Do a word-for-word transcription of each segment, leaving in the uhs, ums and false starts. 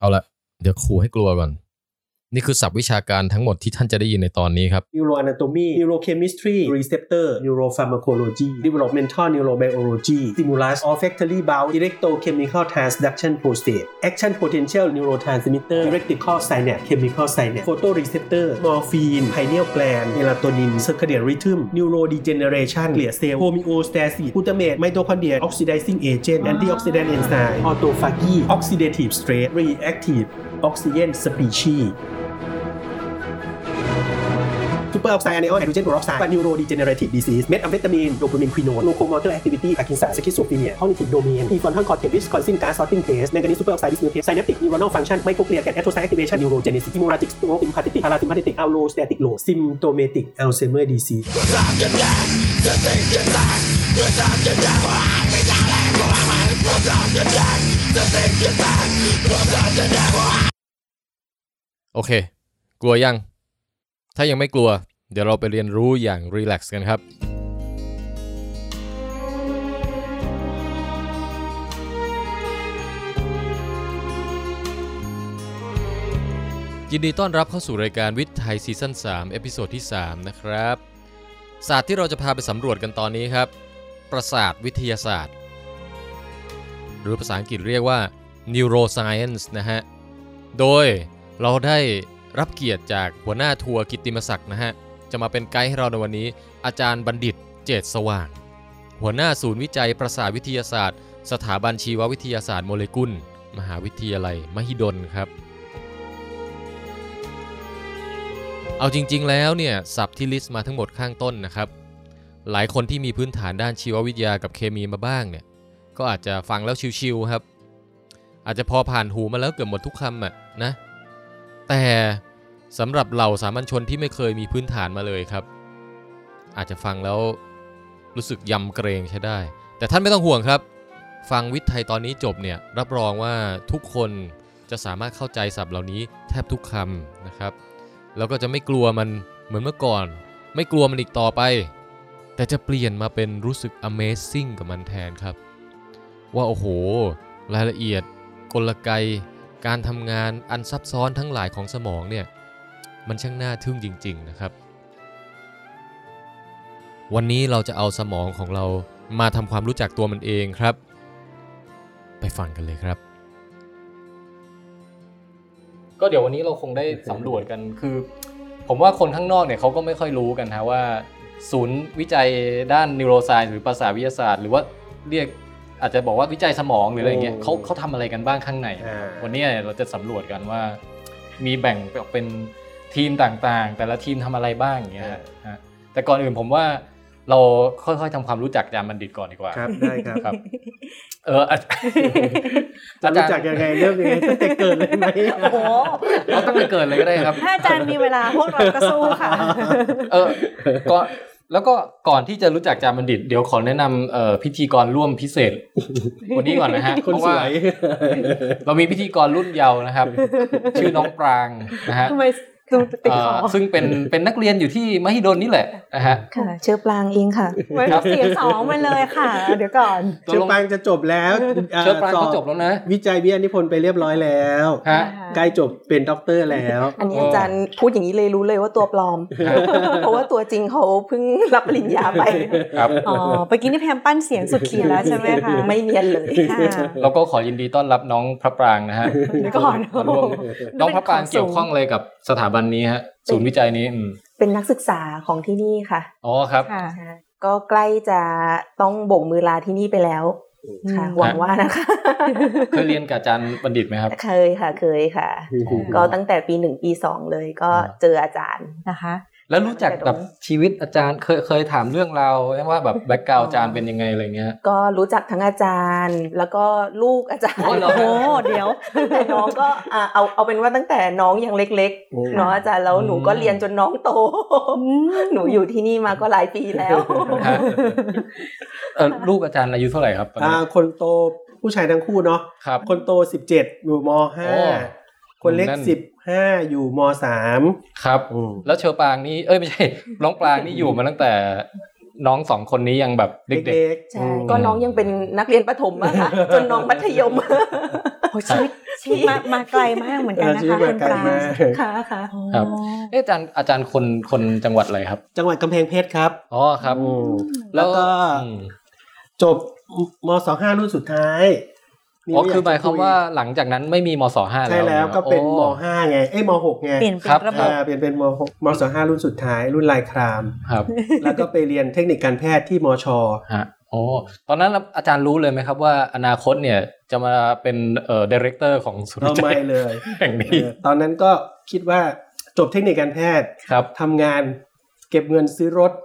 เอาละเดี๋ยวครูให้กลัวก่อนนี่คือศัพท์วิชาการทั้งหมดที่ท่านจะได้ยินในตอนนี้ครับ Neuroanatomy Neurochemistry Receptor Neuropharmacology Developmental Neurobiology Stimulus Olfactory Bulb Electrochemical Transduction Prostate Action Potential Neurotransmitter Electrical Synapse Chemical Synapse Photoreceptor Morphine Pineal Gland Melatonin Circadian Rhythm Neurodegeneration Glial Cell Homeostasis Glutamate Mitochondria Oxidizing Agent Antioxidant Enzyme Autophagy Oxidative Stress Reactive Oxygen Species Super Oxide Anion Hydrogen Peroxide Neurodegenerative Disease Methamphetamine Dopamine Quinone Locomotor Activity Parkinson Schizophrenia Cognitive Domain Prefrontal Cortex Wisconsin Gas Sorting Test Manganese Super Oxide Dismutase Synaptic Neuronal Function Microglia Gattocyte Activation Neurogenesis Hemolytic Stroke Sympathetic Parasympathetic Allostatic Low Symptomatic Alzheimer's Disease โอเคกลัวยังถ้ายังไม่กลัวเดี๋ยวเราไปเรียนรู้อย่างรีแลกซ์กันครับยินดีต้อนรับเข้าสู่รายการวิทย์ไทยซีซั่นสามเอพิโซดที่สามนะครับศาสตร์ที่เราจะพาไปสำรวจกันตอนนี้ครับประสาทวิทยาศาสตร์หรือภาษาอังกฤษเรียกว่า neuroscience นะฮะโดยเราได้รับเกียรติจากหัวหน้าทัวร์กิตติมศักดิ์นะฮะจะมาเป็นไกด์ให้เราในวันนี้อาจารย์บัณฑิตเจตสว่างหัวหน้าศูนย์วิจัยประสาทวิทยาศาสตร์สถาบันชีววิทยาศาสตร์โมเลกุลมหาวิทยาลัยมหิดลครับเอาจริงๆแล้วเนี่ยศัพท์ที่ลิสต์มาทั้งหมดข้างต้นนะครับหลายคนที่มีพื้นฐานด้านชีววิทยากับเคมีมาบ้างเนี่ยก็อาจจะฟังแล้วชิวๆครับอาจจะพอผ่านหูมาแล้วเกือบหมดทุกคำอ่ะนะแต่สำหรับเหล่าสามัญชนที่ไม่เคยมีพื้นฐานมาเลยครับอาจจะฟังแล้วรู้สึกยำเกรงใช้ได้แต่ท่านไม่ต้องห่วงครับฟังวิทย์ไทยตอนนี้จบเนี่ยรับรองว่าทุกคนจะสามารถเข้าใจศัพท์เหล่านี้แทบทุกคำนะครับแล้วก็จะไม่กลัวมันเหมือนเมื่อก่อนไม่กลัวมันอีกต่อไปแต่จะเปลี่ยนมาเป็นรู้สึก Amazing กับมันแทนครับว่าโอ้โหรายละเอียดกลไกการทำงานอันซับซ้อนทั้งหลายของสมองเนี่ยมันช่างน่าทึ่งจริงๆนะครับวันนี้เราจะเอาสมองของเรามาทำความรู้จักตัวมันเองครับไปฟังกันเลยครับก็เดี๋ยววันนี้เราคงได้สำรวจกันคือผมว่าคนข้างนอกเนี่ยเขาก็ไม่ค่อยรู้กันนะว่าศูนย์วิจัยด้าน neuroscience หรือประสาทวิทยาศาสตร์หรือว่าเรียกอาจจะบอกว่าวิจัยสมองหรืออะไรเงี้ยเขาเขาทำอะไรกันบ้างข้างในวันนี้เราจะสำรวจกันว่ามีแบ่งออกเป็นทีมต่างๆแต่ละทีมทำอะไรบ้างอย่างเงี้ยฮะแต่ก่อนอื่นผมว่าเราค่อยๆทำความรู้จักอาจารย์บัณฑิตก่อนดีกว่าครับได้ครับครับเออจะรู้จักยังไงเรื่องยังไงตั้งแต่เกิดเลยไหมโอ้โหเราตั้งแต่เกิดเลยก็ได้ครับถ้าอาจารย์มีเวลาพวกเราก็สู้ค่ะเออก็แล้วก็ก่อนที่จะรู้จักอาจารย์บัณฑิตเดี๋ยวขอแนะนำเอ่อพิธีกรร่วมพิเศษวันนี้ก่อนนะฮะเพราะว่าเรามีพิธีกรรุ่นเยาว์นะครับชื่อน้องปรางนะฮะซึ่งเป็นเป็นนักเรียนอยู่ที่มหิดลนี่แหละนะฮะค่ะเชื่อปรางเองค่ะไว้เสียงสองมาเลยค่ะเดี๋ยวก่อนเชื่อปรางจะจบแล้วเชื่อปรางเขาจบแล้วนะวิจัยวิทยานิพนธ์ไปเรียบร้อยแล้วใกล้จบเป็นด็อกเตอร์แล้วอันนี้อาจารย์พูดอย่างนี้เลยรู้เลยว่าตัวปลอมเพราะว่าตัวจริงเขาเพิ่งรับปริญญาไปครับอ๋อเมื่อกี้นี่พยายามปั้นเสียงสุดขีดแล้วใช่ไหมคะไม่เนียนเลยค่ะเราก็ขอยินดีต้อนรับน้องพระปรางนะฮะก่อนน้องพระปรางเกี่ยวข้องเลยกับสถาบันนี้ฮะศูนย์วิจัยนี้เป็นนักศึกษาของที่นี่ค่ะอ๋อครับก็ใกล้จะต้องโบกมือลาที่นี่ไปแล้วค่ะหวังว่านะคะเคยเรียนกับอาจารย์บัณฑิตไหมครับเคยค่ะเคยค่ะก็ตั้งแต่ปีหนึ่งปีสองเลยก็เจออาจารย์นะคะแล้วรู้จักแบบชีวิตอาจารย์เคยเคยถามเรื่องราวว่าแบบแบ็คกราวด์อาจารย์เป็นยังไงอะไรเงี้ยก็รู้จักทั้งอาจารย์แล้วก็ลูกอาจารย์โอ้โหเดี๋ยวแต่น้องก็เอาเอาเป็นว่าตั้งแต่น้องยังเล็กๆเนาะอาจารย์แล้วหนูก็เรียนจนน้องโตหนูอยู่ที่นี่มาก็หลายปีแล้วเออลูกอาจารย์อายุเท่าไหร่ครับอ่าคนโตผู้ชายทั้งคู่เนาะคนโตสิบเจ็ดอยู่ม.ห้าคนเล็กสิบห้าอยู่ม.สามครับแล้วเชอปางนี่เอ้ยไม่ใช่น้องปรางนี่อยู่มาตั้งแต่น้องสองคนนี้ยังแบบเด็กๆใช่ก็น้องยังเป็นนักเรียนประถมอะค่ะจนน้องมัธยมโหชีวิตชีวิตมามาไกลมากเหมือนกันนะคะคุณปราณค่ะค่ะครับเอ๊ะอาจารย์อาจารย์คนคนจังหวัดอะไรครับจังหวัดกำแพงเพชรครับอ๋อครับแล้วก็จบม.สองห้า รุ่นสุดท้ายอ๋อคือหมายความว่าหลังจากนั้นไม่มีม.สองห้าแล้วใช่แล้วก็เป็นม.ห้าไงเอ้ยม.หกไงเปลี่ยนเป็นระบบเปลี่ยนเป็นม.หกม.สองห้า รุ่นสุดท้ายรุ่นลายครามครับแล้วก็ไปเรียนเทคนิคการแพทย์ที่มช. ฮะอ๋อตอนนั้นอาจารย์รู้เลยไหมครับว่าอนาคตเนี่ยจะมาเป็นเอ่อไดเรคเตอร์ของศูนย์วิจัยไม่เลยแห่งนี้ตอนนั้นก็คิดว่าจบเทคนิคการแพทย์ทำงานเก็บเงินซื้อรถ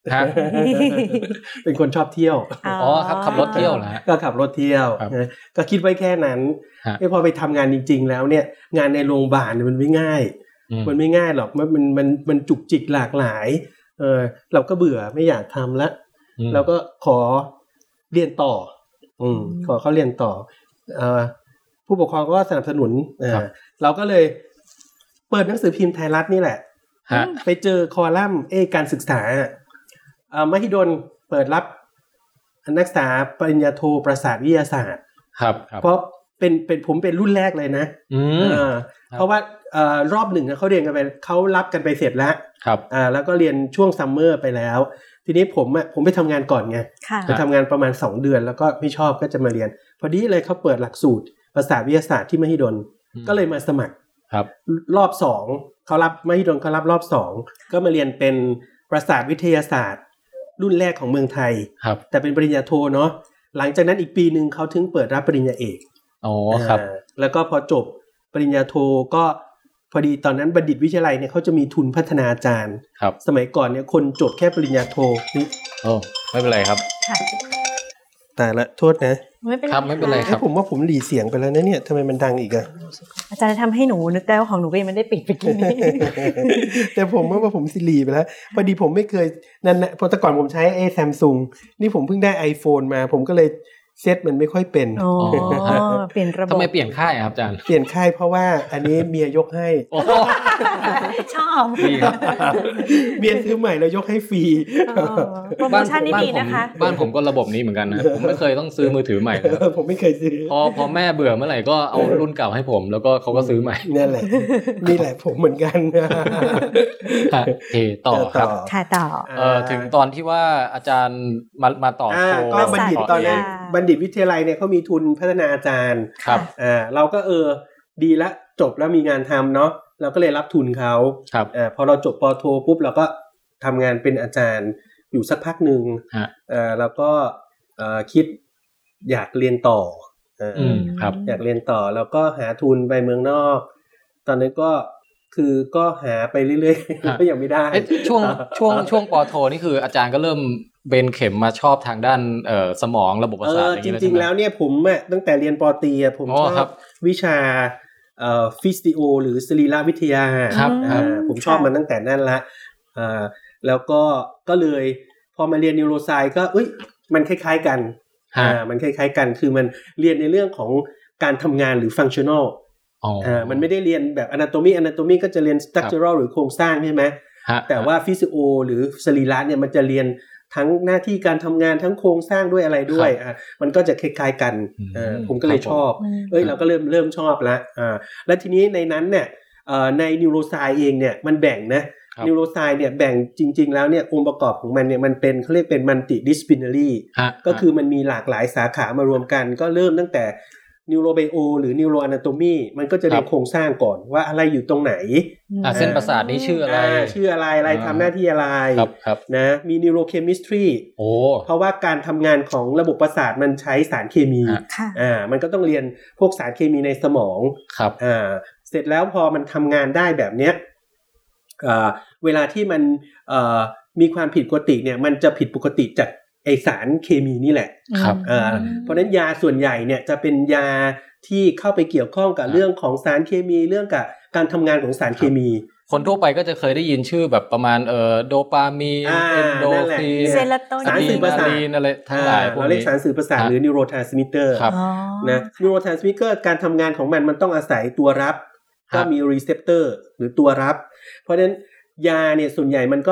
เป็นคนชอบเที่ยวอ๋อครับขับรถเที่ยวเหรอก็ขับรถเที่ยวก็คิดไว้แค่นั้นไม่พอไปทำงานจริงๆแล้วเนี่ยงานในโรงพยาบาลมันไม่ง่ายมันไม่ง่ายหรอกมันมันมันมันจุกจิกหลากหลายเออเราก็เบื่อไม่อยากทำแล้วเราก็ขอเรียนต่ออืมขอเขาเรียนต่อเอ่อผู้ปกครองก็สนับสนุนอ่าเราก็เลยเปิดหนังสือพิมพ์ไทยรัฐนี่แหละไปเจอคอลัมน์เอการศึกษามหิดลเปิดรับนักศึกษาปริญญาโทประสาทวิทยาศาสตร์ครับเพราะเป็นเป็นผมเป็นรุ่นแรกเลยนะเพราะว่ารอบหนึ่งเขาเรียนกันไปเขารับกันไปเสร็จแล้วแล้วก็เรียนช่วงซัมเมอร์ไปแล้วทีนี้ผมอ่ะผมไปทำงานก่อนไงไปทำงานประมาณสองเดือนแล้วก็ไม่ชอบก็จะมาเรียนพอดีเลยเขาเปิดหลักสูตรประสาทวิทยาศาสตร์ที่มหิดลก็เลยมาสมัครรอบสองเขารับมหิดลเขารับรอบสองก็มาเรียนเป็นประสาทวิทยาศาสตร์รุ่นแรกของเมืองไทยแต่เป็นปริญญาโทเนาะหลังจากนั้นอีกปีนึงเขาถึงเปิดรับปริญญาเอกอ๋อครับแล้วก็พอจบปริญญาโทก็พอดีตอนนั้นบัณฑิตวิทยาลัยเนี่ยเขาจะมีทุนพัฒนาอาจารย์สมัยก่อนเนี่ยคนจบแค่ปริญญาโทนี่โอ้ไม่เป็นไรครับแต่ละโทษนะไม่เป็นไรครับไม่เป็นไรครับผมว่าผมหลีเสียงไปแล้วนะเนี่ยทำไมมันดังอีกอะอาจารย์ทำให้หนูนึกได้ว่าของหนูก็ยังไม่ได้ปิดไปกี้นี้แต่ผมว่าผมสิรีไปแล้วพอดีผมไม่เคยนั่นนะเพราะแต่ก่อนผมใช้ไอ้ Samsung นี่ผมเพิ่งได้ iPhone มาผมก็เลยเซตมันไม่ค่อยเป็นอ๋อเปลี่ยนระบบทำไมเปลี่ยนค่ายครับอาจารย์เปลี่ยนค่ายเพราะว่าอันนี้เมียยกให้ชอบเมียซื้อใหม่แล้วยกให้ฟรีโปรโมชั่นนี้ดีนะคะบ้านผมก็ระบบนี้เหมือนกันนะผมไม่เคยต้องซื้อมือถือใหม่ผมไม่เคยซื้อพอพอแม่เบื่อเมื่อไหร่ก็เอารุ่นเก่าให้ผมแล้วก็เขาก็ซื้อใหม่นั่นแหละนี่แหละผมเหมือนกันโอเคต่อครับค่ะต่อเอ่อถึงตอนที่ว่าอาจารย์มามาต่อโทก็บัณฑิตตอนนั้นบัณฑิตวิทยาลัยเนี่ยเขามีทุนพัฒนาอาจารย์ครับอ่าเราก็เออดีละจบแล้วมีงานทำเนาะเราก็เลยรับทุนเขาครับอ่าพอเราจบป.โทปุ๊บเราก็ทำงานเป็นอาจารย์อยู่สักพักหนึ่งอ่าแล้วก็เอ่อคิดอยากเรียนต่ออืมครับอยากเรียนต่อแล้วก็หาทุนไปเมืองนอกตอนนั้นก็คือก็หาไปเรื่อยๆก็ยังไม่ได้ช่วงช่วงช่วงป.โทนี่คืออาจารย์ก็เริ่มเบนเข็มมาชอบทางด้านเอ่อสมองระบบประสาทอย่างนี้เลยจริงๆแล้วเนี่ยผมอ่ะตั้งแต่เรียนป.ตรีอ่ะผมชอบวิชาเอ่อฟิสิโอหรือสรีรวิทยาครับอ่าผมชอบมันตั้งแต่นั้นละอ่าแล้วก็ก็เลยพอมาเรียนนิวโรไซน์ก็เอ้ยมันคล้ายๆกันอ่ามันคล้ายๆกันคือมันเรียนในเรื่องของการทำงานหรือฟังชั่นอลอ่ามันไม่ได้เรียนแบบ anatomy anatomy ก็จะเรียน structural หรือโครงสร้างใช่ไหมแต่ว่าฟิสิโอหรือสรีระเนี่ยมันจะเรียนทั้งหน้าที่การทำงานทั้งโครงสร้างด้วยอะไรด้วยอ่ามันก็จะคล้ายๆกันอ่าผมก็เลยชอบเอ้ยเราก็เริ่มเริ่มชอบละอ่าแล้วทีนี้ในนั้นเนี่ยเอ่อในนิวโรไซน์เองเนี่ยมันแบ่งนะนิวโรไซน์เนี่ยแบ่งจริงๆแล้วเนี่ยองค์ประกอบของมันเนี่ยมันเป็นเขาเรียกเป็นมัลติดิสซิพลินารีก็คือมันมีหลากหลายสาขามารวมกันก็เริ่มตั้งแต่นิวโรไบโอหรือนิวโรอนาโตมีมันก็จะเรียนโครงสร้างก่อนว่าอะไรอยู่ตรงไหนอ่าเส้นประสาทนี้ชื่ออะไรชื่ออะไรอะไรทำหน้าที่อะไรนะมีนิวโรเคมิสทรีโอ้เพราะว่าการทำงานของระบบประสาทมันใช้สารเคมีอ่ามันก็ต้องเรียนพวกสารเคมีในสมองครับอ่าเสร็จแล้วพอมันทำงานได้แบบเนี้ยอ่าเวลาที่มันเอ่อมีความผิดปกติเนี่ยมันจะผิดปกติจากไอสารเคมีนี่แหละครับอ่าเพราะฉะนั้นยาส่วนใหญ่เนี่ยจะเป็นยาที่เข้าไปเกี่ยวข้องกับเรื่องของสารเคมีเรื่องกับการทำงานของสารเคมีคนทั่วไปก็จะเคยได้ยินชื่อแบบประมาณเอ่อโดปามีนเอนโดฟินเซโรโทนินสารสื่อประสาทอะไรทั้งหลายพวกนี้เราเรียกสารสื่อประสาทหรือนิวโรทรานสมิเตอร์นะนิวโรทรานสมิเตอร์การทำงานของมันมันต้องอาศัยตัวรับก็มีรีเซปเตอร์หรือตัวรับเพราะฉะนั้นยาเนี่ยส่วนใหญ่มันก็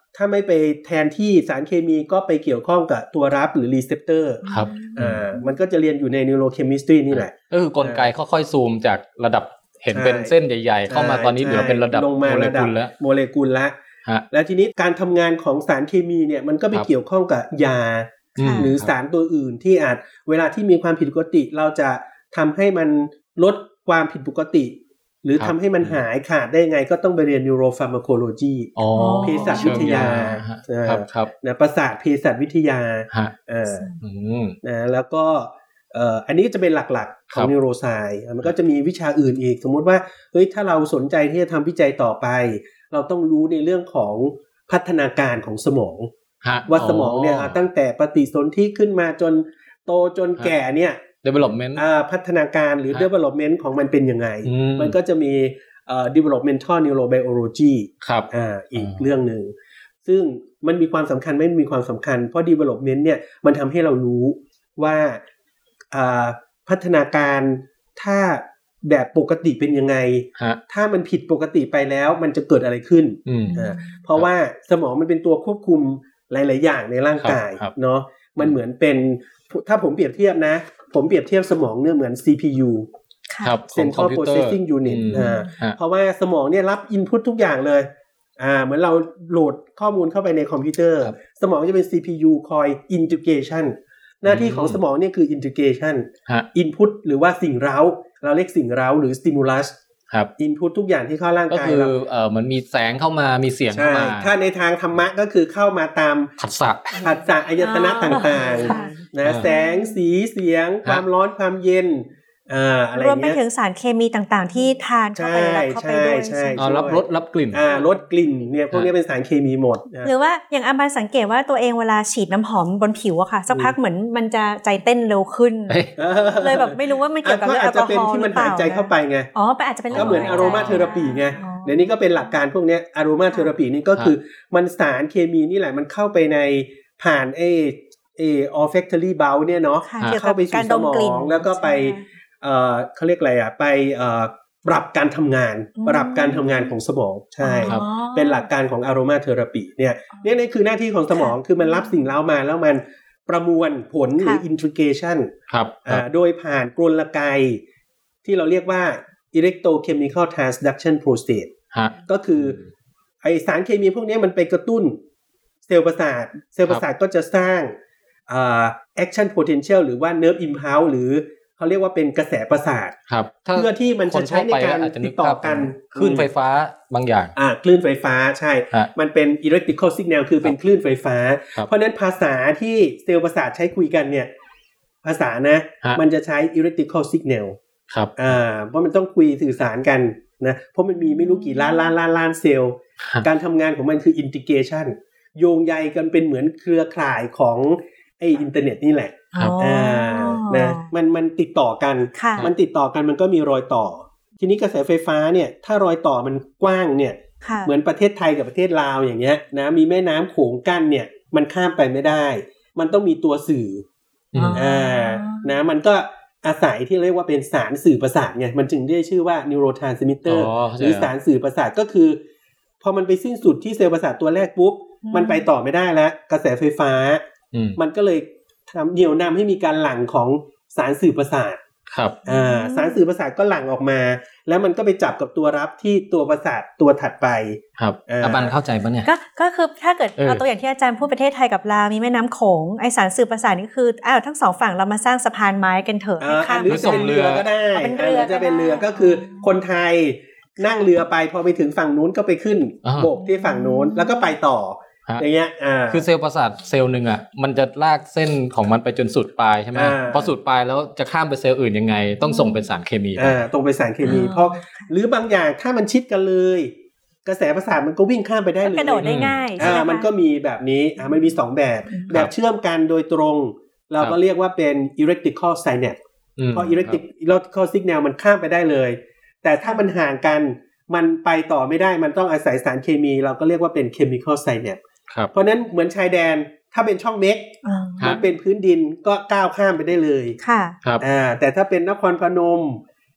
ถ้าไม่ไปแทนที่สารเคมีก็ไปเกี่ยวข้องกับตัวรับหรือรีเซพเตอร์ครับอ่ามันก็จะเรียนอยู่ใน neurochemistry นี่แหละก็คือกลไกค่อยๆซูมจากระดับเห็นเป็นเส้นใหญ่ๆเข้ามาตอนนี้เหลือเป็นระดับโมเลกุลแล้วโมเลกุลแล้วแล้วทีนี้การทำงานของสารเคมีเนี่ยมันก็ไปเกี่ยวข้องกับยาหรือสารตัวอื่นที่อาจเวลาที่มีความผิดปกติเราจะทำให้มันลดความผิดปกติหรือทำให้มันหายขาดได้ไงก็ต้องไปเรียน neuropharmacology เภสัชวิทยานะประสาทเภสัชวิทยานะแล้วก็อันนี้จะเป็นหลักๆของ neuroscience มันก็จะมีวิชาอื่นอีกสมมุติว่าเฮ้ยถ้าเราสนใจที่จะทำวิจัยต่อไปเราต้องรู้ในเรื่องของพัฒนาการของสมองว่าสมองเนี่ยตั้งแต่ปฏิสนธิขึ้นมาจนโตจนแก่เนี่ย development อ่าพัฒนาการหรือ development ของมันเป็นยังไงมันก็จะมีเอ่อ developmental neurobiology ครับอ่าอีกเรื่องนึงซึ่งมันมีความสำคัญไม่มีความสำคัญเพราะ development เนี่ยมันทำให้เรารู้ว่าอ่าพัฒนาการถ้าแบบปกติเป็นยังไงถ้ามันผิดปกติไปแล้วมันจะเกิดอะไรขึ้นอ่าเพราะว่าสมองมันเป็นตัวควบคุมหลายๆอย่างในร่างกายเนาะมันเหมือนเป็นถ้าผมเปรียบเทียบนะผมเปรียบเทียบสมองเนี่ยเหมือน ซี พี ยูครับ Central Processing Unit อ่าเพราะว่าสมองเนี่ยรับ input ทุกอย่างเลยอ่าเหมือนเราโหลดข้อมูลเข้าไปในคอมพิวเตอร์สมองจะเป็น ซี พี ยู คอย integration หน้าที่ของสมองเนี่ยคือ integration input หรือว่าสิ่งเร้าเราเรียกสิ่งเร้าหรือ stimulus ครับ input ทุกอย่างที่เข้าร่างกายก็คือเอ่อมันมีแสงเข้ามามีเสียงเข้ามาถ้าในทางธรรมะก็คือเข้ามาตามผัสสะผัสสะอายตนะต่างๆนะแสงสีเสียงความร้อนความเย็นอ่าอะไรเงี้ยรวมไปถึงสารเคมีต่างๆที่ทานเข้าไปรับเข้าไปด้วยใช่อ๋อรับรสรับกลิ่นอ่ารสกลิ่นเนี่ยพวกนี้เป็นสารเคมีหมดหรือว่าอย่างอาบันสังเกตว่าตัวเองเวลาฉีดน้ำหอมบนผิวอะค่ะสักพักเหมือนมันจะใจเต้นเร็วขึ้นเลยแบบไม่รู้ว่ามันเกี่ยวกับเรื่องแอลกอฮอล์ที่มันหายใจเข้าไปไงอ๋ออาจจะเป็นก็เหมือนอโรมาเทอราปีไงเดี๋ยวนี้ก็เป็นหลักการพวกนี้อโรมาเทอราปีนี่ก็คือมันสารเคมีนี่แหละมันเข้าไปในผ่านไอ้เอ่อ olfactory bulb เนี่ยเนาะเข้าไปสู่สมองแล้วก็ไปเอ่อเขาเรียกอะไรอ่ะไปเอ่อปรับการทำงานปรับการทำงานของสมองใช่เป็นหลักการของ aroma therapy เนี่ยเนี่ยนี่คือหน้าที่ของสมองคือมันรับสิ่งเร้ามาแล้วมันประมวลผลหรือ integration ครับอ่าโดยผ่านกลไกที่เราเรียกว่า electrochemical transduction process ก็คือไอสารเคมีพวกนี้มันไปกระตุ้นเซลล์ประสาทเซลล์ประสาทก็จะสร้างอ่า action potential หรือว่า nerve impulse หรือเขาเรียกว่าเป็นกระแสประสาทเพื่อที่มันจะใช้ในการติดต่อกันคลื่นไฟฟ้าบางอย่างอ่าคลื่นไฟฟ้าใช่มันเป็น electrical signal คือเป็นคลื่นไฟฟ้าเพราะนั้นภาษาที่เซลล์ประสาทใช้คุยกันเนี่ยภาษานะมันจะใช้ electrical signal ครับอ่าเพราะมันต้องคุยสื่อสารกันนะเพราะมันมีไม่รู้กี่ล้านล้านล้านล้านเซลล์การทำงานของมันคือ integration โยงใยกันเป็นเหมือนเครือข่ายของไอ้อินเทอร์เน็ตนี่แหละอ่านะมันมันติดต่อกันมันติดต่อกันมันก็มีรอยต่อทีนี้กระแสไฟฟ้าเนี่ยถ้ารอยต่อมันกว้างเนี่ยเหมือนประเทศไทยกับประเทศลาวอย่างเงี้ยนะมีแม่น้ำโขงกั้นเนี่ยมันข้ามไปไม่ได้มันต้องมีตัวสื่ออ่านะมันก็อาศัยที่เรียกว่าเป็นสารสื่อประสาทไงมันจึงได้ชื่อว่า neurotransmitter หรือสารสื่อประสาทก็คือพอมันไปสิ้นสุดที่เซลล์ประสาทตัวแรกปุ๊บมันไปต่อไม่ได้แล้วกระแสไฟฟ้ามันก็เลยทำเหนี่ยวนำให้มีการหลั่งของสารสื่อประสาทครับอ่าสารสื่อประสาทก็หลั่งออกมาแล้วมันก็ไปจับกับตัวรับที่ตัวประสาทตัวถัดไปครับอาบันเข้าใจปะเนี่ยก็ก็คือถ้าเกิดเอาตัวอย่างที่อาจารย์พูดประเทศไทยกับลาวมีแม่น้ำโขงไอสารสื่อประสาทนี่คืออ้าวทั้งสองฝั่งเรามาสร้างสะพานไม้กันเถอะให้ข้ามหรือจะเป็นเรือก็ได้หรือจะเป็นเรือก็คือคนไทยนั่งเรือไปพอไปถึงฝั่งนู้นก็ไปขึ้นโบกที่ฝั่งนู้นแล้วก็ไปต่ออย่างเงี้ยอ่าคือเซลล์ประสาทเซลล์นึงอ่ะมันจะลากเส้นของมันไปจนสุดปลายใช่ไหมพอสุดปลายแล้วจะข้ามไปเซลล์อื่นยังไงต้องส่งเป็นสารเคมีอ่าตรงไปสารเคมีเพราะหรือบางอย่างถ้ามันชิดกันเลยกระแสประสาทมันก็วิ่งข้ามไปได้เลยกระโดดได้ง่ายอ่ามันก็มีแบบนี้อ่ามันมีสองแบบแบบเชื่อมกันโดยตรงเราก็เรียกว่าเป็น electrical synapse เพราะ electrical signal มันข้ามไปได้เลยแต่ถ้ามันห่างกันมันไปต่อไม่ได้มันต้องอาศัยสารเคมีเราก็เรียกว่าเป็น chemical synapseเพราะนั้นเหมือนชายแดนถ้าเป็นช่องเม็กมันเป็นพื้นดินก็ก้าวข้ามไปได้เลยค่ะครับอ่าแต่ถ้าเป็นนครพนม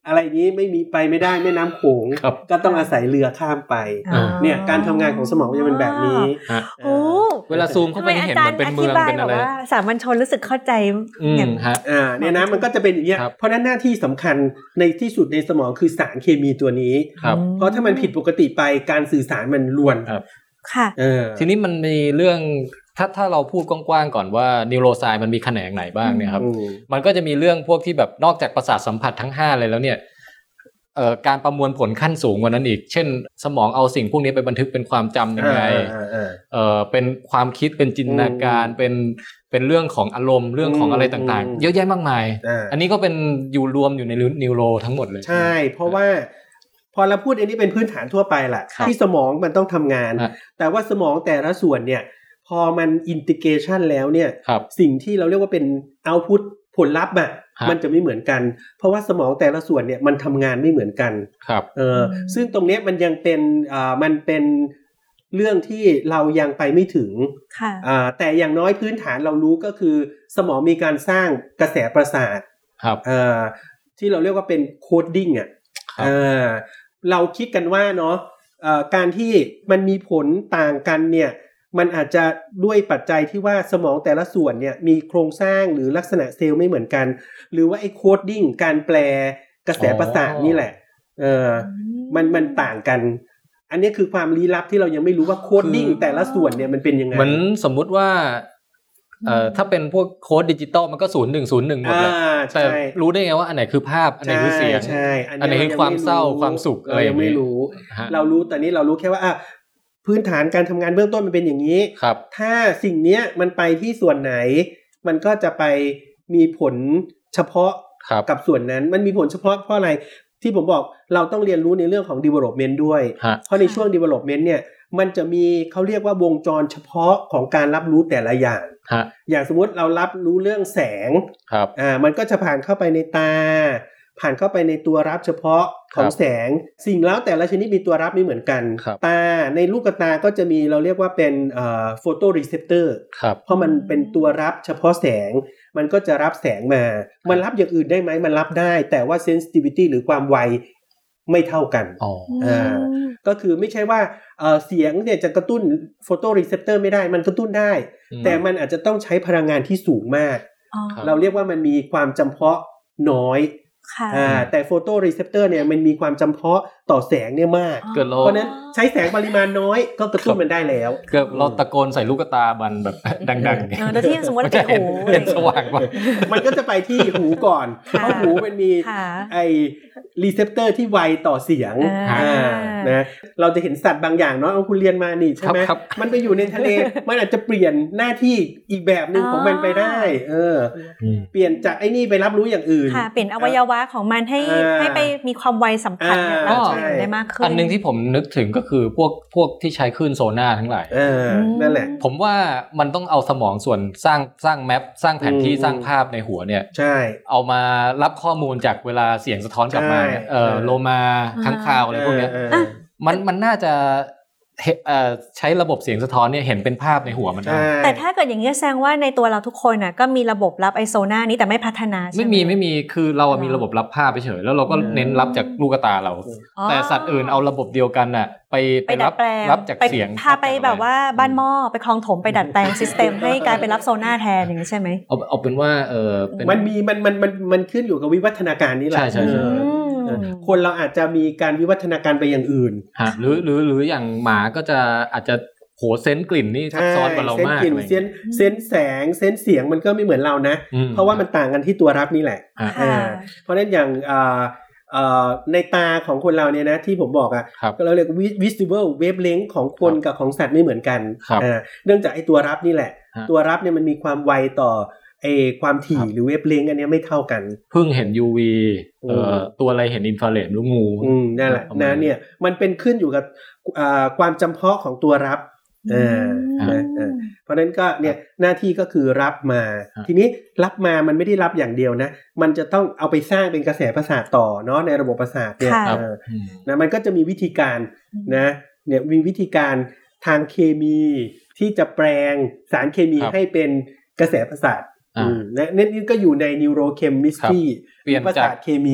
อะไรนี้ไม่มีไปไม่ได้แม่น้ำโขงก็ต้องอาศัยเรือข้ามไปเนี่ยการทำงานของสมองจะเป็นแบบนี้โอ้เวลาซูมเข้าไปเห็นมันเป็นเมืองเป็นอะไรสามัญชนรู้สึกเข้าใจอย่างฮะอ่าเนี่ยนะมันก็จะเป็นอย่างเงี้ยเพราะนั้นหน้าที่สำคัญในที่สุดในสมองคือสารเคมีตัวนี้เพราะถ้ามันผิดปกติไปการสื่อสารมันล้วนค่ะทีนี้มันมีเรื่องถ้าถ้าเราพูดกว้างๆก่อนว่านิวโรไซน์มันมีแขนงไหนบ้างเนี่ยครับมันก็จะมีเรื่องพวกที่แบบนอกจากประสาทสัมผัสทั้งห้าเลยแล้วเนี่ยเอ่อการประมวลผลขั้นสูงกว่านั้นอีกเช่นสมองเอาสิ่งพวกนี้ไปบันทึกเป็นความจำยังไงเอ่อเป็นความคิดเป็นจินตนาการเป็นเป็นเรื่องของอารมณ์เรื่องของอะไรต่างๆเยอะแยะมากมายอันนี้ก็เป็นอยู่รวมอยู่ในนิวโรทั้งหมดเลยใช่เพราะว่าพอเราพูดอันนี้เป็นพื้นฐานทั่วไปแหละที่สมองมันต้องทำงานแต่ว่าสมองแต่ละส่วนเนี่ยพอมันอินทิเกชันแล้วเนี่ยสิ่งที่เราเรียกว่าเป็นเอาท์พุตผลลัพธ์อ่ะมันจะไม่เหมือนกันเพราะว่าสมองแต่ละส่วนเนี่ยมันทำงานไม่เหมือนกันครับเออซึ่งตรงนี้มันยังเป็นอ่ามันเป็นเรื่องที่เรายังไปไม่ถึงค่ะอ่าแต่อย่างน้อยพื้นฐานเรารู้ก็คือสมองมีการสร้างกระแสประสาทครับอ่าที่เราเรียกว่าเป็นโคดดิ้งอ่ะเออเราคิดกันว่าเนาะเอ่อการที่มันมีผลต่างกันเนี่ยมันอาจจะด้วยปัจจัยที่ว่าสมองแต่ละส่วนเนี่ยมีโครงสร้างหรือลักษณะเซลล์ไม่เหมือนกันหรือว่าไอ้โคดดิ้งการแปลกระแสประสาทนี่แหละเออมันมันต่างกันอันนี้คือความลี้ลับที่เรายังไม่รู้ว่าโคดดิ้งแต่ละส่วนเนี่ยมันเป็นยังไงเหมือนสมมุติว่าเอ่อถ้าเป็นพวกโค้ดดิจิตอลมันก็ศูนย์หนึ่งศูนย์หนึ่งหมดเลยแต่รู้ได้ไงว่าอันไหนคือภาพอันไหนคือเสียงอันไหนคือความเศร้าความสุขอะไรยังไม่รู้เรารู้แต่นี้เรารู้แค่ว่าอ่ะพื้นฐานการทำงานเบื้องต้นมันเป็นอย่างนี้ถ้าสิ่งนี้มันไปที่ส่วนไหนมันก็จะไปมีผลเฉพาะกับส่วนนั้นมันมีผลเฉพาะเพราะอะไรที่ผมบอกเราต้องเรียนรู้ในเรื่องของ development ด้วยเพราะในช่วง development เนี่ยมันจะมีเขาเรียกว่าวงจรเฉพาะของการรับรู้แต่ละอย่างอย่างสมมติเรารับรู้เรื่องแสงอ่ามันก็จะผ่านเข้าไปในตาผ่านเข้าไปในตัวรับเฉพาะของแสงสิ่งแล้วแต่ละชนิดมีตัวรับไม่เหมือนกันตาในลูกตาก็จะมีเราเรียกว่าเป็นเอ่อโฟโตรีเซปเตอร์เพราะมันเป็นตัวรับเฉพาะแสงมันก็จะรับแสงมามันรับอย่างอื่นได้ไหมมันรับได้แต่ว่าเซนซิทิวิตี้หรือความไวไม่เท่ากันอ๋ออ่าก็คือไม่ใช่ว่าเอ่อเสียงเนี่ยจะกระตุ้นโฟโตรีเซปเตอร์ไม่ได้มันกระตุ้นได้แต่มันอาจจะต้องใช้พลังงานที่สูงมากเราเรียกว่ามันมีความจำเพาะน้อยอ่าแต่โฟโตรีเซปเตอร์เนี่ยมันมีความจำเพาะต่อแสงเนี่ยมากเพราะนั้นใช้แสงปริมาณน้อยก็กระตุ้นมันได้แล้วเกือบเราตะโกนใส่ลูกตาบันแบบดังๆเนี่ยแต่ที่สมมติว่าหูเป็นสว่างกว่ามันก็จะไปที่หูก่อนเพราะหูมันมีไอ้รีเซปเตอร์ที่ไวต่อเสียงอ่านะเราจะเห็นสัตว์บางอย่างเนาะคุณเรียนมานี่ใช่ไหมมันไปอยู่ในทะเลมันอาจจะเปลี่ยนหน้าที่อีกแบบนึงของมันไปได้เออเปลี่ยนจากไอ้นี่ไปรับรู้อย่างอื่นค่ะเปลี่ยนอวัยวะของมันให้ให้ไปมีความไวสัมผัสแล้วได้มากขึ้นอันนึงที่ผมนึกถึงก็คือพวกพวกที่ใช้คลื่นโซน่าทั้งหลายเออนั่นแหละผมว่ามันต้องเอาสมองส่วนสร้างสร้างแมปสร้างแผนที่สร้างภาพในหัวเนี่ยใช่เอามารับข้อมูลจากเวลาเสียงสะท้อนกลับมาเออโลมาค้างคาวอะไรพวกเนี้ยมันมันน่าจะใช้ระบบเสียงสะท้อนเนี่ยเห็นเป็นภาพในหัวมันได้แต่ถ้าเกิดอย่างนี้แสดงว่าในตัวเราทุกคนน่ะก็มีระบบรับไอโซน่านี้แต่ไม่พัฒนาไม่มีไม่มีคือเรามีระบบรับภาพไปเฉยแล้วเราก็เน้นรับจากลูกตาเราแต่สัตว์อื่นเอาระบบเดียวกันน่ะไปไปรับรับจากเสียงพาไปแบบว่าบ้านหม้อไปคลองถมไปดัดแปลงซิสเต็มให้กลายเป็นรับโซน่าแทนอย่างนี้ใช่ไหมเอาเอาเป็นว่าเออมันมีมันมันมันมันขึ้นอยู่กับวิวัฒนาการนี่แหละใช่ใช่คนเราอาจจะมีการวิวัฒนาการไปอย่างอื่นหรือหรือหรืออย่างหมาก็จะอาจจะโหเซนส์กลิ่นนี่ซับซ้อนกว่าเรามากเซนส์กลิ่นเซนเซนแสงเซนเสียงมันก็ไม่เหมือนเรานะเพราะว่ามันต่างกันที่ตัวรับนี่แหละเพราะฉะนั้นอย่างในตาของคนเราเนี่ยนะที่ผมบอกอ่ะก็เราเรียก visible wavelength ของคนกับของสัตว์ไม่เหมือนกันเนื่องจากไอ้ตัวรับนี่แหละตัวรับเนี่ยมันมีความไวต่อไอ้ความถี่หรือเวฟเลนส์อันนี้ไม่เท่ากันเพิ่งเห็น ยู วี เอ่อตัวอะไรเห็นอินฟราเรดหรืองูอืมนั่นแหละนะเนี่ยมันเป็นขึ้นอยู่กับอ่าความจำเพาะของตัวรับเออนะเพราะนั้นก็เนี่ยหน้าที่ก็คือรับมาทีนี้รับมามันไม่ได้รับอย่างเดียวนะมันจะต้องเอาไปสร้างเป็นกระแสประสาทต่อเนาะในระบบประสาทเนี่ยนะมันก็จะมีวิธีการนะเนี่ยมีวิธีการทางเคมีที่จะแปลงสารเคมีให้เป็นกระแสประสาทและนี่ก็อยู่ใน neurochemistry เปลี่ยนประสาทเคมี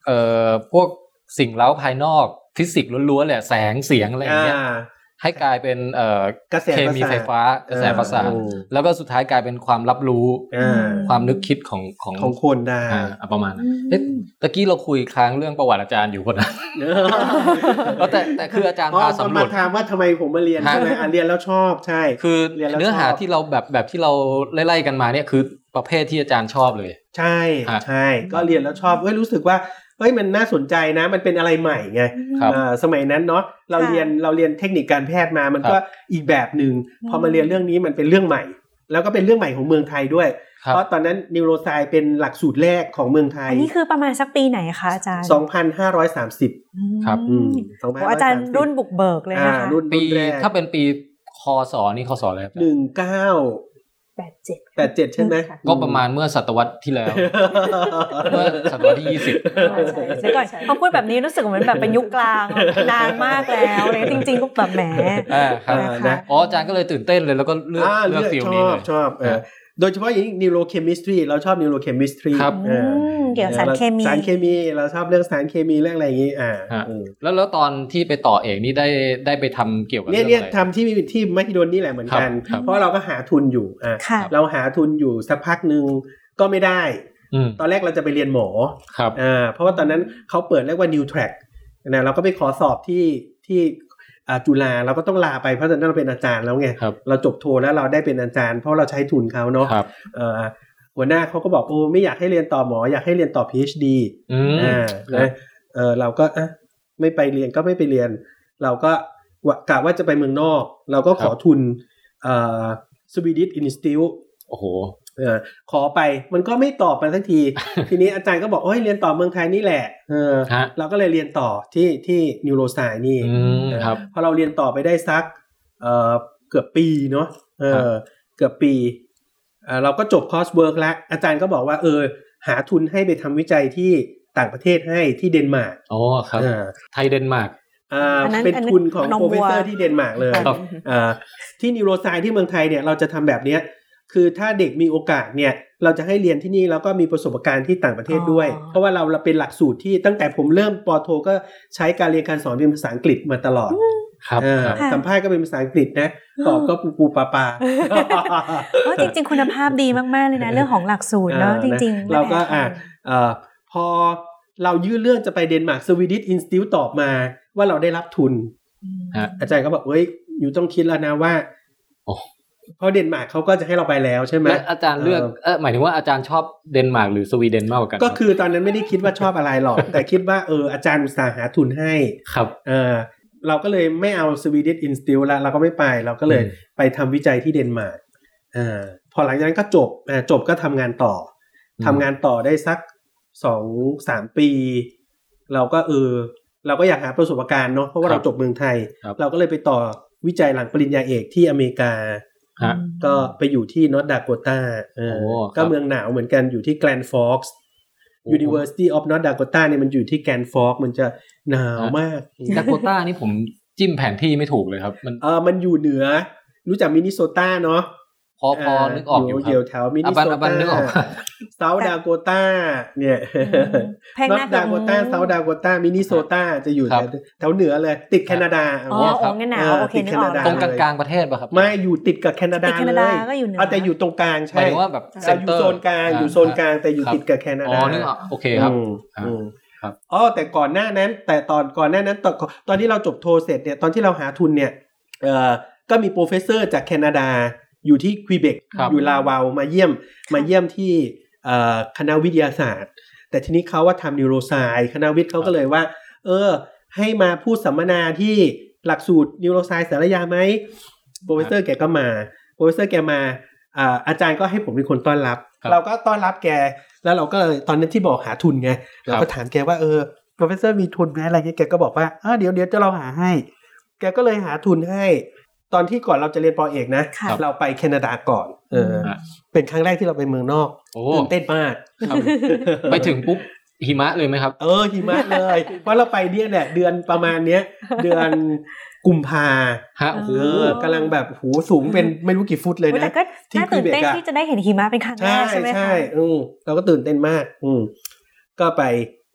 เอ่อพวกสิ่งเร้าภายนอกฟิสิกส์ล้วนๆแหละแสงเสียงอะไรอย่างเงี้ยให้กลายเป็นเอ่อเคมีไฟฟ้ากระแสประสาทแล้วก็สุดท้ายกลายเป็นความรับรู้ความนึกคิดของของของคนได้ประมาณนั้นเอ๊ะตะกี้เราคุยค้างเรื่องประวัติอาจารย์อยู่คนนั้นแต่แต่คืออาจารย์พาสำรวจถามว่าทำไมผมมาเรียนใช่ไหมเรียนแล้วชอบใช่คือเนื้อหาที่เราแบบแบบที่เราไล่ๆกันมาเนี่ยคือประเภทที่อาจารย์ชอบเลยใช่ใช่ก็เรียนแล้วชอบเฮ้ยรู้สึกว่าเฮ้ยมันน่าสนใจนะมันเป็นอะไรใหม่ไงสมัยนั้นเนาะเราเรียนเราเรียนเทคนิคการแพทย์มามันก็อีกแบบนึงพอมาเรียนเรื่องนี้มันเป็นเรื่องใหม่แล้วก็เป็นเรื่องใหม่ของเมืองไทยด้วยเพราะตอนนั้นนิวโรไซน์เป็นหลักสูตรแรกของเมืองไทยอันนี้คือประมาณสักปีไหนคะอาจารย์สองพันห้าร้อยสามสิบครับอืมอาจารย์รุ่นบุกเบิกเลยนะคะรุ่นปีถ้าเป็นปีคศนี่คศอะไรครับหนึ่งเก้าแปดสิบแปดสิบใช่ไหมก็ประมาณเมื่อศตวรรษที่แล้วเมื่อศตวรรษที่ยี่สิบเดี๋ยวก่อนพอพูดแบบนี้รู้สึกเหมือนแบบเป็นยุคกลางนานมากแล้วเลยจริงๆก็แบบแหมอ่าครับนะอ๋ออาจารย์ก็เลยตื่นเต้นเลยแล้วก็เลือกเลือกฟิลนี้เลยชอบเออโดยเฉพาะอย่าง neurochemistry เราชอบ neurochemistry ครับเกี่ยวกับสารเคมีสารเคมีเราชอบเรื่องสารเคมีเรื่องอะไรอย่างงี้อ่าแล้วแล้วตอนที่ไปต่อเอกนี่ได้ได้ไปทำเกี่ยวกับเนี่ยเนี่ยทำที่ที่มหิดลนี่แหละเหมือนกันเพราะเราก็หาทุนอยู่อ่าเราหาทุนอยู่สักพักนึงก็ไม่ได้ตอนแรกเราจะไปเรียนหมออ่าเพราะว่าตอนนั้นเขาเปิดเรียกว่า new track นะเราก็ไปขอสอบที่ที่จุฬาเราก็ต้องลาไปเพราะตอนนั้นเราเป็นอาจารย์แล้วไงเราจบโทแล้วเราได้เป็นอาจารย์เพราะเราใช้ทุนเขาเนาะหัวหน้าเขาก็บอกโอ้ไม่อยากให้เรียนต่อหมออยากให้เรียนต่อ พี เอช ดี อ่านะเออเราก็อ่ะไม่ไปเรียนก็ไม่ไปเรียนเราก็กะว่าจะไปเมืองนอกเราก็ขอทุนเอ่อ Swedish Institute โอ้โหเออขอไปมันก็ไม่ตอบมาสักที ทีนี้อาจารย์ก็บอกโอ้ยเรียนต่อเมืองไทยนี่แหละเออเราก็เลยเรียนต่อที่ที่นิวโรไซน์นี่ครับพอเราเรียนต่อไปได้สักเอ่อเกือบปีเนาะเออเกือบปีเอ่อเราก็จบคอร์สเวิร์กแล้วอาจารย์ก็บอกว่าเออหาทุนให้ไปทำวิจัยที่ต่างประเทศให้ที่เดนมาร์กอ๋อครับไทยเดนมาร์กอ่าเป็นทุนของโปรเฟสเซอร์ที่เดนมาร์กเลยอ่าที่นิวโรไซน์ที่เมืองไทยเนี่ยเราจะทำแบบเนี้ยคือถ้าเด็กมีโอกาสเนี่ยเราจะให้เรียนที่นี่แล้วก็มีประสบการณ์ที่ต่างประเทศด้วยเพราะว่าเราเราเป็นหลักสูตรที่ตั้งแต่ผมเริ่มป.โทก็ใช้การเรียนการสอนเป็นภาษาอังกฤษมาตลอดครับสัมภาษณ์ก็เป็นภาษาอังกฤษนะตอบก็ปูปูปาปาเพราะจริงๆคุณภาพดีมากๆเลยนะเรื่องของหลักสูตรเนาะจริงๆเราก็อ่าเอ่อพอเรายื่นเรื่องจะไปเดนมาร์ก Swedish Institute ตอบมาว่าเราได้รับทุนอาจารย์ก็บอกเฮ้ยอยู่ต้องคิดแล้วนะว่าเพราะเดนมาร์กเขาก็จะให้เราไปแล้วใช่ไหมอาจารย์เลือกเออหมายถึงว่าอาจารย์ชอบเดนมาร์กหรือสวีเดนมากกว่ากันก็คือตอนนั้นไม่ได้คิดว่าชอบอะไรหรอก แต่คิดว่าเอออาจารย์อุตส่าห์หาทุนให้ครับเออเราก็เลยไม่เอา Swedish Institute แล้วเราก็ไม่ไปเราก็เลยไปทำวิจัยที่เดนมาร์กอ่าพอหลังจากนั้นก็จบอ่าจบก็ทำงานต่อทำงานต่อได้สัก สองถึงสาม ปีเราก็เออเราก็อยากหาประสบการณ์เนาะเพราะว่าเราจบเมืองไทยเราก็เลยไปต่อวิจัยหลังปริญญาเอกที่อเมริกาก็ไปอยู่ที่นอร์ทดาโกตาเออก็เมืองหนาวเหมือนกันอยู่ที่แกรนด์ฟอร์กส์ University of North Dakota เนี่ยมันอยู่ที่แกรนด์ฟอร์กมันจะหนาวมากดาโกตานี่ผมจิ้มแผนที่ไม่ถูกเลยครับมันเออมันอยู่เหนือรู้จักมินนิโซตาเนาะพอพอนึกออกอยู่ครับแถวมินนิโซตาเซาท์ดาโกตาเนี่ยนอร์ทดาโกตาเซาท์ดาโกตามินนิโซตาจะอยู่แถวเหนือเลยติดแคนาดาอ๋ออ๋องั้นหนาวโอเคนึกออกตรงกลางๆประเทศป่ะครับไม่อยู่ติดกับแคนาดาเลยเอาแต่อยู่ตรงกลางใช่หมายถึงว่าแบบเซ็นเตอร์อยู่โซนกลางอยู่โซนกลางแต่อยู่ติดกับแคนาดาอ๋อนึกออกโอเคครับครับอ๋อแต่ก่อนหน้านั้นแต่ตอนก่อนหน้านั้นตอนตอนที่เราจบโทเสร็จเนี่ยตอนที่เราหาทุนเนี่ยเอ่อก็มีโปรเฟสเซอร์จากแคนาดาอยู่ที่ควีเบกอยู่ลาวามาเยี่ยมมาเยี่ยมที่คณะวิทยาศาสตร์แต่ทีนี้เขาว่าทำนิวโรไซน์คณะวิทย์เขาก็เลยว่าเออให้มาพูดสัมมนาที่หลักสูตรนิวโรไซน์สารยาไหมโปรเฟสเซอร์แกก็มาโปรเฟสเซอร์แกมาอาจารย์ก็ให้ผมเป็นคนต้อนรับเราก็ต้อนรับแกแล้วเราก็ตอนนั้นที่บอกหาทุนไงเราก็ถามแกว่าเออโปรเฟสเซอร์มีทุนไหมอะไรเงี้ยแกก็บอกว่าเออเดี๋ยวเดี๋ยวจะเราหาให้แกก็เลยหาทุนให้ตอนที่ก่อนเราจะเรียนป.เอกนะเราไปแคนาดาก่อนเออเป็นครั้งแรกที่เราไปเมืองนอกตื่นเต้นมากไปถึงปุ๊บหิมะเลยไหมครับเออหิมะเลยเพราะเราไปเนี่ยแหละเดือนประมาณเนี้ยเดือนกุมภาฮะเออกำลังแบบโหสูงเป็นไม่รู้กี่ฟุตเลยนะที่ตื่นเต้นที่จะได้เห็นหิมะเป็นครั้งแรกใช่ไหมคะใช่ๆอือเราก็ตื่นเต้นมากอืมก็ไป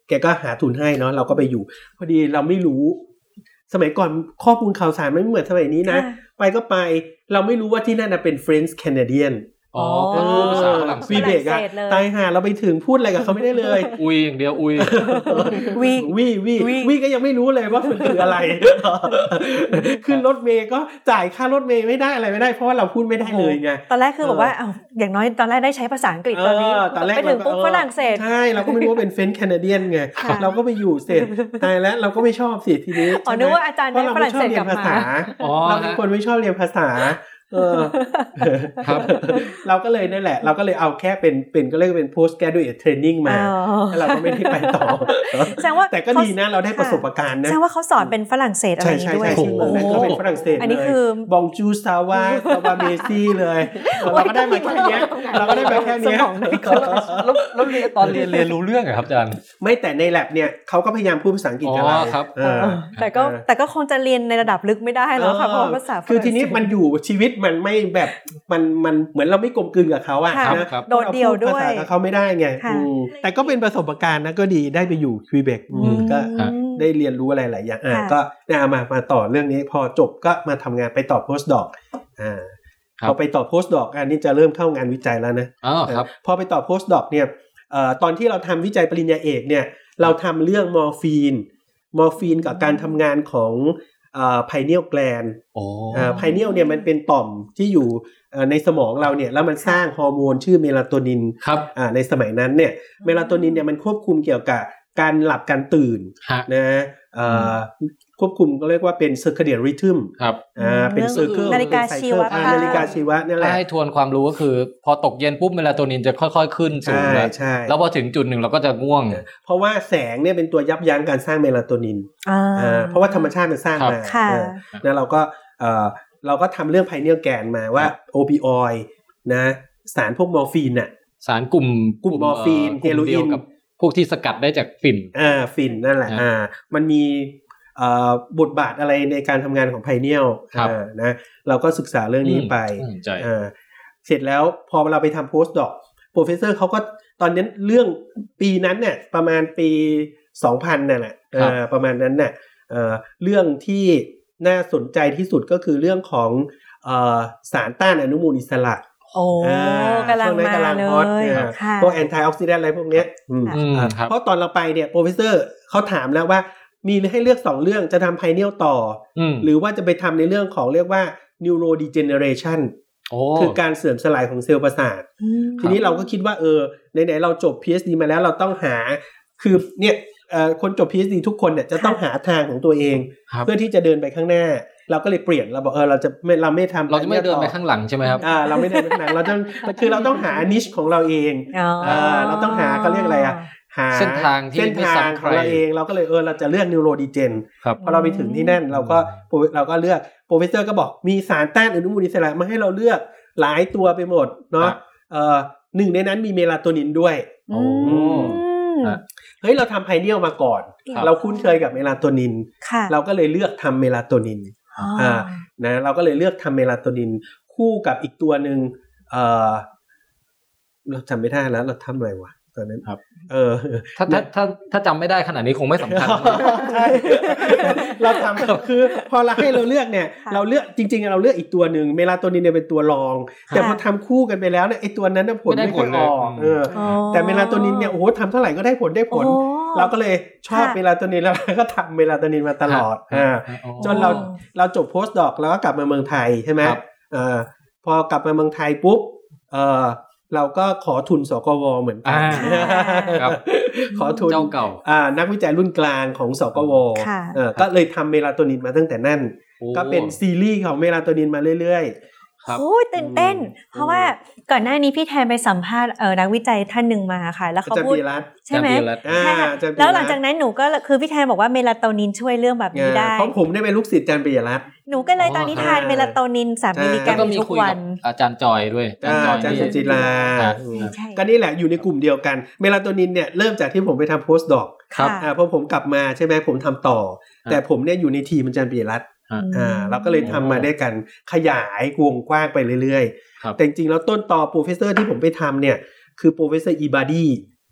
แกก็หาทุนให้เนาะเราก็ไปอยู่พอดีเราไม่รู้สมัยก่อนข้อมูลข่าวสารไม่เหมือนสมัยนี้นะไปก็ไปเราไม่รู้ว่าที่นั่นเป็น French Canadian อ๋อก็พูดภาษาฝรั่งเศสวีเบกอะตายห่าเราไปถึงพูดอะไรกับเขาไม่ได้เลยอุยอย่างเดียวอุยวีวีวีวีก็ยังไม่รู้เลยว่ามันคืออะไรขึ้นรถเมล์ก็จ่ายค่ารถเมล์ไม่ได้อะไรไม่ได้เพราะว่าเราพูดไม่ได้เลยไงตอนแรกคือบอกว่าอ้าวอย่างน้อยตอนแรกได้ใช้ภาษาอังกฤษตอนนี้ไปถึงปุ๊บฝรั่งเศสใช่เราก็ไม่รู้ว่าเป็น French Canadian ไงเราก็ไปอยู่เสร็จตายแล้วเราก็ไม่ชอบสิทีนี้อ๋อนึกว่าอาจารย์ได้ฝรั่งเศสกลับมาเราเป็นคนไม่ชอบเรียนภาษาเออครับเราก็เลยนั่นแหละเราก็เลยเอาแค่เป็นเป็นก็เรียกเป็น post graduate training มาแล้วเราก็ไม่ได้ไปต่อแต่ก็ดีนะเราได้ประสบการณ์นะแสดงว่าเขาสอนเป็นฝรั่งเศสอะไรอย่างนี้ด้วยโอ้โหก็เป็นฝรั่งเศสอันนี้คือบองจูซาวาซาวาเมซี่เลยเราก็ได้มาแค่นี้เราก็ได้มาแค่นี้แล้วแล้วเรียนตอนเรียนเรียนรู้เรื่องเหรอครับอาจารย์ไม่แต่ใน lab เนี่ยเขาก็พยายามพูดภาษาอังกฤษกับเราครับแต่ก็แต่ก็คงจะเรียนในระดับลึกไม่ได้แล้วค่ะเพราะภาษาคือทีนี้มันอยู่ชีวิตมันไม่แบบมันมันเหมือนเราไม่กลมกลืนกับเขาอะนะโดดเดี่ยวด้วยภาษากับเขาไม่ได้ไงแต่ก็เป็นประสบการณ์นะก็ดีได้ไปอยู่ควีเบกก็ได้เรียนรู้อะไรหลายอย่างอ่ะก็เนี่ยมามาต่อเรื่องนี้พอจบก็มาทำงานไปต่อ postdoc อ่าพอไปต่อ postdoc อันนี้จะเริ่มเข้างานวิจัยแล้วนะอ๋อครับพอไปต่อ postdoc เนี่ยเอ่อตอนที่เราทำวิจัยปริญญาเอกเนี่ยเราทำเรื่องมอร์ฟีนมอร์ฟีนกับการทำงานของเอ่อ pineal gland อ๋อเอ่อ pineal เนี่ยมันเป็นต่อมที่อยู่ในสมองเราเนี่ยแล้วมันสร้างฮอร์โมนชื่อเมลาโทนินครับอ่าในสมัยนั้นเนี่ยเมลาโทนินเนี่ยมันควบคุมเกี่ยวกับการหลับการตื่นนะเอ่อควบคุมก็เรียกว่าเป็น circadian rhythm ครับอ่าเป็น circle นาฬิกาชีวะนาฬิกาชีวะนั่นแหละให้ทวนความรู้ก็คือพอตกเย็นปุ๊บเมลาโทนินจะค่อยๆขึ้นสูงแล้วแล้วพอถึงจุดหนึ่งเราก็จะง่วงเพราะว่าแสงเนี่ยเป็นตัวยับยั้งการสร้างเมลาโทนินอ่าเพราะว่าธรรมชาติมันสร้างมาแล้วเราก็เอ่อเราก็ทำเรื่อง pineal gland มาว่าโอปิออยด์นะสารพวกมอร์ฟีนน่ะสารกลุ่มกลุ่มมอร์ฟีนเฮโรอีนกับพวกที่สกัดได้จากฝิ่นอ่าฝิ่นนั่นแหละอ่ามันมีเอ่อบทบาทอะไรในการทำงานของ pineal อ่านะเราก็ศึกษาเรื่องนี้ไปอ่าเสร็จแล้วพอเราไปทำ postdoc โปรเฟสเซอร์เขาก็ตอนนั้นเรื่องปีนั้นเนี่ยประมาณปีสองพันนั่นแหละอ่าประมาณนั้นน่ะเอ่อเรื่องที่น่าสนใจที่สุดก็คือเรื่องของเอ่อสารต้านอนุมูลอิสระโอ้กำลังมาเลยพวกแอนตี้ออกซิแดนต์อะไรพวกเนี้ยเพราะตอนเราไปเนี่ยโปรเฟสเซอร์เขาถามแล้วว่ามีให้เลือกสองเรื่องจะทำไพเนียลต่อหรือว่าจะไปทำในเรื่องของเรียกว่า neurodegeneration คือการเสื่อมสลายของเซลล์ประสาททีนี้เราก็คิดว่าเออไหนๆเราจบ พี เอช ดี มาแล้วเราต้องหาคือเนี่ยคนจบ พี เอช ดี ทุกคนเนี่ยจะต้องหาทางของตัวเองเพื่อที่จะเดินไปข้างหน้าเราก็เลยเปลี่ยนเราบอกเออเราจะไม่เราไม่ทำเราจะไม่เดินไปข้างหลังใช่ไหมครับอ่าเราไม่เดินไปข้างหลังเราต้องคือเราต้องหา niche ของเราเองอ่าเราต้องหาเขาเรียกอะไรอ่ะหาเส้นทางที่ไม่ซ้ำใครของเราเองเราก็เลยเออเราจะเลือก neurodegen พอเราไปถึงที่นั่นเราก็เราก็เลือกโปรเฟสเซอร์ก็บอกมีสารต้านอนุมูลอิสระมาให้เราเลือกหลายตัวไปหมดเนาะเอ่อหนึ่งในนั้นมีเมลาโทนินด้วยโอ้เฮ้ยเราทำไพเนียลมาก่อนเราคุ้นเคยกับเมลาโทนินเราก็เลยเลือกทำเมลาโทนินอ่านะเราก็เลยเลือกทำเมลาโทนินคู่กับอีกตัวหนึ่งเอ่อเราจำไม่ได้แล้วเราทำอะไรวะตอนนั้นครับเออถ้าถ้าถ้าถ้าจำไม่ได้ขนาดนี้คงไม่สำคัญใช่เราทำคือพอเราให้เราเลือกเนี่ยเราเลือกจริงๆเราเลือกอีกตัวหนึ่งเมลาโทนินเนี่ยเป็นตัวรองแต่พอทำคู่กันไปแล้วเนี่ยไอ้ตัวนั้นน่ะผลไม่ค่อยออกเออแต่เมลาโทนินเนี่ยโอ้โหทำเท่าไหร่ก็ได้ผลได้ผลเราก็เลยชอบเมลาโทนินแล้วก็ทำเมลาโทนินมาตลอดอ่าจนเราเราจบโพสต์ดอกแล้วก็กลับมาเมืองไทยใช่ไหมอ่าพอกลับมาเมืองไทยปุ๊บเออเราก็ขอทุนสกวเหมือนกันขอทุนเจ้าเก่าอ่านักวิจัยรุ่นกลางของสกวเออก็เลยทำเมลาโทนินมาตั้งแต่นั่นก็เป็นซีรีส์ของเมลาโทนินมาเรื่อยๆโอ้ยตื่นเต้นเพราะว่าก่อนหน้านี้พี่แทนไปสัมภาษณ์เออนักวิจัยท่านหนึ่งมาค่ะแล้วเขาพูดใช่ไหมแล้วหลังจากนั้นหนูก็คือพี่แทนบอกว่าเมลาโทนินช่วยเรื่องแบบนี้ได้เพราะผมได้เป็นลูกศิษย์อาจารย์ปิยรัตน์หนูก็เลยตอนนี้ทานเมลาโทนินสามมิลลิกรัมทุกวันอาจารย์จอยด้วยอาจารย์จอยอาจารย์จิราก็นี่แหละอยู่ในกลุ่มเดียวกันเมลาโทนินเนี่ยเริ่มจากที่ผมไปทำโพสต์ดอกอ่าพอผมกลับมาใช่ไหมผมทำต่อแต่ผมเนี่ยอยู่ในทีมอาจารย์ปิยรัตน์อ่าเราก็เลยทำมาได้กันขยายวงกว้างไปเรื่อยๆแต่จริงๆแล้วต้นตอโปรเฟสเซอร์ที่ผมไปทำเนี่ยคือโปรเฟสเซอร์อีบาดี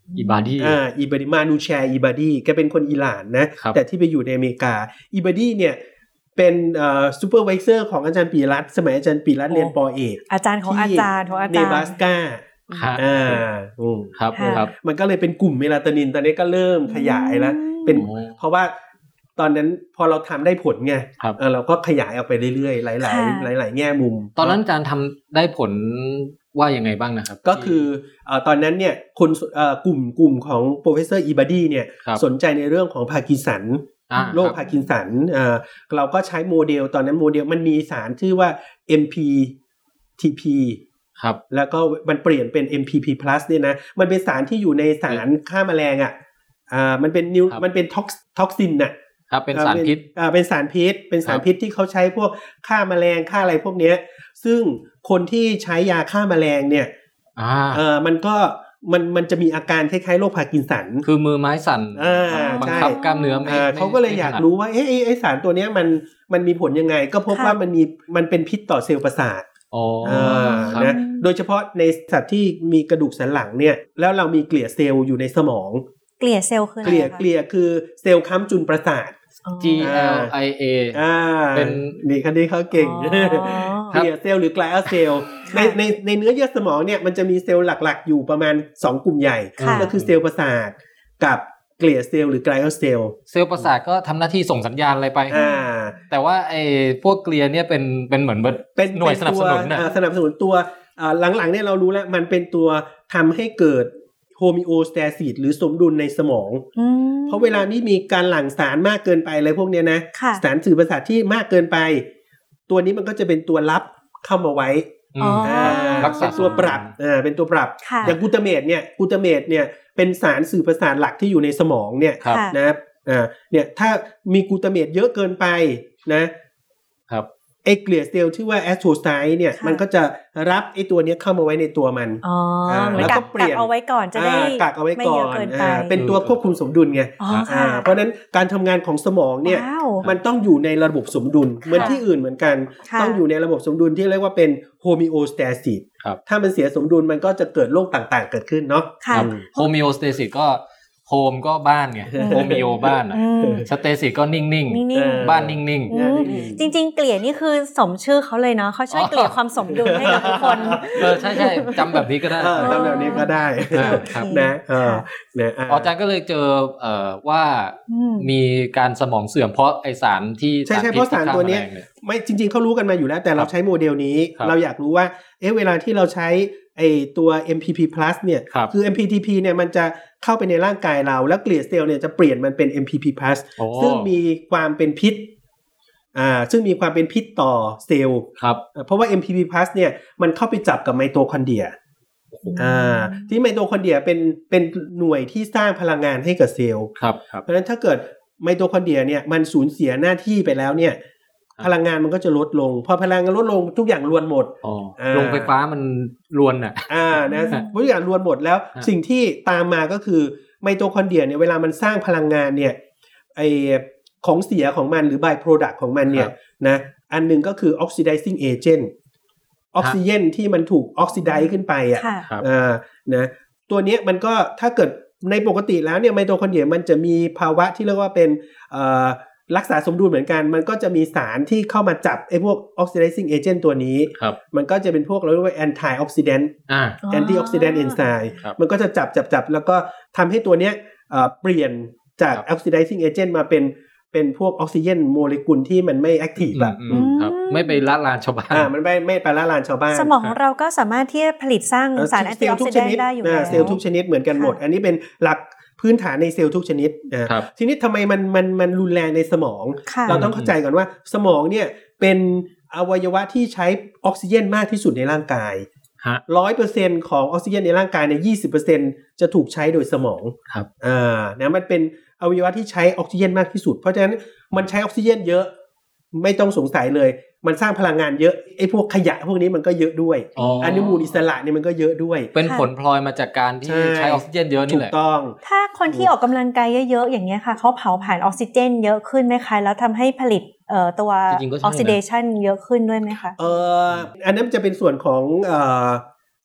อิบาดีอ่าอิบาดีมานูแชร์อิบาดีแกเป็นคนอิหร่านนะแต่ที่ไปอยู่ในอเมริกาอิบาดีเนี่ยเป็นเอ่อซูเปอร์ไวเซอร์ของอาจารย์ปีรัตน์สมัยอาจารย์ปีรัตน์เรียนป.เอกอาจารย์ของอาจารย์ของอาจารย์เนบราสกาอ่าอืมครับครับมันก็เลยเป็นกลุ่มเมลาโทนินตอนนี้ก็เริ่มขยายแล้วเป็นเพราะว่าตอนนั้นพอเราทำได้ผลไงเออเราก็ขยายออกไปเรื่อยๆหลายๆหลายๆแง่มุมตอนนั้นอาจารย์ทำได้ผลว่ายังไงบ้างนะครับก็คือเอ่อตอนนั้นเนี่ยคนเอ่อกลุ่มกลุ่มของโปรเฟสเซอร์อิบาดีเนี่ยสนใจในเรื่องของพาร์กินสันโรคพาร์กินสันเอ่อเราก็ใช้โมเดลตอนนั้นโมเดลมันมีสารชื่อว่า เอ็ม พี ที พีครับแล้วก็มันเปลี่ยนเป็น เอ็ม พี พี plus เนี่ยนะมันเป็นสารที่อยู่ในสารฆ่าแมลงอ่ะอ่ามันเป็นนิวมันเป็นท็อกท็อกซินน่ะครับเป็นสารพิษอ่าเป็นสารพิษเป็นสารพิษที่เขาใช้พวกฆ่าแมลงฆ่าอะไรพวกเนี้ยซึ่งคนที่ใช้ยาฆ่าแมลงเนี่ยอ่าเออมันก็มันมันจะมีอาการคล้ายๆโรคพาร์กินสันคือมือไม้สั่นบังคับกล้ามเนื้อไม่เขาก็เลยอยากรู้ว่าเอ๊ะไอ้สารตัวเนี้ยมันมันมีผลยังไงก็พบว่ามันมีมันเป็นพิษต่อเซลล์ประสาทอ๋อนะโดยเฉพาะในสัตว์ที่มีกระดูกสันหลังเนี่ยแล้วเรามีเกลียเซลล์อยู่ในสมองเกลียเซลล์คือเกลียเกลียคือเซลล์ค้ำจุนประสาท G L I A อ่าเป็นนี่คันนี้เขาเก่งเกลียเซลล์หรือกลายเซลล์ในในในเนื้อเยื่อสมองเนี่ยมันจะมีเซลล์หลักๆอยู่ประมาณสองกลุ่มใหญ่ก็คือเซลล์ประสาทกับเกลียเซลล์หรือกลายเซลล์เซลล์ประสาทก็ทำหน้าที่ส่งสัญญาณอะไรไปแต่ว่าไอ้พวกเกลียเนี่ยเป็นเป็นเหมือนเป็นหน่วยสนับสนุนนะสนับสนุนตัวหลังๆเนี่ยเรารู้แล้วมันเป็นตัวทำให้เกิดโฮมิโอสเตซิสหรือสมดุลในสมองเพราะเวลานี้มีการหลั่งสารมากเกินไปอะไรพวกเนี้ยนะสารสื่อประสาทที่มากเกินไปตัวนี้มันก็จะเป็นตัวรับเข้ามาไว้เป็นตัวปรับอ่าเป็นตัวปรับอย่างกลูตาเมตเนี่ยกลูตาเมตเนี่ยเป็นสารสื่อประสาทหลักที่อยู่ในสมองเนี่ยนะครับอ่าเนี่ยถ้ามีกลูตาเมตเยอะเกินไปนะครับไอ้เกลียเซลล์ที่ว่าแอสโทรไซต์เนี่ยมันก็จะรับไอ้ตัวนี้เข้ามาไว้ในตัวมันอ๋อแล้วก็เปลี่ยนเอาไว้ก่อนจะได้กักเอาไว้ก่อนเป็นตัวควบคุมสมดุลไงเพราะนั้นการทำงานของสมองเนี่ยมันต้องอยู่ในระบบสมดุลเหมือนที่อื่นเหมือนกันต้องอยู่ในระบบสมดุลที่เรียกว่าเป็นโฮมิโอสเตซิสถ้ามันเสียสมดุลมันก็จะเกิดโรคต่างๆเกิดขึ้นเนาะโฮมิโอสเตซิสก็โฮมก็บ้านไงโฮมิโอบ้านอ่ะสเตซิสก็นิ่งๆบ้านนิ่งๆจริงๆเกลี่ยนี่คือสมชื่อเขาเลยเนาะเขาช่วยเกลี่ยความสมดุลให้กับทุกคนเออใช่ๆจำแบบนี้ก็ได้จำแบบนี้ก็ได้นะเออนะอาจารย์ก็เลยเจอเอ่อว่ามีการสมองเสื่อมเพราะไอสารที่ใช่ๆเพราะสารตัวนี้ไม่จริงๆเขารู้กันมาอยู่แล้วแต่เราใช้โมเดลนี้เราอยากรู้ว่าเอ๊ะเวลาที่เราใช้ไอตัว เอ็ม พี พี plus เนี่ยคือ เอ็ม พี ที พี เนี่ยมันจะเข้าไปในร่างกายเราแล้วเกลียเซลล์เนี่ยจะเปลี่ยนมันเป็น เอ็ม พี พี plus ซึ่งมีความเป็นพิษอ่าซึ่งมีความเป็นพิษต่อเซลล์ครับเพราะว่า เอ็ม พี พี plus เนี่ยมันเข้าไปจับกับไมโตคอนเดรียอ่าที่ไมโตคอนเดรียเป็นเป็นหน่วยที่สร้างพลังงานให้กับเซลล์ครับเพราะฉะนั้นถ้าเกิดไมโตคอนเดรียเนี่ยมันสูญเสียหน้าที่ไปแล้วเนี่ยพลังงานมันก็จะลดลงพอพลังงานลดลงทุกอย่างรวนหมดอ๋อโรงไฟฟ้ามันรวนอ่ะอ่านะทุกอย่างรวนหมดแล้วสิ่งที่ตามมาก็คือไมโตคอนเดรียเนี่ยเวลามันสร้างพลังงานเนี่ยไอของเสียของมันหรือ by product ของมันเนี่ยนะอันนึงก็คือ oxidizing agent ออกซิเจนที่มันถูกออกซิไดซ์ขึ้นไปอ่ะอ่านะตัวนี้มันก็ถ้าเกิดในปกติแล้วเนี่ยไมโตคอนเดรียมันจะมีภาวะที่เรียกว่าเป็นเอ่อรักษาสมดุลเหมือนกันมันก็จะมีสารที่เข้ามาจับไอ้พวก oxidizing agent ตัวนี้มันก็จะเป็นพวกเราเรียกว่า anti oxidant anti oxidant enzyme มันก็จะจับจับจับแล้วก็ทำให้ตัวเนี้ยเปลี่ยนจาก oxidizing agent มาเป็นเป็นพวกออกซิเจนโมเลกุลที่มันไม่แอคทีฟอ่ะไม่ไปละลานชาวบ้านอ่ามันไม่ไม่ไปละลานชาวบ้านสมองของเราก็สามารถที่จะผลิตสร้างสารแอนตี้ออกซิแดนต์ได้อยู่แล้วเซลล์ทุกชนิดเหมือนกันหมดอันนี้เป็นหลักพื้นฐานในเซลล์ทุกชนิดนะทีนี้ทำไมมันมันมันรุนแรงในสมองเราต้องเข้าใจก่อนว่าสมองเนี่ยเป็นอวัยวะที่ใช้ออกซิเจนมากที่สุดในร่างกายร้ร้อยเปอร์เซ็นต์ ของออกซิเจนในร่างกายเนี่ย ยี่สิบเปอร์เซ็นต์ จะถูกใช้โดยสมองครับอ่านะมันเป็นอวัยวะที่ใช้ออกซิเจนมากที่สุดเพราะฉะนั้นมันใช้ออกซิเจนเยอะไม่ต้องสงสัยเลยมันสร้างพลังงานเยอะไอ้พวกขยะพวกนี้มันก็เยอะด้วยอนุมูลอิสระเนี่ยมันก็เยอะด้วยเป็นผลพลอยมาจากการที่ใช้ออกซิเจนเยอะนี่แหละถูกต้องถ้าคนที่ออกกำลังกายเยอะๆอย่างเงี้ยค่ะเขาเผาผลาญออกซิเจนเยอะขึ้นไหมคะแล้วทำให้ผลิตเอ่อตัวออกซิเดชันเยอะขึ้นด้วยไหมคะเอออันนั้นจะเป็นส่วนของเอ่อ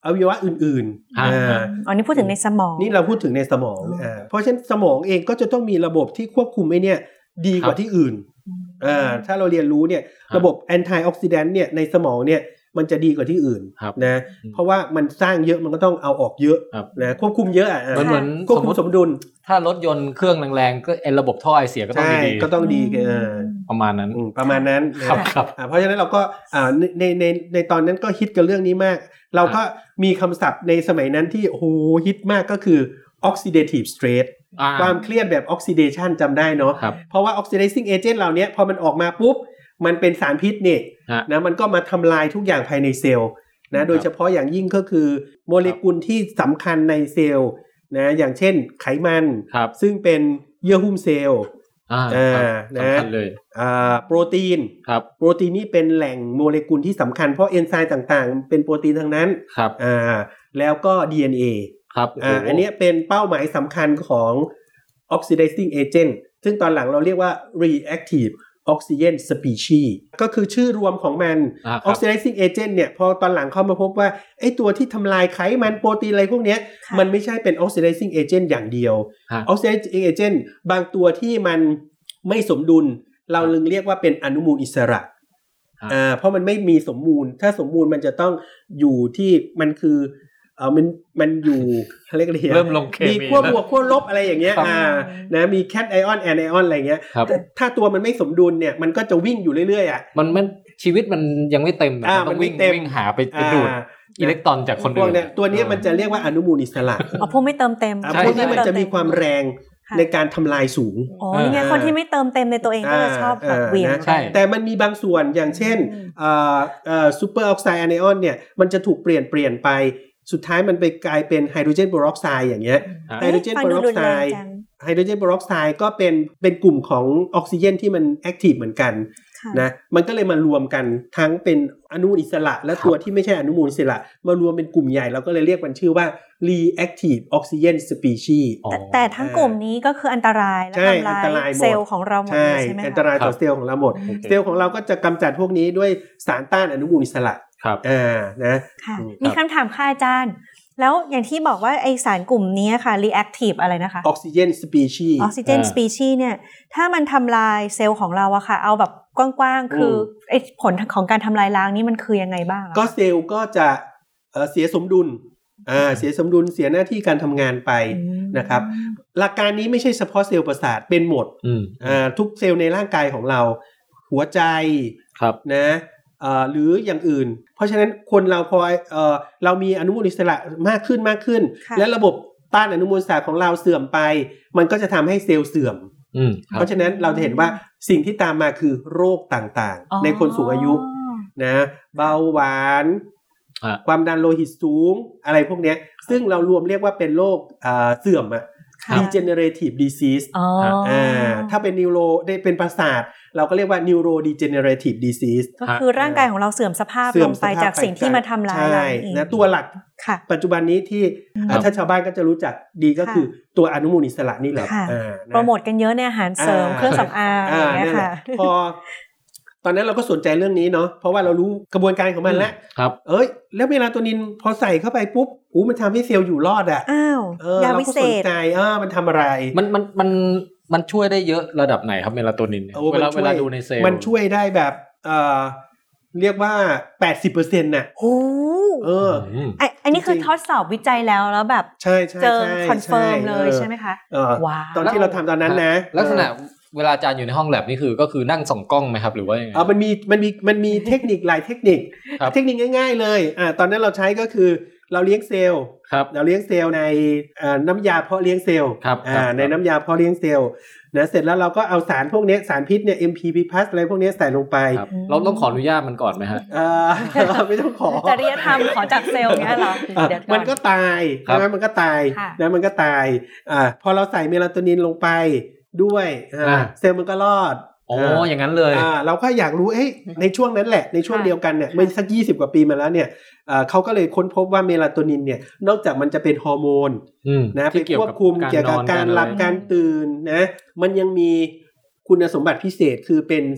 อวัยวะอื่นๆอ่าอ๋อนี่พูดถึงในสมองนี่เราพูดถึงในสมองอ่าเพราะฉะนั้นสมองเองก็จะต้องมีระบบที่ควบคุมไอ้เนี่ยดีกว่าที่อื่นอ่าถ้าเราเรียนรู้เนี่ยระบบแอนตี้ออกซิแดนต์เนี่ยในสมองเนี่ยมันจะดีกว่าที่อื่นนะเพราะว่ามันสร้างเยอะมันก็ต้องเอาออกเยอะนะควบคุมเยอะอ่ะเหมือนควบคุมสมดุลถ้ารถยนต์เครื่องแรงๆก็ไอ้ระบบท่อไอเสียก็ต้องดีก็ต้องดีเออประมาณนั้นประมาณนั้นครับเพราะฉะนั้นเราก็ในในในตอนนั้นก็ฮิตกับเรื่องนี้มากเราก็มีคำศัพท์ในสมัยนั้นที่โอ้โหฮิตมากก็คือ oxidative stress ความเครียดแบบ oxidation จำได้เนาะเพราะว่า oxidizing agent เหล่านี้พอมันออกมาปุ๊บมันเป็นสารพิษเนี่ยนะมันก็มาทำลายทุกอย่างภายในเซลล์นะโดยเฉพาะอย่างยิ่งก็คือโมเลกุลที่สำคัญในเซลล์นะอย่างเช่นไขมันซึ่งเป็นเยื่อหุ้มเซลล์อ่านะสำคัญเลยอ่าโปรตีนครับโปรตีนนี่เป็นแหล่งโมเลกุลที่สำคัญเพราะเอนไซม์ต่างๆเป็นโปรตีนทั้งนั้นครับอ่าแล้วก็ ดี เอ็น เอครับอ่าอันนี้เป็นเป้าหมายสำคัญของ oxidizing agent ซึ่งตอนหลังเราเรียกว่า reactive oxygen species ก็คือชื่อรวมของมัน oxidizing agent เนี่ยพอตอนหลังเข้ามาพบว่าไอ้ตัวที่ทำลายไขมันโปรตีนอะไรพวกนี้มันไม่ใช่เป็น oxidizing agent อย่างเดียว oxidizing agent บางตัวที่มันไม่สมดุลเราลึงเรียกว่าเป็นอนุมูลอิสระอ่าเพราะมันไม่มีสมมูลถ้าสมมูลมันจะต้องอยู่ที่มันคือเออมันมันอยู่เรียกอะไรเริ่มลงเคมีมีขั้วบวกขั้วลบอะไรอย่างเงี้ยอ่านะมีแคทไอออนแอนไอออนอะไรเงี้ยถ้าตัวมันไม่สมดุลเนี่ยมันก็จะวิ่งอยู่เรื่อยๆอ่ะมันมันชีวิตมันยังไม่เต็มมันต้องวิ่งวิ่งหาไปดูดอิเล็กตรอนจากคนอื่นตัวนี้มันจะเรียกว่าอนุมูลอิสระอ๋อพวกไม่เติมเต็มพวกนี้มันจะมีความแรงในการทำลายสูงอ๋อนี่ไงคนที่ไม่เติมเต็มในตัวเองก็จะชอบแบบเวียนแต่มันมีบางส่วนอย่างเช่นอ่าอ่าซูเปอร์ออกไซด์อะไนออนเนี่ยมันจะถูกเปลี่ยนเปลี่ยนไปสุดท้ายมันไปกลายเป็นไฮโดรเจนโบรอกไซด์อย่างเงี้ยไฮโดรเจนโบรอกไซด์ไฮโดรเจนโบรอกไซด์ก็เป็นเป็นกลุ่มของออกซิเจนที่มันแอคทีฟเหมือนกันนะมันก็เลยมารวมกันทั้งเป็นอนุมูลอิสระและตัวที่ไม่ใช่อนุมูลอิสระมารวมเป็นกลุ่มใหญ่เราก็เลยเรียกมันชื่อว่า reactive oxygen species แต่แต่ทั้งกลุ่มนี้ก็คืออันตรายและทำลายเซลล์ของเราหมดใช่ไหมคะอันตรายต่อเซลล์ของเราหมดเซลล์ของเราก็จะกำจัดพวกนี้ด้วยสารต้านอนุมูลอิสระครับอ่านะค่ะมีคำถามค่ะอาจารย์แล้วอย่างที่บอกว่าไอสารกลุ่มนี้ค่ะ reactive อะไรนะคะ oxygen species oxygen species เนี่ยถ้ามันทำลายเซลล์ของเราอะค่ะเอาแบบกว้างๆคือไอผลของการทำลายล้างนี้มันคือยังไงบ้างก็เซลล์ก็จะเอ่อเสียสมดุลอ่าเสียสมดุลเสียหน้าที่การทำงานไปนะครับหลักการนี้ไม่ใช่เฉพาะเซลล์ประสาทเป็นหมดอ่าทุกเซลล์ในร่างกายของเราหัวใจนะหรืออย่างอื่นเพราะฉะนั้นคนเราพอเอ่อเรามีอนุมูลอิสระมากขึ้นมากขึ้นและระบบต้านอนุมูลอิสระของเราเสื่อมไปมันก็จะทำให้เซลล์เสื่อมเพราะฉะนั้นเราจะเห็นว่าสิ่งที่ตามมาคือโรคต่างๆในคนสูงอายุนะเบาหวานความดันโลหิตสูงอะไรพวกนี้ซึ่งเรารวมเรียกว่าเป็นโรคเสื่อมอะ degenerative disease อ่าถ้าเป็นนิวโรได้เป็นประสาทเราก็เรียกว่า neurodegenerative disease ก็คือร่างกายของเราเสื่อมสภาพลงไปจากสิ่งที่มาทำลายเราเองนะตัวหลักปัจจุบันนี้ที่ถ้าชาวบ้านก็จะรู้จักดีก็คือตัวอนุมูลอิสระนี่แหละโปรโมทกันเยอะในอาหารเสริมเครื่องสำอางอย่างเงี้ยค่ะพอตอนนั้นเราก็สนใจเรื่องนี้เนาะเพราะว่าเรารู้กระบวนการของมันแล้วเอ้ยแล้วเมลาโทนินพอใส่เข้าไปปุ๊บอู้มันทำให้เซลล์อยู่รอดอ่ะอ้าวเราก็สนใจเออมันทำอะไรมันมันมันมันช่วยได้เยอะระดับไหนครับเมลาโทนินเนี่ยเวลาเวลาดูในเซลล์มันช่วยได้แบบเอ่อเรียกว่า แปดสิบเปอร์เซ็นต์ น่ะโอ้เอออันนี้คือทดสอบวิจัยแล้วแล้วแบบใช่ๆๆเจอคอนเฟิร์มเลยใช่ไหมคะว้าวตอนที่เราทำตอนนั้นนะลักษณะเวลาอาจารย์อยู่ในห้องแลบนี่คือก็คือนั่งส่องกล้องไหมครับหรือว่ายังไงอ๋อมันมีมันมีมันมีเทคนิคหลายเทคนิคเทคนิคง่ายๆเลยอ่าตอนนั้นเราใช้ก็คือเราเลี้ยงเซลล์เราเลี้ยงเซลล์ในน้ำยาเพาะเลี้ยงเซลล์ในน้ำยาเพาะเลี้ยงเซลล์นะเสร็จแล้วเราก็เอาสารพวกนี้สารพิษเนี่ย เอ็ม พี พี plus อะไรพวกนี้ใส่ลงไปเราต้องขออนุญาตมันก่อนไหมฮะไม่ต้องขอจริยธรรมขอจากเซลล์เงี้ยเหรอมันก็ตายใช่ไหมมันก็ตายนะมันก็ตายอ่าพอเราใส่เมลาโทนินลงไปด้วยเซลล์มันก็รอดอ๋ออย่างนั้นเลยอ่าเราก็อยากรู้เอ้ยในช่วงนั้นแหละในช่วงเดียวกันเนี่ยเมื่อสักยี่สิบกว่าปีมาแล้วเนี่ยอ่าเขาก็เลยค้นพบว่าเมลาโทนินเนี่ยนอกจากมันจะเป็นฮอร์โมนนะไปควบคุมเกี่ยวกับการหลับการตื่นนะมันยังมีคุณสมบัติพิเศษคือเป็น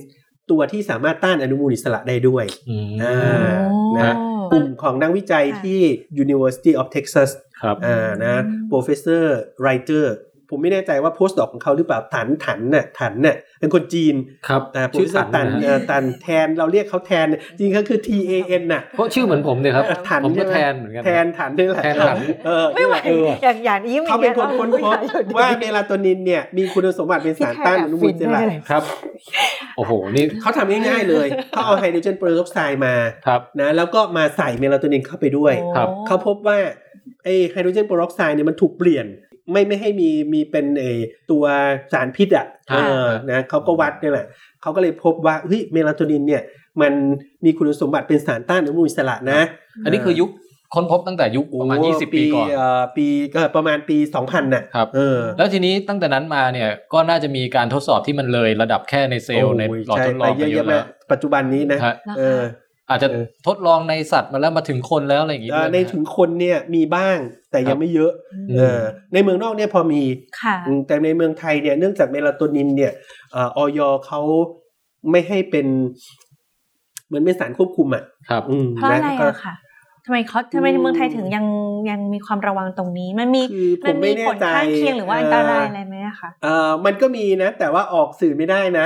ตัวที่สามารถต้านอนุมูลอิสระได้ด้วยอ่านะกลุ่มของนักวิจัยที่ University of Texas ครับอ่านะ Professor Reiter ผมไม่แน่ใจว่า postdoc ของเขาหรือเปล่าถันถันน่ะถันน่ะเป็นคนจีนครับอ่า Professor ตันเอ่อตันแทนเราเรียกเขาแทนจริงๆเขาคือ ที เอ เอ็น น่ะเพราะชื่อเหมือนผมเนี่ยครับถันผมก็แทนเหมือนกันแทนถันนี่แหละแทนถันเออไม่ไหวอย่างอย่างนี้เขาเป็นคนค้นพบว่าเมลาโทนินเนี่ยมีคุณสมบัติเป็นสารต้านอนุมูลอิสระครับโอ้โหนี่เขาทำง่ายๆเลยเขาเอาไฮโดรเจนเปอร์ออกไซด์มานะแล้วก็มาใส่เมลาโทนินเข้าไปด้วยเขาพบว่าไอไฮโดรเจนเปอร์ออกไซด์เนี่ยมันถูกเปลี่ยนไม่ไม่ให้มีมีเป็นไอตัวสารพิษอ่ะเออนะเขาก็วัดนี่แหละเขาก็เลยพบว่าเฮ้ยเมลาโทนินเนี่ยมันมีคุณสมบัติเป็นสารต้านอนุมูลอิสระนะอันนี้คือยุคค้นพบตั้งแต่ยุคประมาณยี่สิบปีก่อนเอ่อปีก็ประมาณปีสองพันน่ะครับเออแล้วทีนี้ตั้งแต่นั้นมาเนี่ยก็น่าจะมีการทดสอบที่มันเลยระดับแค่ในเซลล์ในหลอดทดลองไปเยอะๆแล้วปัจจุบันนี้นะเอออาจจะทดลองในสัตว์มาแล้วมาถึงคนแล้วอะไรอย่างงี้ด้วยในถึงคนเนี่ยมีบ้างแต่ยังไม่เยอะเออในเมืองนอกเนี่ยพอมีแต่ในเมืองไทยเนี่ยเนื่องจากเมลาโทนินเนี่ยเอ่อ อย.เขาไม่ให้เป็นเหมือนเป็นสารควบคุมอ่ะครับเพราะอะไรอะค่ะทำไมเขาทำไมในเมืองไทยถึงยังยังมีความระวังตรงนี้มันมีมันมีผลข้างเคียงหรือว่าอันตรายอะไรไหมคะเอ่อมันก็มีนะแต่ว่าออกสื่อไม่ได้นะ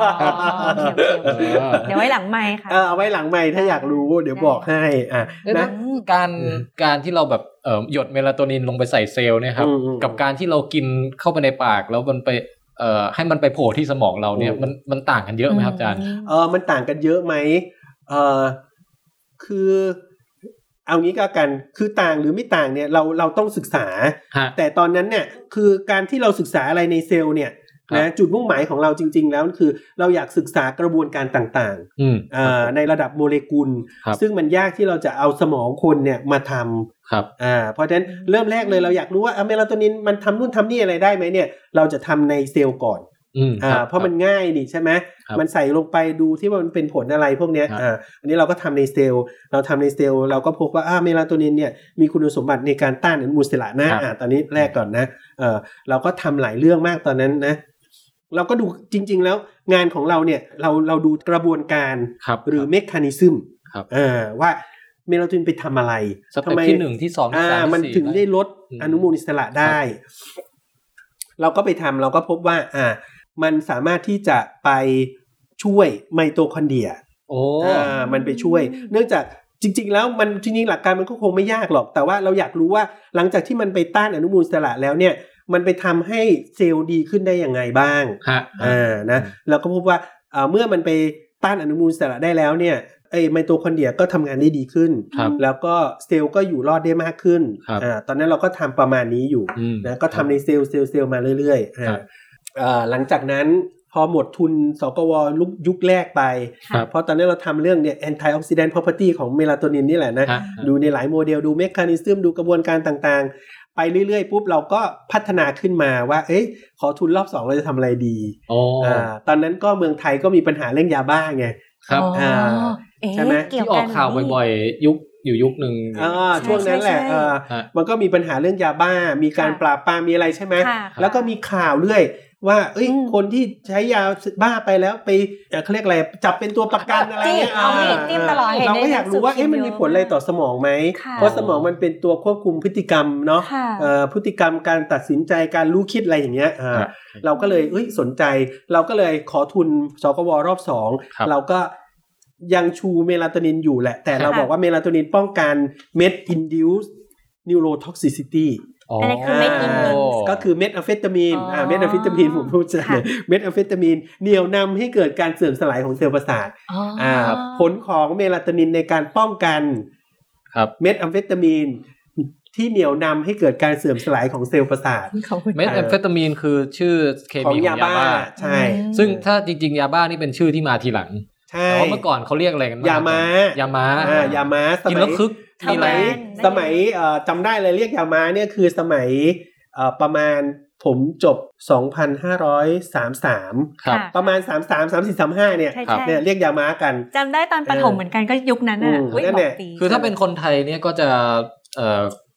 เดี๋ยวไว้หลังไมค์ค่ะเออเอาไว้หลังไมค์ถ้าอยากรู้เดี๋ยวบอกให้อ่ะนะการการที่เราแบบเอ่อหยดเมลาโทนินลงไปใส่เซลล์เนี่ยครับกับการที่เรากินเข้าไปในปากแล้วมันไปเอ่อให้มันไปโผล่ที่สมองเราเนี่ยมันมันต่างกันเยอะไหมครับอาจารย์เออมันต่างกันเยอะไหมเออคือเอางี้ก็กันคือต่างหรือไม่ต่างเนี่ยเราเราต้องศึกษาแต่ตอนนั้นเนี่ยคือการที่เราศึกษาอะไรในเซลล์เนี่ยนะจุดมุ่งหมายของเราจริงๆแล้วคือเราอยากศึกษากระบวนการต่างๆในระดับโมเลกุลซึ่งมันยากที่เราจะเอาสมองคนเนี่ยมาทำครับอ่าเพราะฉะนั้นเริ่มแรกเลยเราอยากรู้ว่าเมลาโทนินมันทำนู่นทำนี่อะไรได้ไหมเนี่ยเราจะทำในเซลล์ก่อนอ่าเพราะมันง่ายนี่ใช่ไหมมันใส่ลงไปดูที่ว่ามันเป็นผลอะไรพวกเนี้ยอ่าอันนี้เราก็ทำในเซลล์เราทำในเซลล์เราก็พบว่าอ่าเมลาโทนินเนี่ยมีคุณสมบัติในการต้านอนุมูลอิสระนะอ่าตอนนี้แรกก่อนนะเออเราก็ทำหลายเรื่องมากตอนนั้นนะเราก็ดูจริงๆแล้วงานของเราเนี่ยเราเราดูกระบวนการหรือเมคานิซึมอ่าว่าเมลาโทนินไปทำอะไรทำไมที่หนึ่งที่สองที่สามที่สี่มันถึงได้ลดอนุมูลอิสระได้เราก็ไปทำเราก็พบว่าอ่ามันสามารถที่จะไปช่วยไมโตคอนเดรียโอ้อ่ามันไปช่วยเนื่องจากจริงๆแล้วมันจริงๆหลักการมันก็คงไม่ยากหรอกแต่ว่าเราอยากรู้ว่าหลังจากที่มันไปต้านอนุมูลอิสระแล้วเนี่ยมันไปทำให้เซลล์ดีขึ้นได้ยังไงบ้างอ่านะเราก็พบว่าเมื่อมันไปต้านอนุมูลอิสระได้แล้วเนี่ยไอ้ไมโตคอนเดรียก็ทำงานได้ดีขึ้นแล้วก็เซลล์ก็อยู่รอดได้มากขึ้นอ่าตอนนั้นเราก็ทำประมาณนี้อยู่นะก็ทำในเซลล์เซลล์เซลล์มาเรื่อยๆอ่าหลังจากนั้นพอหมดทุนสกวยุคแรกไปเพราะตอนนี้เราทำเรื่องเนี่ย antioxidant property ของเมลาโทนินนี่แหละนะดูในหลายโมเดลดูเมคานิซึมดูกระบวนการต่างๆไปเรื่อยๆปุ๊บเราก็พัฒนาขึ้นมาว่าเอ๊ะขอทุนรอบสองเราจะทำอะไรดีอ่าตอนนั้นก็เมืองไทยก็มีปัญหาเรื่องยาบ้าไงครับอ่าใช่ไหมที่ออกข่าวบ่อยๆยุคอยู่ยุคนึงอ่าช่วงนั้นแหละเออมันก็มีปัญหาเรื่องยาบ้ามีการปราบปรามมีอะไรใช่ไหมแล้วก็มีข่าวเรื่อยว่าเอ้ยคนที่ใช้ยาบ้าไปแล้วไปเขาเรียกอะไรจับเป็นตัวประกันอะไรเงี้ยเราก็อยากรู้ว่าเอ๊ะมันมีผลอะไรต่อสมองไหมเพราะสมองมันเป็นตัวควบคุมพฤติกรรมเนาะพฤติกรรมการตัดสินใจการรู้คิดอะไรอย่างเงี้ยเราก็เลยเอ้ยสนใจเราก็เลยขอทุนสกวรอบสองเราก็ยังชูเมลาโทนินอยู่แหละแต่เราบอกว่าเมลาโทนินป้องกัน med induced neurotoxicity อันนี้คือเม็ดอินก็คือเม็ดอะเฟตามีนอ่าเม็ดอะเฟตามีนผมพูดจะเม็ดอะเฟตามีนเหนี่ยวนำให้เกิดการเสื่อมสลายของเซลล์ประสาทอ่าผลของเมลาโทนินในการป้องกันครับเม็ดอะเฟตามีนที่เหนี่ยวนำให้เกิดการเสื่อมสลายของเซลล์ประสาทเม็ดอะเฟตามีนคือชื่อเคมีของยาบ้าใช่ซึ่งถ้าจริงๆยาบ้านี่เป็นชื่อที่มาทีหลังแต่ว่าเมื่อก่อนเขาเรียกอะไรกันยาม้ายาม้าอ่ายาม้ากินแล้วคึกสมัยสมัยเอ่อจำได้เลยเรียกยาม้าเนี่ยคือสมัยเอ่อประมาณผมจบสองพันห้าร้อยสามสิบสามครับประมาณสามสิบสาม สามสิบสี่ สามสิบห้าเนี่ยเนี่ยเรียกยาม้ากันจำได้ตอนประถมเหมือนกันก็ยุคนั้นน่ะอุ๊ยบอกปีคือถ้าเป็นคนไทยเนี่ยก็จะเอ่อ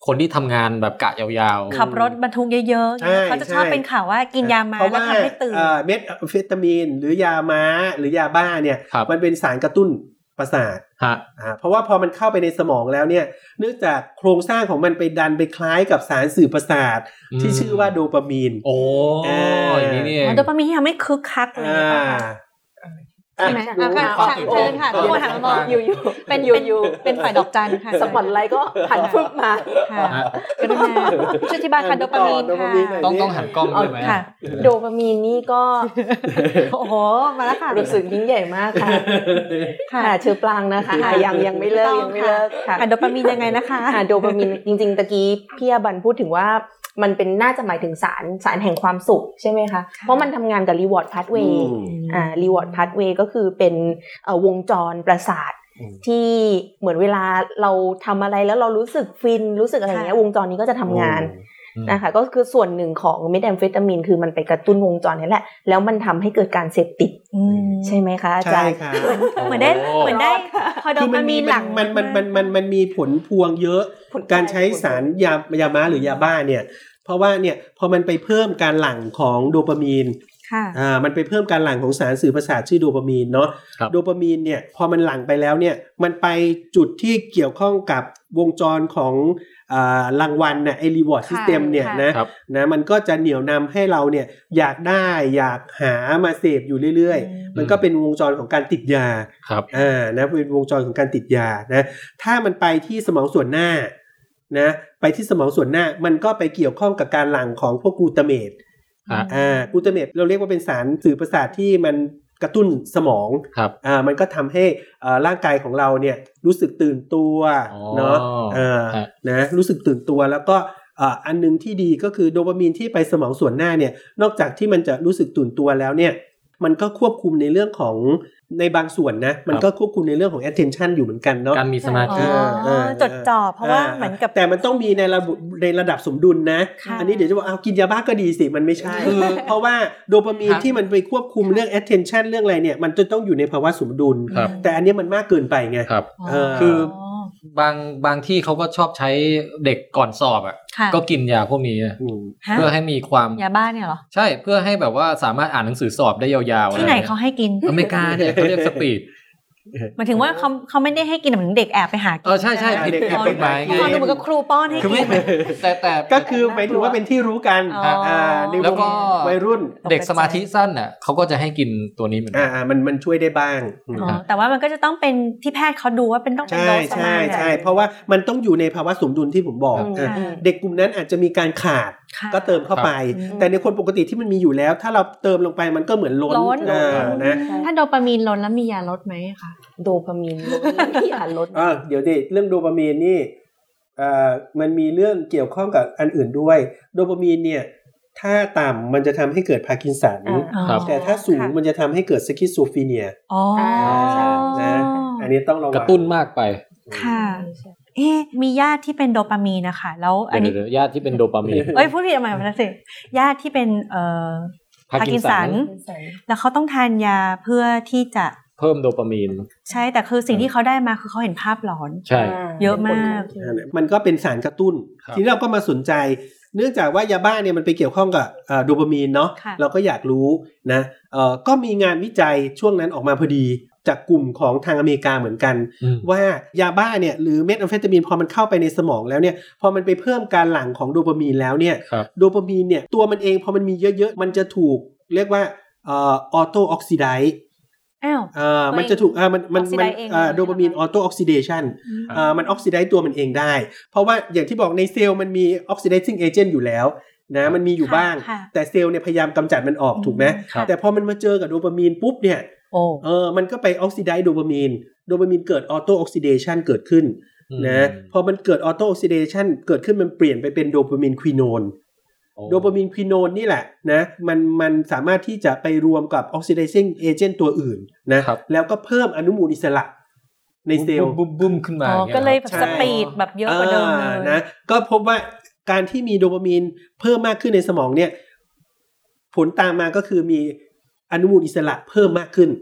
คนที่ทำงานแบบกะยาวๆขับรถบรรทุกเยอะๆเขาจะชอบเป็นข่าวว่ากินยาม้าแล้วทำให้ตื่นเม็ดแอมเฟตามีนหรือยาม้าหรือยาบ้าเนี่ยมันเป็นสารกระตุ้นประสาทเพราะว่าพอมันเข้าไปในสมองแล้วเนี่ยเนื่องจากโครงสร้างของมันไปดันไปคล้ายกับสารสื่อประสาทที่ชื่อว่าโดปามีนโอ้อย่างนี้นี่เองโดปามีนที่ทำให้คึกคักเลยใช่ไหมอ่ะค่ะเชิญค่ะทุกคนหันมามองอยู่อยู่เป็นอยู่เป็นฝ่ายดอกจันค่ะสปอตไลท์ก็หันฟึบมาค่ะกรุณาช่วยอธิบายค่ะโดปามีนค่ะต้องต้องหันกล้องด้วยไหมค่ะโดปามีนนี่ก็โอ้โหมาแล้วค่ะรู้สึกยิ่งใหญ่มากค่ะค่ะเชื้อปรางนะคะยังยังไม่เลิกยังไม่เลิกค่ะโดปามีนยังไงนะคะโดปามีนจริงๆตะกี้พี่อบันพูดถึงว่ามันเป็นน่าจะหมายถึงสารสารแห่งความสุขใช่ไหมคะเพราะมันทำงานกับ reward pathway อ่า reward pathway ก็คือเป็นเอ่อวงจรประสาทที่เหมือนเวลาเราทำอะไรแล้วเรารู้สึกฟินรู้สึกอะไรอย่างเงี้ยวงจรนี้ก็จะทำงานนะคะก็คือส่วนหนึ่งของเมทแอมเฟตามีนคือมันไปกระตุ้นวงจรนี่แหละแล้วมันทำให้เกิดการเสพติดใช่ไหมคะอาจารย์เหมือนได้เหมือนได้พอโดปามีนหลังมันมันมันมันมันมีผลพวงเยอะการใช้สารยายาม้าหรือยาบ้าเนี่ยเพราะว่าเนี่ยพอมันไปเพิ่มการหลั่งของโดปามีนอ่ามันไปเพิ่มการหลั่งของสารสื่อประสาทชื่อโดปามีนเนาะโดปามีนเนี่ยพอมันหลั่งไปแล้วเนี่ยมันไปจุดที่เกี่ยวข้องกับวงจรของอ่ารางวัลน่ะไอ้ reward system เนี่ยนะนะมันก็จะเหนี่ยวนำให้เราเนี่ยอยากได้อยากหามาเสพอยู่เรื่อยๆมันก็เป็นวงจรของการติดยาอ่านะเป็นวงจรของการติดยานะถ้ามันไปที่สมองส่วนหน้านะไปที่สมองส่วนหน้ามันก็ไปเกี่ยวข้องกับการหลั่งของพวกกลูตาเมตอ่ากลูตาเมตเราเรียกว่าเป็นสารสื่อประสาทที่มันกระตุ้นสมองอ่ามันก็ทำให้อ่าร่างกายของเราเนี่ยรู้สึกตื่นตัวเนาะอ่านะรู้สึกตื่นตัวแล้วก็อ่าอันนึงที่ดีก็คือโดปามีนที่ไปสมองส่วนหน้าเนี่ยนอกจากที่มันจะรู้สึกตื่นตัวแล้วเนี่ยมันก็ควบคุมในเรื่องของในบางส่วนนะมันก็ควบคุมในเรื่องของ attention อยู่เหมือนกันเนาะการมีสมาธิจดจ่อเพราะว่าเหมือนกับแต่มันต้องมีในระดับในระดับสมดุลนะอันนี้เดี๋ยวจะบอกเอากินยาบ้าก็ดีสิมันไม่ใช่เพราะว่าโดปามีนที่มันไปควบคุมเรื่อง attention เรื่องอะไรเนี่ยมันจะต้องอยู่ในภาวะสมดุลแต่อันนี้มันมากเกินไปไงคือบางบางที่เขาก็ชอบใช้เด็กก่อนสอบอ่ะก็กินยาพวกนี้เพื่อให้มีความยาบ้าเนี่ยเหรอใช่เพื่อให้แบบว่าสามารถอ่านหนังสือสอบได้ยาวๆที่ไหนเขาให้กินอเมริกาเนี่ยเขาเรียกสปีดหมายถึงว่าเขาเขาไม่ได้ให้กินเหมือนเด็กแอบไปหากินเออใช่ใช่เด็กแอบไปหาไงเหมือนกับครูป้อนให้กินแต่แต่ก็คือหมายถึงว่าเป็นที่รู้กันอ่าแล้วก็วัยรุ่นเด็กสมาธิสั้นน่ะเขาก็จะให้กินตัวนี้เหมือนกันอ่ามันมันช่วยได้บ้างอ๋อแต่ว่ามันก็จะต้องเป็นที่แพทย์เขาดูว่าเป็นต้องเป็นโดสใช่ใช่เพราะว่ามันต้องอยู่ในภาวะสมดุลที่ผมบอกเด็กกลุ่มนั้นอาจจะมีการขาดก็เติมเข้าไปแต่ในคนปกติที่มันมีอยู่แล้วถ้าเราเติมลงไปมันก็เหมือนล้นนะถ้าโดปามีนล้นแล้วมียาลดไหมคะโดปามีนล้นมียาลดอ่าเดี๋ยวดิเรื่องโดปามีนนี่อ่ามันมีเรื่องเกี่ยวข้องกับอันอื่นด้วยโดปามีนเนี่ยถ้าต่ำมันจะทำให้เกิดพาร์กินสันแต่ถ้าสูงมันจะทำให้เกิดสคิสโซฟีเนียอ๋อนะอันนี้ต้องระวังกระตุ้นมากไปค่ะเอ๊ะมีญาติที่เป็นโดปามีนนะคะแล้วอันนี้ญาติที่เป็นโดปามีนเอ้ยพูดผิดมาแล้วสิญาติที่เป็นเอ่อพาร์กินสันแล้วเขาต้องทานยาเพื่อที่จะเพิ่มโดปามีนใช่แต่คือสิ่งที่เขาได้มาคือเขาเห็นภาพหลอนใช่เยอะมากมันก็เป็นสารกระตุ้นทีนี้เราก็มาสนใจเนื่องจากว่ายาบ้าเนี่ยมันไปเกี่ยวข้องกับโดปามีนเนาะเราก็อยากรู้นะเอ่อก็มีงานวิจัยช่วงนั้นออกมาพอดีจากกลุ่มของทางอเมริกาเหมือนกันว่ายาบ้าเนี่ยหรือเม็ดแอมเฟตามีนพอมันเข้าไปในสมองแล้วเนี่ยพอมันไปเพิ่มการหลั่งของโดปามีนแล้วเนี่ยโดปามีนเนี่ยตัวมันเองพอมันมีเยอะๆมันจะถูกเรียกว่าเอ่อออโตออกซิไดซ์อ้าวเอ่อมันจะถูกอ่ามันมันมันอ่าโดปามีนออโตออกซิเดชันอ่ามันออกซิไดซ์ตัวมันเองได้เพราะว่าอย่างที่บอกในเซลล์มันมีออกซิไดซิ่งเอเจนต์อยู่แล้วนะมันมีอยู่บ้างแต่เซลล์เนี่ยพยายามกำจัดมันออกถูกไหมแต่พอมันมาเจอกับโดปามีนปุ๊บเนี่ยเออมันก็ไปออกซิไดซ์โดปามีนโดปามีนเกิดออโตออกซิเดชันเกิดขึ้นนะพอมันเกิดออโตออกซิเดชันเกิดขึ้นมันเปลี่ยนไปเป็นโดปามีนควิโนนโดปามีนควิโนนนี่แหละนะมันมันสามารถที่จะไปรวมกับออกซิไดซิ่งเอเจนต์ตัวอื่นนะแล้วก็เพิ่มอนุมูลอิสระในเซลล์บุ้มๆขึ้นมาอ๋อก็เลยสปีดแบบเยอะกว่าเดิมเลยนะก็พบว่าการที่มีโดปามีนเพิ่มมากขึ้นในสมองเนี่ยผลตามมาก็คือมีอนุมูลอิสระเพิ่มมากขึ้น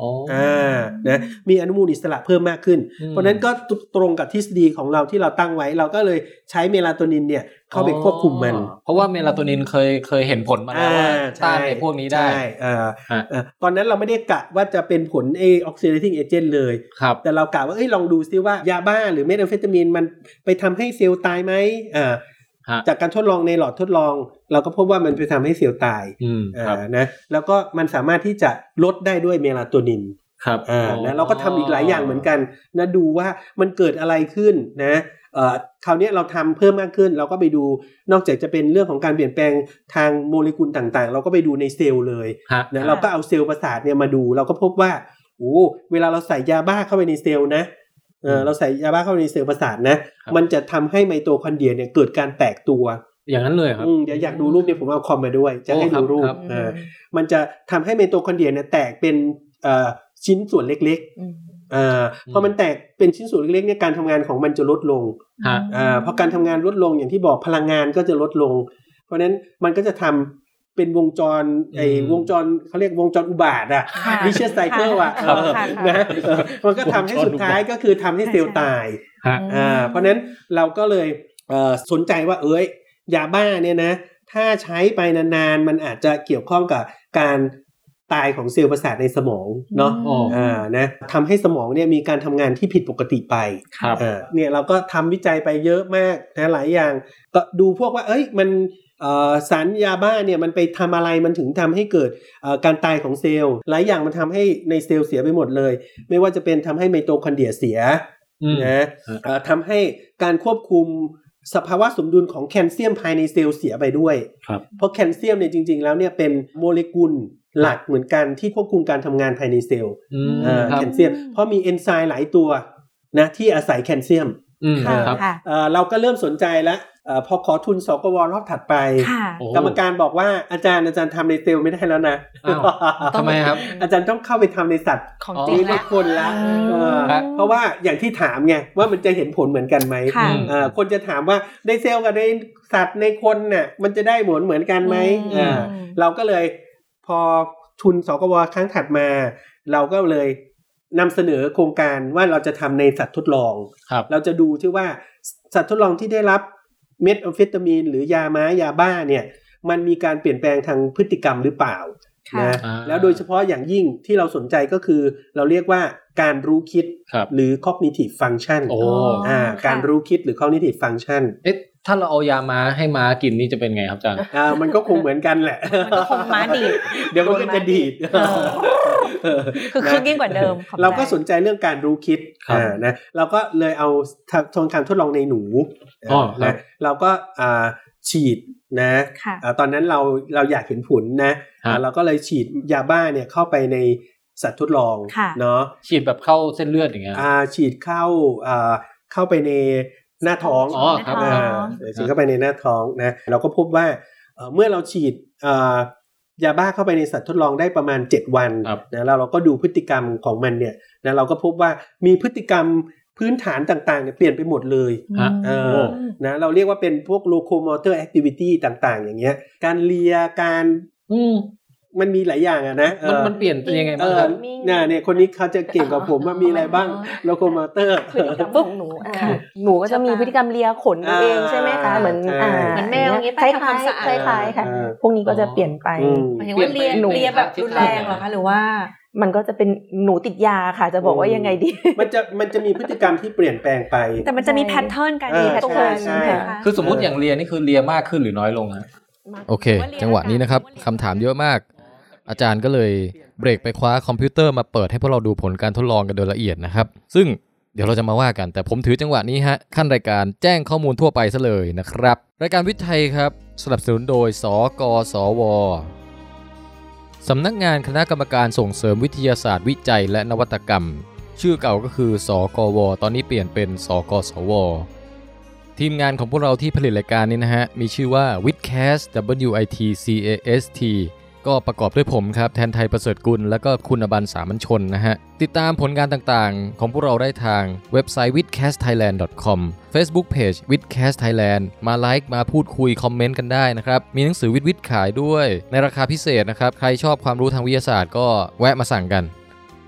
อ่านะมีอนุมูลอิสระเพิ่มมากขึ้นเพราะนั้นก็ตรงกับทฤษฎีของเราที่เราตั้งไว้เราก็เลยใช้เมลาโทนินเนี่ยเข้าไปควบคุมมันเพราะว่าเมลาโทนินเคยเคยเห็นผลมาแล้วว่าต้านไอ้พวกนี้ได้ใช่อ่าตอนนั้นเราไม่ได้กะว่าจะเป็นผลไอ้ออกซิเดทิงเอเจนต์เลยแต่เรากะว่าเอ้ยลองดูซิว่ายาบ้าหรือเมทแอมเฟตามีนมันไปทำให้เซลล์ตายไหมอ่าจากการทดลองในหลอดทดลองเราก็พบว่ามันไปทำให้เซลล์ตายอ่านะแล้วก็มันสามารถที่จะลดได้ด้วยเมลาโทนินครับอ่านะเราก็ทำอีกหลายอย่างเหมือนกันนะดูว่ามันเกิดอะไรขึ้นนะเอ่อคราวนี้เราทำเพิ่มมากขึ้นเราก็ไปดูนอกจากจะเป็นเรื่องของการเปลี่ยนแปลงทางโมเลกุลต่างๆเราก็ไปดูในเซลล์เลยนะเราก็เอาเซลล์ประสาทเนี่ยมาดูเราก็พบว่าโอ้เวลาเราใส่ยาบ้าเข้าไปในเซลล์นะเออเราใส่ยาบ้าเข้าไปในเซลล์ประสาทนะมันจะทำให้ไมโตคอนเดรียเนี่ยเกิดการแตกตัวอย่างนั้นเลยครับอืมเดี๋ยวอยากดูรูปเนี่ยผมเอาคอมมาด้วยจะให้ดูรูปอ่ามันจะทำให้ไมโตคอนเดรียเนี่ยแตกเป็นเอ่อชิ้นส่วนเล็กๆอ่าพอมันแตกเป็นชิ้นส่วนเล็กๆเนี่ยการทำงานของมันจะลดลงอ่าพอการทำงานลดลงอย่างที่บอกพลังงานก็จะลดลงเพราะนั้นมันก็จะทำเป็นวงจรไอ้วงจรเขาเรียกวงจรอุบาทอ่ะ vicious cycle อ่ะนะมันก็ทำให้สุดท้ายก็คือทำให้เซลล์ตายอ่าเพราะนั้นเราก็เลยเอ่อสนใจว่าเอ้ยยาบ้าเนี่ยนะถ้าใช้ไปนานๆมันอาจจะเกี่ยวข้องกับการตายของเซลล์ประสาทในสมองเนาะอ่านะทำให้สมองเนี่ยมีการทำงานที่ผิดปกติไปอ่าเนี่ยเราก็ทำวิจัยไปเยอะมากนะหลายอย่างก็ดูพวกว่าเอ้ยมันเอ่อสารยาบ้าเนี่ยมันไปทำอะไรมันถึงทำให้เกิดเอ่อการตายของเซลล์หลายอย่างมันทำให้ในเซลล์เสียไปหมดเลยไม่ว่าจะเป็นทำให้ไมโตคอนเดรียเสียนะเอ่อทำให้การควบคุมสภาวะสมดุลของแคลเซียมภายในเซลล์เสียไปด้วยเพราะแคลเซียมเนี่ยจริงๆแล้วเนี่ยเป็นโมเลกุลหลักเหมือนกันที่ควบคุมการทำงานภายในเซลล์แคลเซียมเพราะมีเอนไซม์หลายตัวนะที่อาศัยแคลเซียมเราก็เริ่มสนใจแล้วพอขอทุนสกวรอบถัดไปกรรมการบอกว่าอาจารย์อาจารย์ทำในเซลล์ไม่ได้แล้วนะทำไมครับอาจารย์ต้องเข้าไปทำในสัตว์ของจริงในคนละเพราะว่าอย่างที่ถามไงว่ามันจะเห็นผลเหมือนกันไหมคนจะถามว่าในเซลล์กับในสัตว์ในคนน่ะมันจะได้เหมือนเหมือนกันไหมเราก็เลยพอทุนสกวครั้งถัดมาเราก็เลยนำเสนอโครงการว่าเราจะทำในสัตว์ทดลองเราจะดูที่ว่าสัตว์ทดลองที่ได้รับเมทแอมเฟตามีนหรือยาม้ายาบ้าเนี่ยมันมีการเปลี่ยนแปลงทางพฤติกรรมหรือเปล่านะแล้วโดยเฉพาะอย่างยิ่งที่เราสนใจก็คือเราเรียกว่าการรู้คิดหรือ cognitive function อ่าการรู้คิดหรือ cognitive function เอ๊ะถ้าเราเอายาม้าให้ม้ากินนี่จะเป็นไงครับอาจารย์อ่ามันก็คงเหมือนกันแหละมันก็คงม้าดีดเดี๋ยวมันก็จะดีดคือคือยิ่งกว่าเดิมเราก็สนใจเรื่องการรู้คิดอ่านะเราก็เลยเอาทดการทดลองในหนูนะเราก็อ่าฉีดนะตอนนั้นเราเราอยากเห็นผลนะเราก็เลยฉีดยาบ้าเนี่ยเข้าไปในสัตว์ทดลองเนาะฉีดแบบเข้าเส้นเลือดอย่างเงี้ยอ่าฉีดเข้าอ่าเข้าไปในหน้าท้องอ๋อครับอ่าฉีดเข้าไปในหน้าท้องนะเราก็พบว่าเมื่อเราฉีดอ่ายาบ้าเข้าไปในสัตว์ทดลองได้ประมาณเจ็ดวันนะแล้วเราก็ดูพฤติกรรมของมันเนี่ยนะเราก็พบว่ามีพฤติกรรมพื้นฐานต่างๆเนี่ยเปลี่ยนไปหมดเลยเออนะเราเรียกว่าเป็นพวก locomotor activity ต่างๆอย่างเงี้ยการเลียการมันมีหลายอย่างอะนะมันมันเปลี่ยนเป็นยังไงบ้างครับเนี่ยเนี่ยคนนี้เขาจะเก่งกว่าผมว่ามีอะไรบ้าง locomotor พฤติกรรมของหนูหนูก็จะมีพฤติกรรมเลียขนตัวเองใช่ไหมคะเหมือนอ่าเหมือนแมวอย่างเงี้ยคล้ายๆคล้ายๆค่ะพวกนี้ก็จะเปลี่ยนไปหมายถึงว่าเลียเลียแบบรุนแรงเหรอคะหรือว่ามันก็จะเป็นหนูติดยาค่ะจะบอกว่ายังไงดีมันจะมันจะมีพฤติกรรมที่เปลี่ยนแปลงไปแต่มันจะมีแพทเทิร์นการมีแพทเทิร์นคือสมมุติอย่างเลียนี่คือเลียมากขึ้นหรือน้อยลงฮะโอเคจังหวะนี้นะครับคำถามเยอะมากอาจารย์ก็เลยเบรกไปคว้าคอมพิวเตอร์มาเปิดให้พวกเราดูผลการทดลองกันโดยละเอียดนะครับซึ่งเดี๋ยวเราจะมาว่ากันแต่ผมถือจังหวะนี้ฮะขั้นรายการแจ้งข้อมูลทั่วไปซะเลยนะครับรายการวิทย์ไทยครับสนับสนุนโดยสกสวสำนักงานคณะกรรมการส่งเสริมวิทยาศาสตร์วิจัยและนวัตกรรมชื่อเก่าก็คือสกวตอนนี้เปลี่ยนเป็นสกสวทีมงานของพวกเราที่ผลิตรายการนี้นะฮะมีชื่อว่า Witcast W I T C A S T ก็ประกอบด้วยผมครับแทนไทยประเสริฐกุลและก็คุณอบันสามัญชนนะฮะติดตามผลงานต่างๆของพวกเราได้ทางเว็บไซต์ วิทแคสต์ไทยแลนด์ ดอท คอม Facebook Page วิทแคสต์ไทยแลนด์มาไลค์มาพูดคุยคอมเมนต์กันได้นะครับมีหนังสือวิทย์วิทย์ขายด้วยในราคาพิเศษนะครับใครชอบความรู้ทางวิทยาศาสตร์ก็แวะมาสั่งกันโ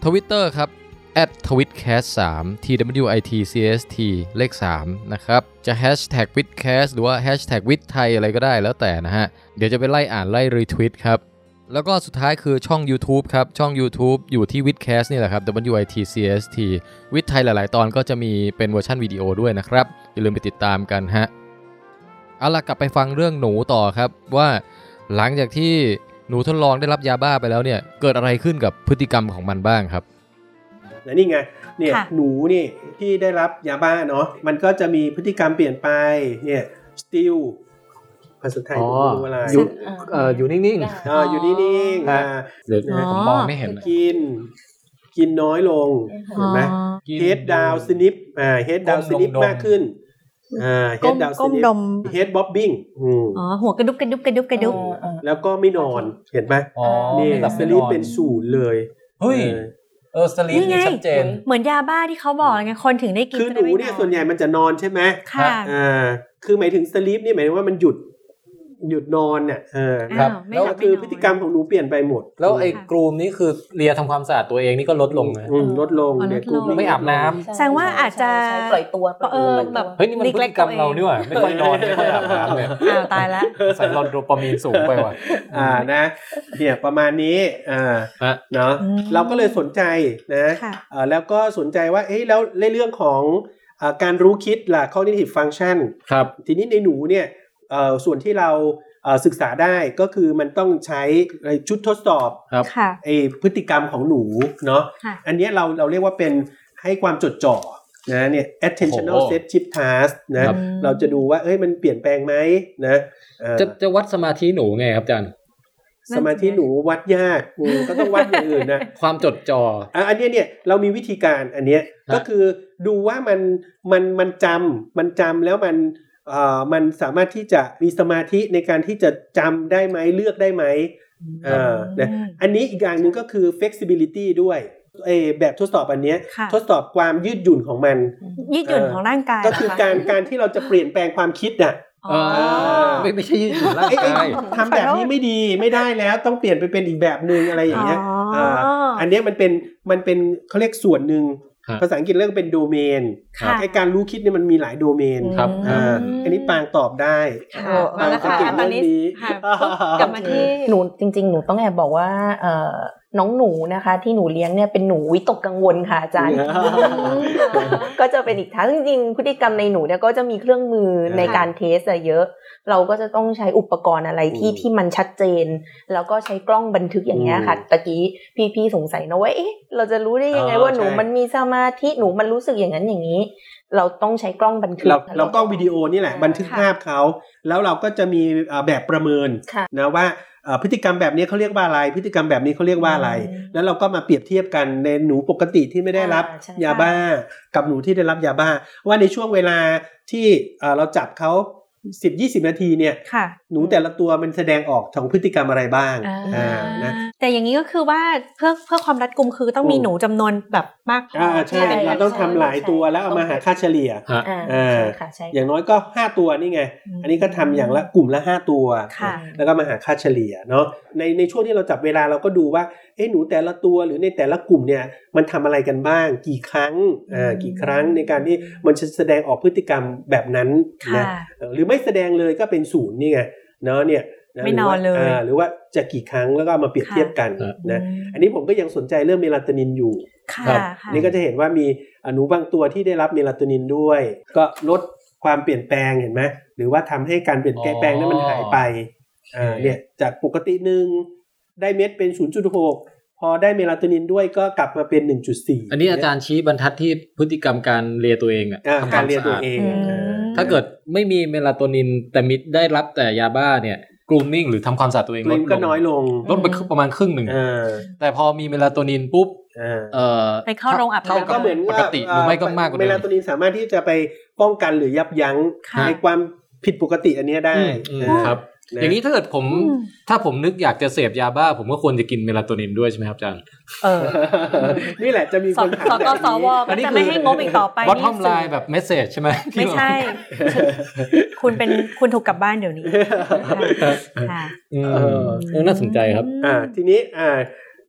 Twitter ครับ แอท ทวิตแคสต์ ทรี ที ดับเบิลยู ไอ ที ซี เอส ที เลขสามนะครับจะ Hashtag วิดแคสต์ หรือว่า Hashtag วิดไทยอะไรก็ได้แล้วแต่นะฮะเดี๋ยวจะไปไล่อ่านไล่รีทวีตครับแล้วก็สุดท้ายคือช่อง YouTube ครับช่อง YouTube อยู่ที่ Vidcast นี่แหละครับ ดับเบิลยู ไอ ที ซี เอส ที วิดไทยหลายๆตอนก็จะมีเป็นเวอร์ชันวิดีโอด้วยนะครับอย่าลืมไปติดตามกันฮะเอาล่ะกลับไปฟังเรื่องหนูต่อครับว่าหลังจากที่หนูทดลองได้รับยาบ้าไปแล้วเนี่ยเกิดอะไรขึ้นกับพฤติกรรมของมันบ้างครับและนี่ไงเนี่ยหนูนี่ที่ได้รับยาบ้าเนาะมันก็จะมีพฤติกรรมเปลี่ยนไปเนี่ย still ภาษาไทยดูอะไรอยู่เอ่ออยู่นิ่งๆอ่าอยู่นิ่งๆอ่าเดี๋ยวผมมองไม่เห็นกินกินน้อยลงเห็นมั้ย head down snip อ่า head down snip มากขึ้นอ่า head down snip head bobbing อืมอ๋อหัวกระดุบกระดุบกระดุบกระดุบแล้วก็ไม่นอนเห็นมั้ยนี่สลีปเป็นศูนย์เลยเฮ้ยเออสลีปนี่ชัดเจนเหมือนยาบ้าที่เขาบอกไงคนถึงได้กินคือหนูเนี่ยส่วนใหญ่มันจะนอนใช่ไหมค่ะอ่าคือหมายถึงสลีปนี่หมายถึงว่ามันหยุดหยุดนอนเนี่ยเออครับแล้วคือพฤติกรรมของหนูเปลี่ยนไปหมดแล้วไอ้กรูมนี่คือเลียทำความสะอาดตัวเองนี่ก็ลดลงนะลดลงเนี่ยกรูมไม่อาบน้ำแสดงว่าอาจจะปล่อยตัวเออแบบเฮ้ยนี่มันพฤติกรรมเรานี่หว่าไม่ค่อยนอนไม่ค่อยอาบน้ำเนี่ยอ้าวตายแล้วใส่ลอนโดปามีนสูงไปว่ะอ่านะเนี่ยประมาณนี้อ่าเนาะเราก็เลยสนใจนะอ่าแล้วก็สนใจว่าเอ๊ะแล้วในเรื่องของอ่าการรู้คิดล่ะ cognitive function ครับทีนี้ในหนูเนี่ยเอ่อส่วนที่เราศึกษาได้ก็คือมันต้องใช้ชุดทดสอบไอ้พฤติกรรมของหนูเนาะอันนี้เราเราเรียกว่าเป็นให้ความจดจ่อนะเนี่ย attentional set shift task นะเราจะดูว่าเอ้ยมันเปลี่ยนแปลงไหมนะจะจะวัดสมาธิหนูไงครับอาจารย์สมาธิหนูวัดยากก็ต้องวัดอย่างอื่นนะความจดจ่ออันนี้เนี่ยเรามีวิธีการอันเนี้ยก็คือดูว่ามันมันมันจำมันจำแล้วมันอ่ามันสามารถที่จะมีสมาธิในการที่จะจำได้ไหมเลือกได้ไหมอ่านะอันนี้อีกอย่างนึงก็คือ flexibility ด้วยไอ้แบบทดสอบอันนี้ทดสอบความยืดหยุ่นของมันยืดหยุ่นของร่างกายก็คือการการที่เราจะเปลี่ยนแปลงความคิดอ่ะไม่ไม่ใช่ยืดหยุ่นร่างกายทำแบบนี้ไม่ดีไม่ได้แล้วต้องเปลี่ยนไปเป็นอีกแบบนึงอะไรอย่างเงี้ยอันนี้มันเป็นมันเป็นเขาเรียกส่วนนึงภาษาอังกฤษเรื่องเป็นโดเมนไอ้การรู้คิดเนี่ยมันมีหลายโดเมนครับอ่าอันนี้ปางตอบได้ปางก็เก่งเรื่องนี้กลับมาที่หนูจริงๆหนูต้องแอบบอกว่าเอ่อน้องหนูนะคะที่หนูเลี้ยงเนี่ยเป็นหนูวิตกกังวลค่ะอาจารย์ก็จะเป็นอีกทางจริงๆพฤติกรรมในหนูเนี่ยก็จะมีเครื่องมือในการเทสเยอะเราก็จะต้องใช้อุปกรณ์อะไรที่ที่มันชัดเจนแล้วก็ใช้กล้องบันทึกอย่างเงี้ยค่ะตะกี้พี่ๆสงสัยนะว่าเอ๊ะเราจะรู้ได้ยังไงว่าหนูมันมีสมาธิหนูมันรู้สึกอย่างนั้นอย่างนี้เราต้องใช้กล้องบันทึกเราเรากล้องวิดีโอนี่แหละบันทึกภาพเขาแล้วเราก็จะมีแบบประเมินนะว่าพฤติกรรมแบบนี้เขาเรียกว่าอะไรพฤติกรรมแบบนี้เขาเรียกว่าอะไรแล้วเราก็มาเปรียบเทียบกันในหนูปกติที่ไม่ได้รับยาบ้ากับหนูที่ได้รับยาบ้าว่าในช่วงเวลาที่เราจับเขาสิบ ยี่สิบนาทีเนี่ยหนูแต่ละตัวมันแสดงออกถึงพฤติกรรมอะไรบ้างอ่านะแต่อย่างนี้ก็คือว่าเพื่อเพื่อความรัดกุมคือต้องมีหนูจำนวนแบบมากพออ่าใช่เราต้องทำหลายตัวแล้วเอามาหาค่าเฉลี่ยอ่าอย่างน้อยก็ห้าตัวนี่ไงอันนี้ก็ทำอย่างละกลุ่มละห้าตัวแล้วก็มาหาค่าเฉลี่ยเนาะในในช่วงที่เราจับเวลาเราก็ดูว่าเอ๊ะหนูแต่ละตัวหรือในแต่ละกลุ่มเนี่ยมันทำอะไรกันบ้างกี่ครั้งอ่ากี่ครั้งในการที่มันจะแสดงออกพฤติกรรมแบบนั้นนะหรือไม่แสดงเลยก็เป็นศูนย์นี่ไงเนาะเนี่ยไม่นอนเลยหรือว่าจะกี่ครั้งแล้วก็มาเปรียบเทียบกันนะอันนี้ผมก็ยังสนใจเรื่องเมลาโทนินอยู่ครับนี่ก็จะเห็นว่ามีอนุบางตัวที่ได้รับเมลาโทนินด้วยก็ลดความเปลี่ยนแปลงเห็นไหมหรือว่าทำให้การเปลี่ยนแปลงนั้นมันหายไปอ่าเนี่ยจากปกติหนึ่งได้เม็ดเป็น ศูนย์จุดหก พอได้เมลาโทนินด้วยก็กลับมาเป็น หนึ่งจุดสี่อันนี้อาจารย์ชี้บรรทัดที่พฤติกรรมการเลียตัวเองอ่ะการเลียตัวเองถ้าเกิดไม่มีเมลาโทนินแต่มิดได้รับแต่ยาบ้าเนี่ยกรูมมิ่งหรือทำความสะอาดตัวเองลดก็น้อยลงลดไปประมาณครึ่งหนึ่งแต่พอมีเมลาโทนินปุ๊บเอ่อไปเข้าโรงอาบน้ำก็เหมือนปกติหรือไม่ก็มากกว่าเดิมเมลาโทนินสามารถที่จะไปป้องกันหรือยับยั้งในความผิดปกติอันนี้ได้ครับอย่างนี้ถ้าเกิดผมถ้าผมนึกอยากจะเสพยาบ้าผมก็ควรจะกินเมลาโทนินด้วยใช่ไหมครับอาจารย์เออนี่แหละจะมีคนถามสกสวก็จะไม่ให้งบอีกต่อไปบอททอมไลน์แบบเมสเสจใช่ไหมไม่ใช่คุณเป็นคุณถูกกลับบ้านเดี๋ยวนี้ค่ะเออน่าสนใจครับอ่าทีนี้อ่า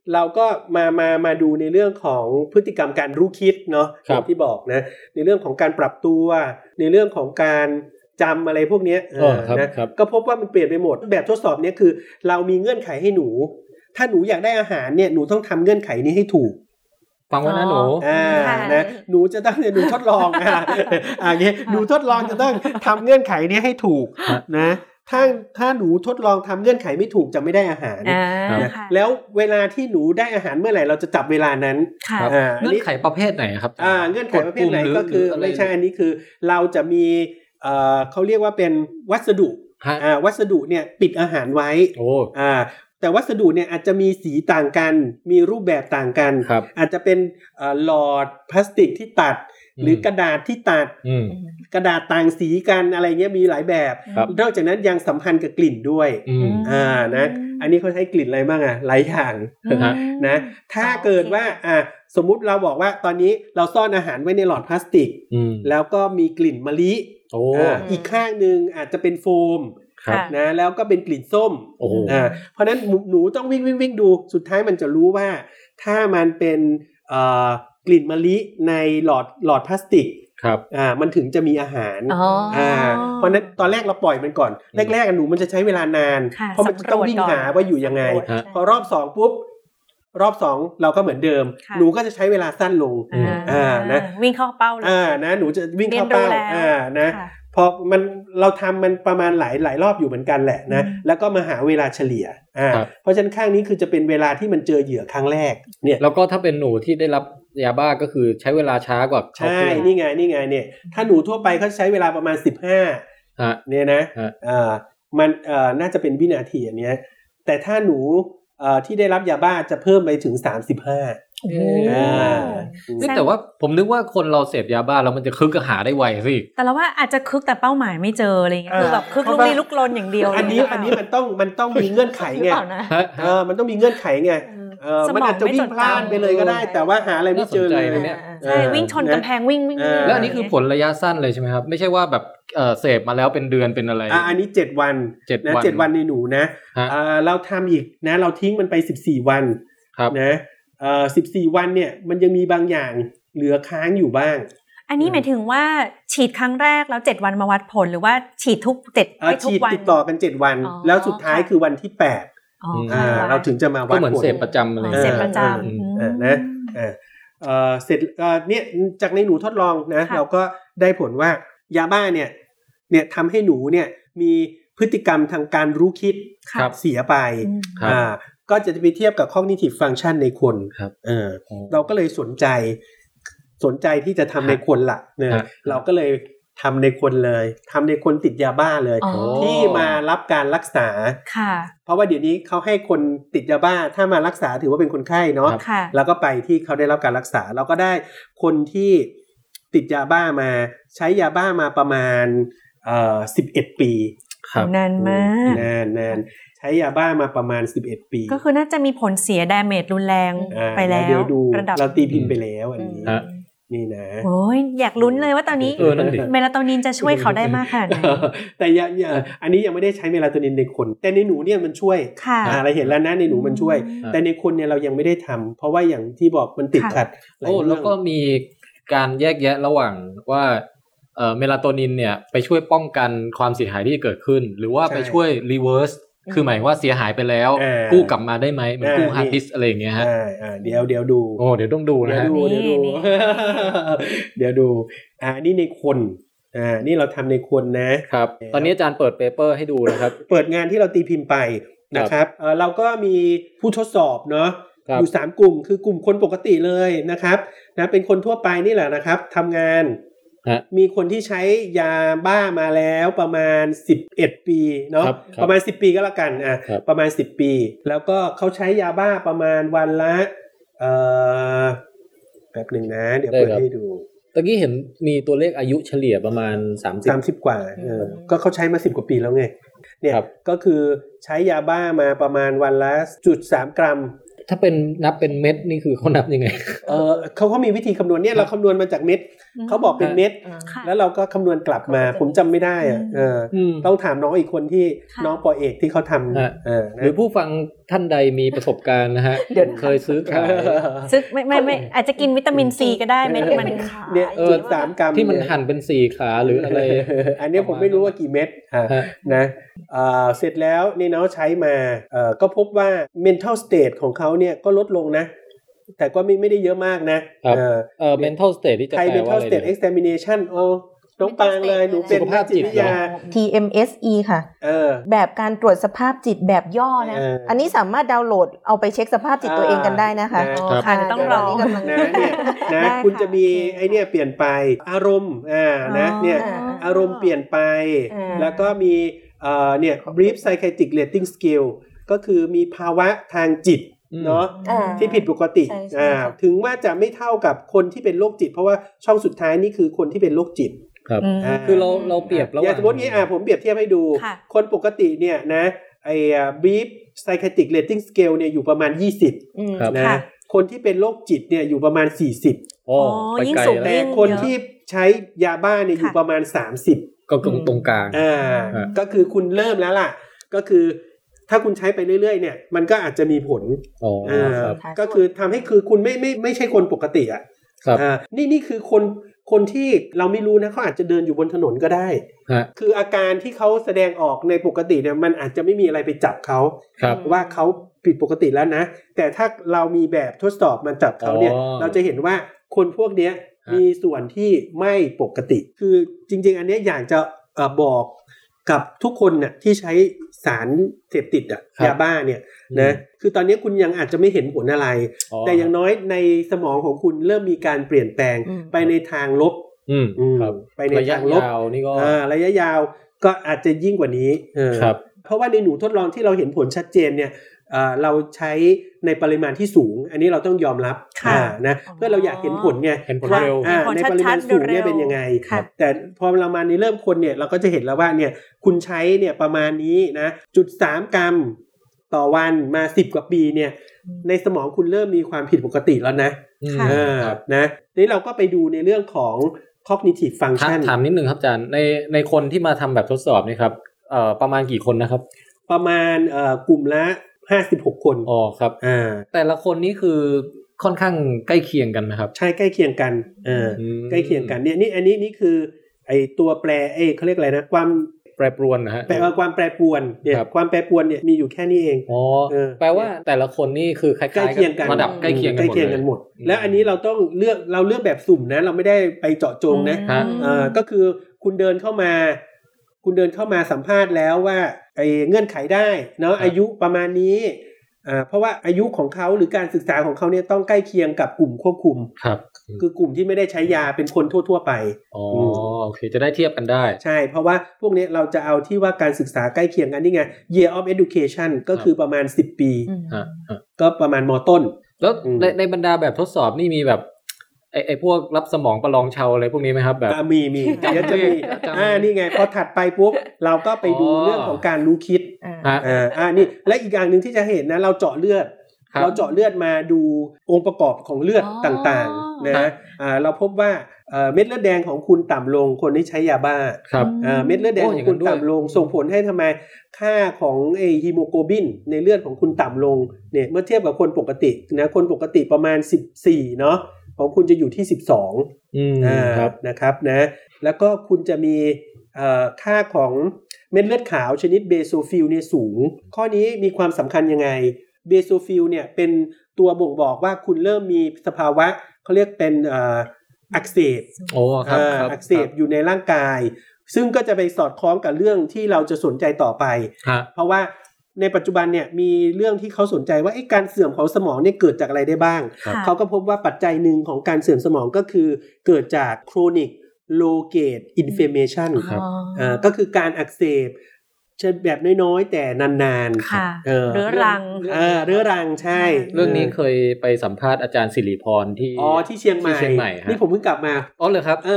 เราก็มามามาดูในเรื่องของพฤติกรรมการรู้คิดเนาะอย่างที่บอกนะในเรื่องของการปรับตัวในเรื่องของการจำอะไรพวกนี้นะก็พบว่ามันเปลี่ยนไปหมดแบบทดสอบนี้คือเรามีเงื่อนไขให้หนูถ้าหนูอยากได้อาหารเนี่ยหนูต้องทำเงื่อนไขนี้ให้ถูกฟังไว้นะหนูอ่านะหนูจะต้องหนูทดลองอ่าอ่าเงี้ยหนูทดลองจะต้องทำเงื่อนไขนี้ให้ถูกนะถ้าถ้าหนูทดลองทำเงื่อนไขไม่ถูกจะไม่ได้อาหารนะแล้วเวลาที่หนูได้อาหารเมื่อไหร่เราจะจับเวลานั้นเงื่อนไขประเภทไหนครับอ่าเงื่อนไขประเภทไหนก็คือไม่ใช่อันนี้คือเราจะมีเอ่อเขาเรียกว่าเป็นวัสดุอ่าวัสดุเนี่ยปิดอาหารไว้โอ้อ่าแต่วัสดุเนี่ยอาจจะมีสีต่างกันมีรูปแบบต่างกันอาจจะเป็นหลอดพลาสติกที่ตัดหรือกระดาษที่ตัดกระดาษต่างสีกันอะไรเงี้ยมีหลายแบบนอกจากนั้นยังสัมพันธ์กับกลิ่นด้วยอ่านะอันนี้เขาใช้กลิ่นอะไรบ้างอ่ะหลายอย่างนะถ้าเกิดว่าอ่าสมมุติเราบอกว่าตอนนี้เราซ่อนอาหารไว้ในหลอดพลาสติกแล้วก็มีกลิ่นมะลิอีกข้างนึงอาจจะเป็นโฟมนะแล้วก็เป็นกลิ่นส้มอ่าเพราะนั้นหนูต้องวิ่งวิ่งวิ่งดูสุดท้ายมันจะรู้ว่าถ้ามันเป็นเอ่อกลิ่นมะลิในหลอดหลอดพลาสติกครับอ่ามันถึงจะมีอาหารอ่าเพราะนั้นตอนแรกเราปล่อยมันก่อนแรกๆหนูมันจะใช้เวลานานเพราะมันต้องวิ่งหาว่าอยู่ยังไงพอรอบสองปุ๊บรอบสองเราก็เหมือนเดิมหนูก็จะใช้เวลาสั้นลงอ่านะวิ่งเข้าเป้าเลยอ่านะหนูจะวิ่งเข้าเป้าอ่านะพอมันเราทำมันประมาณหลายหลายรอบอยู่เหมือนกันแหละนะแล้วก็มาหาเวลาเฉลี่ยอ่าเพราะฉะนั้นข้างนี้คือจะเป็นเวลาที่มันเจอเหยื่อครั้งแรกเนี่ยแล้วก็ถ้าเป็นหนูที่ได้รับยาบ้าก็คือใช้เวลาช้ากว่าใช่นี่ไงนี่ไงเนี่ยถ้าหนูทั่วไปเขาใช้เวลาประมาณสิบห้าเนี่ยนะอ่ามันเอ่อน่าจะเป็นวินาทีอันเนี้ยแต่ถ้าหนูเอ่อที่ได้รับยาบ้าจะเพิ่มไปถึงสามสิบห้าอ่าแต่ว่าผมนึกว่าคนเราเสพยาบ้าแล้วมันจะคึกกระหาได้ไวสิแต่เราว่าอาจจะคึกแต่เป้าหมายไม่เจออะไรเงี้ยคือแบบคึกลุกลี้ลุกลนอย่างเดียวอันนี้อันนี้มันต้องมันต้องมีเงื่อนไขไงเออมันต้องมีเงื่อนไขไงเออมันอาจจะวิ่งพลาดไปเลยก็ได้แต่ว่าหาอะไรไม่เจอเลยเนี่ยใช่วิ่งชนกำแพงวิ่งวิ่งแล้วอันนี้คือผลระยะสั้นเลยใช่ไหมครับไม่ใช่ว่าแบบเออเสพมาแล้วเป็นเดือนเป็นอะไรอ่าอันนี้เจ็ดวันนะเจ็ดวันในหนูนะอ่าเราทำอีกนะเราทิ้งมันไปสิบสี่วันนะเอ่อสิบสี่วันเนี่ยมันยังมีบางอย่างเหลือค้างอยู่บ้างอันนี้หมายถึงว่าฉีดครั้งแรกแล้วเจ็ดวันมาวัดผลหรือว่าฉีดทุกเจ็ดไม่ทุกวันฉีดติดต่อกันเจ็ดวันแล้วสุดท้ายคือวันที่แปดอ่าเราถึงจะมาวัดผลก็เหมือนเสพประจำอะไรเสพประจำอ่านะอ่าเอ่อเสร็จเอ่อเนี่ยจากในหนูทดลองนะเราก็ได้ผลว่ายาบ้าเนี่ยเนี่ยทำให้หนูเนี่ยมีพฤติกรรมทางการรู้คิดเสียไปอ่าก็จะไปเทียบกับ cognitive function ในคนเออเราก็เลยสนใจสนใจที่จะทำในคนละเนี่ยเราก็เลยทำในคนเลยทำในคนติดยาบ้าเลยที่มารับการรักษาเพราะว่าเดี๋ยวนี้เขาให้คนติดยาบ้าถ้ามารักษาถือว่าเป็นคนไข้เนาะแล้วก็ไปที่เขาได้รับการรักษาเราก็ได้คนที่ติดยาบ้ามาใช้ยาบ้ามาประมาณเอ่อสิบเอ็ดปีนานมากนานนานใช้ยาบ้ามาประมาณสิบเอ็ดปีก็คือน่าจะมีผลเสีย damage รุนแรงไปแล้วระดับเราตีพิมพ์ไปแล้วอันนี้นี่นะโอ้ยอยากลุ้นเลยว่าตอนนี้เมลาโทนินจะช่วยเขาได้มากขนาดไหนแต่ยังอันนี้ยังไม่ได้ใช้เมลาโทนินในคนแต่ในหนูเนี่ยมันช่วยเราเห็นแล้วนะในหนูมันช่วยแต่ในคนเนี่ยเรายังไม่ได้ทำเพราะว่าอย่างที่บอกมันติดขัดโอ้แล้วก็มีการแยกแยะระหว่างว่าเอ่อเมลาโทนินเนี่ยไปช่วยป้องกันความเสียหายที่เกิดขึ้นหรือว่าไปช่วยรีเวิร์สคือหมายว่าเสียหายไปแล้วกู้กลับมาได้ไหมเหมือนกู้ฮาร์ดดิสก์อะไรอย่างเงี้ยฮะเดี๋ยวเดี๋ยวดูโอ้เดี๋ยวต้องดูนะเดี๋ยวดูเดี๋ยวดูเดี๋ยวดูอ่านี่ในคนอ่านี่เราทำในคนนะครับตอนนี้อาจารย์เปิดเปเปอร์ให้ดูนะครับเปิดงานที่เราตีพิมพ์ไปนะครับเออเราก็มีผู้ทดสอบเนาะอยู่สามกลุ่มคือกลุ่มคนปกติเลยนะครับนะเป็นคนทั่วไปนี่แหละนะครับทำงานมีคนที่ใช้ยาบ้ามาแล้วประมาณสิบเอ็ดปีเนาะประมาณสิบปีก็แล้วกันอ่ะประมาณสิบปีแล้วก็เขาใช้ยาบ้าประมาณวันละเอ่อแป๊บนึงนะเดี๋ยวเปิดให้ดูตะกี้เห็นมีตัวเลขอายุเฉลี่ยประมาณสามสิบสามสิบกว่าเออก็เขาใช้มาสิบกว่าปีแล้วไงเนี่ยก็คือใช้ยาบ้ามาประมาณวันละ ศูนย์จุดสาม กรัมถ้าเป็นนับเป็นเม็ดนี่คือเขานับยังไงเออเขาเขามีวิธีคำนวณเนี่ยเราคำนวณมาจากเม็ดเขาบอกเป็นเม็ดแล้วเราก็คำนวณกลับมาผมจำไม่ได้อ่ะเออต้องถามน้องอีกคนที่น้องปอเอกที่เขาทำเออหรือผู้ฟังท่านใดมีประสบการณ์นะฮะเคยซื้อขายซื้อไม่ไม่ไม่อาจจะกินวิตามินซีก็ได้เม็ดมันเนี่ยจุดสามกรัมที่มันหั่นเป็นสี่ขาหรืออะไรอันนี้ผมไม่รู้ว่ากี่เม็ดนะเสร็จแล้วนี่น้องใช้มาก็พบว่า mental state ของเขาเนี่ยก็ลดลงนะแต่ก็ไม่ไม่ได้เยอะมากนะเออเออ mental state ที่จะแปลว่าอะไร mental state examination โอ้น้องปางเลยหนูเป็นนักจิตวิทยาที เอ็ม เอส อี ค่ะแบบการตรวจสภาพจิตแบบย่อนะอันนี้สามารถดาวน์โหลดเอาไปเช็คสภาพจิตตัวเองกันได้นะคะค่ะต้องรอนะเนี่ยนะคุณจะมีไอเนี่ยเปลี่ยนไปอารมณ์อ่านะเนี่ยอารมณ์เปลี่ยนไปแล้วก็มีเอ่อเนี่ย brief psychiatric rating scale ก็คือมีภาวะทางจิตเนาะที่ผิดปกติอ่าถึงว่าจะไม่เท่ากับคนที่เป็นโรคจิตเพราะว่าช่องสุดท้ายนี่คือคนที่เป็นโรคจิตครับคือเราเราเปรียบระหว่างสมมติงี้อ่าผมเปรียบเทียบให้ดูคนปกติเนี่ยนะไอ้ brief psychiatric rating scale เนี่ยอยู่ประมาณยี่สิบนะคนที่เป็นโรคจิตเนี่ยอยู่ประมาณสี่สิบอ๋อยิ่งสูงแต่คนที่ใช้ยาบ้าเนี่ยอยู่ประมาณสามสิบก็ตรงกลางอ่าก็คือคุณเริ่มแล้วล่ะก็คือถ้าคุณใช้ไปเรื่อยๆเนี่ยมันก็อาจจะมีผลอ๋อครับก็คือทำให้คือคุณไม่ไม่ไม่ใช่คนปกติอ่ะครับอ่านี่นี่คือคนคนที่เราไม่รู้นะเขาอาจจะเดินอยู่บนถนนก็ได้คืออาการที่เขาแสดงออกในปกติเนี่ยมันอาจจะไม่มีอะไรไปจับเขาว่าเขาผิดปกติแล้วนะแต่ถ้าเรามีแบบทดสอบมันจับเขาเนี่ยเราจะเห็นว่าคนพวกนี้มีส่วนที่ไม่ปกติคือจริงๆอันนี้อยากจะเอ่อบอกกับทุกคนน่ะที่ใช้สารเสพติดอ่ะยาบ้าเนี่ยนะคือตอนนี้คุณยังอาจจะไม่เห็นผลอะไรแต่อย่างน้อยในสมองของคุณเริ่มมีการเปลี่ยนแปลงไปในทางลบไปในทางลบระยะยาวก็อาจจะยิ่งกว่านี้เพราะว่าในหนูทดลองที่เราเห็นผลชัดเจนเนี่ยเราใช้ในปริมาณที่สูงอันนี้เราต้องยอมรับนะเพื่อเราอยากเห็นผลไงว่าในปริมาณสูงเนี่ยเป็นยังไงแต่พอเรามาในเริ่มคนเนี่ยเราก็จะเห็นแล้วว่าเนี่ยคุณใช้เนี่ยประมาณนี้นะจุดสามกรัมต่อวันมาสิบกว่าปีเนี่ยในสมองคุณเริ่มมีความผิดปกติแล้วนะนะนี่เราก็ไปดูในเรื่องของ cognitive function ถามนิดนึงครับอาจารย์ในในคนที่มาทำแบบทดสอบนี่ครับประมาณกี่คนนะครับประมาณกลุ่มละห้าสิบหกคนอ๋อครับอ่าแต่ละคนนี้คือค่อนข้างใกล้เคียงกันนะครับใช่ใกล้เคียงกันเออใกล้เคียงกันเนี่ยนี่อันนี้นี่คือไอตัวแปรเอ้เขาเรียกอะไรนะความแปรปรวนนะฮะแปลว่าความแปรปรวนเนี่ยความแปรปรวนเนี่ยมีอยู่แค่นี้เองอ๋อแปลว่าแต่ละคนนี่คือคล้ายๆกันระดับใกล้เคียงกันหมดใกล้เคียงกันหมดแล้วอันนี้เราต้องเลือกเราเลือกแบบสุ่มนะเราไม่ได้ไปเจาะจงนะเออก็คือคุณเดินเข้ามาคุณเดินเข้ามาสัมภาษณ์แล้วว่าไอ้เงื่อนไขได้เนาะอายุประมาณนี้อ่าเพราะว่าอายุของเขาหรือการศึกษาของเขาเนี่ยต้องใกล้เคียงกับกลุ่มควบคุมครับคือกลุ่มที่ไม่ได้ใช้ยาเป็นคนทั่วๆไปอ๋อโอเคจะได้เทียบกันได้ใช่เพราะว่าพวกนี้เราจะเอาที่ว่าการศึกษาใกล้เคียงกันนี่ไง year of education ก็คือประมาณสิบปีก็ประมาณม.ต้นแล้วในในบรรดาแบบทดสอบนี่มีแบบไอ้ไอ้พวกรับสมองประลองเชาอะไรพวกนี้ไหมครับแบบมีมีเดี๋ยวจะมีอ่านี่ไงพอถัดไปปุ๊บเราก็ไปดูเรื่องของการรู้คิดอ่าอ่านี่และอีกอย่างนึงที่จะเห็นนะเราเจาะเลือดเราเจาะเลือดมาดูองค์ประกอบของเลือดต่างๆนะอ่าเราพบว่าเม็ดเลือดแดงของคุณต่ำลงคนที่ใช้ยาบ้าครับเม็ดเลือดแดงของคุณต่ำลงส่งผลให้ทำไมค่าของไอฮีโมโกลบินในเลือดของคุณต่ำลงเนี่ยเมื่อเทียบกับคนปกตินะคนปกติประมาณสิบสี่เนาะของคุณจะอยู่ที่สิบสองอืมครับนะครับนะแล้วก็คุณจะมีเอ่อค่าของเม็ดเลือดขาวชนิดเบโซฟิลเนี่ยสูงข้อนี้มีความสำคัญยังไงเบโซฟิลเนี่ยเป็นตัวบ่งบอกว่าคุณเริ่มมีสภาวะเขาเรียกเป็นเอ่ออักเสบโอ้ครับอักเสบอยู่ในร่างกายซึ่งก็จะไปสอดคล้องกับเรื่องที่เราจะสนใจต่อไปเพราะว่าในปัจจุบันเนี่ยมีเรื่องที่เขาสนใจว่าการเสื่อมของสมองเนี่ยเกิดจากอะไรได้บ้างเขาก็พบว่าปัจจัยหนึ่งของการเสื่อมสมองก็คือเกิดจาก chronic low grade inflammation ครับอ่าก็คือการอักเสบแบบน้อยๆแต่นานๆเออเรื้อรังเออเรื้อรังใช่เรื่องนี้เคยไปสัมภาษณ์อาจารย์สิริพรที่อ๋อที่เชียงใหม่นี่ผมเพิ่งกลับมาอ๋อเหรอครับเออ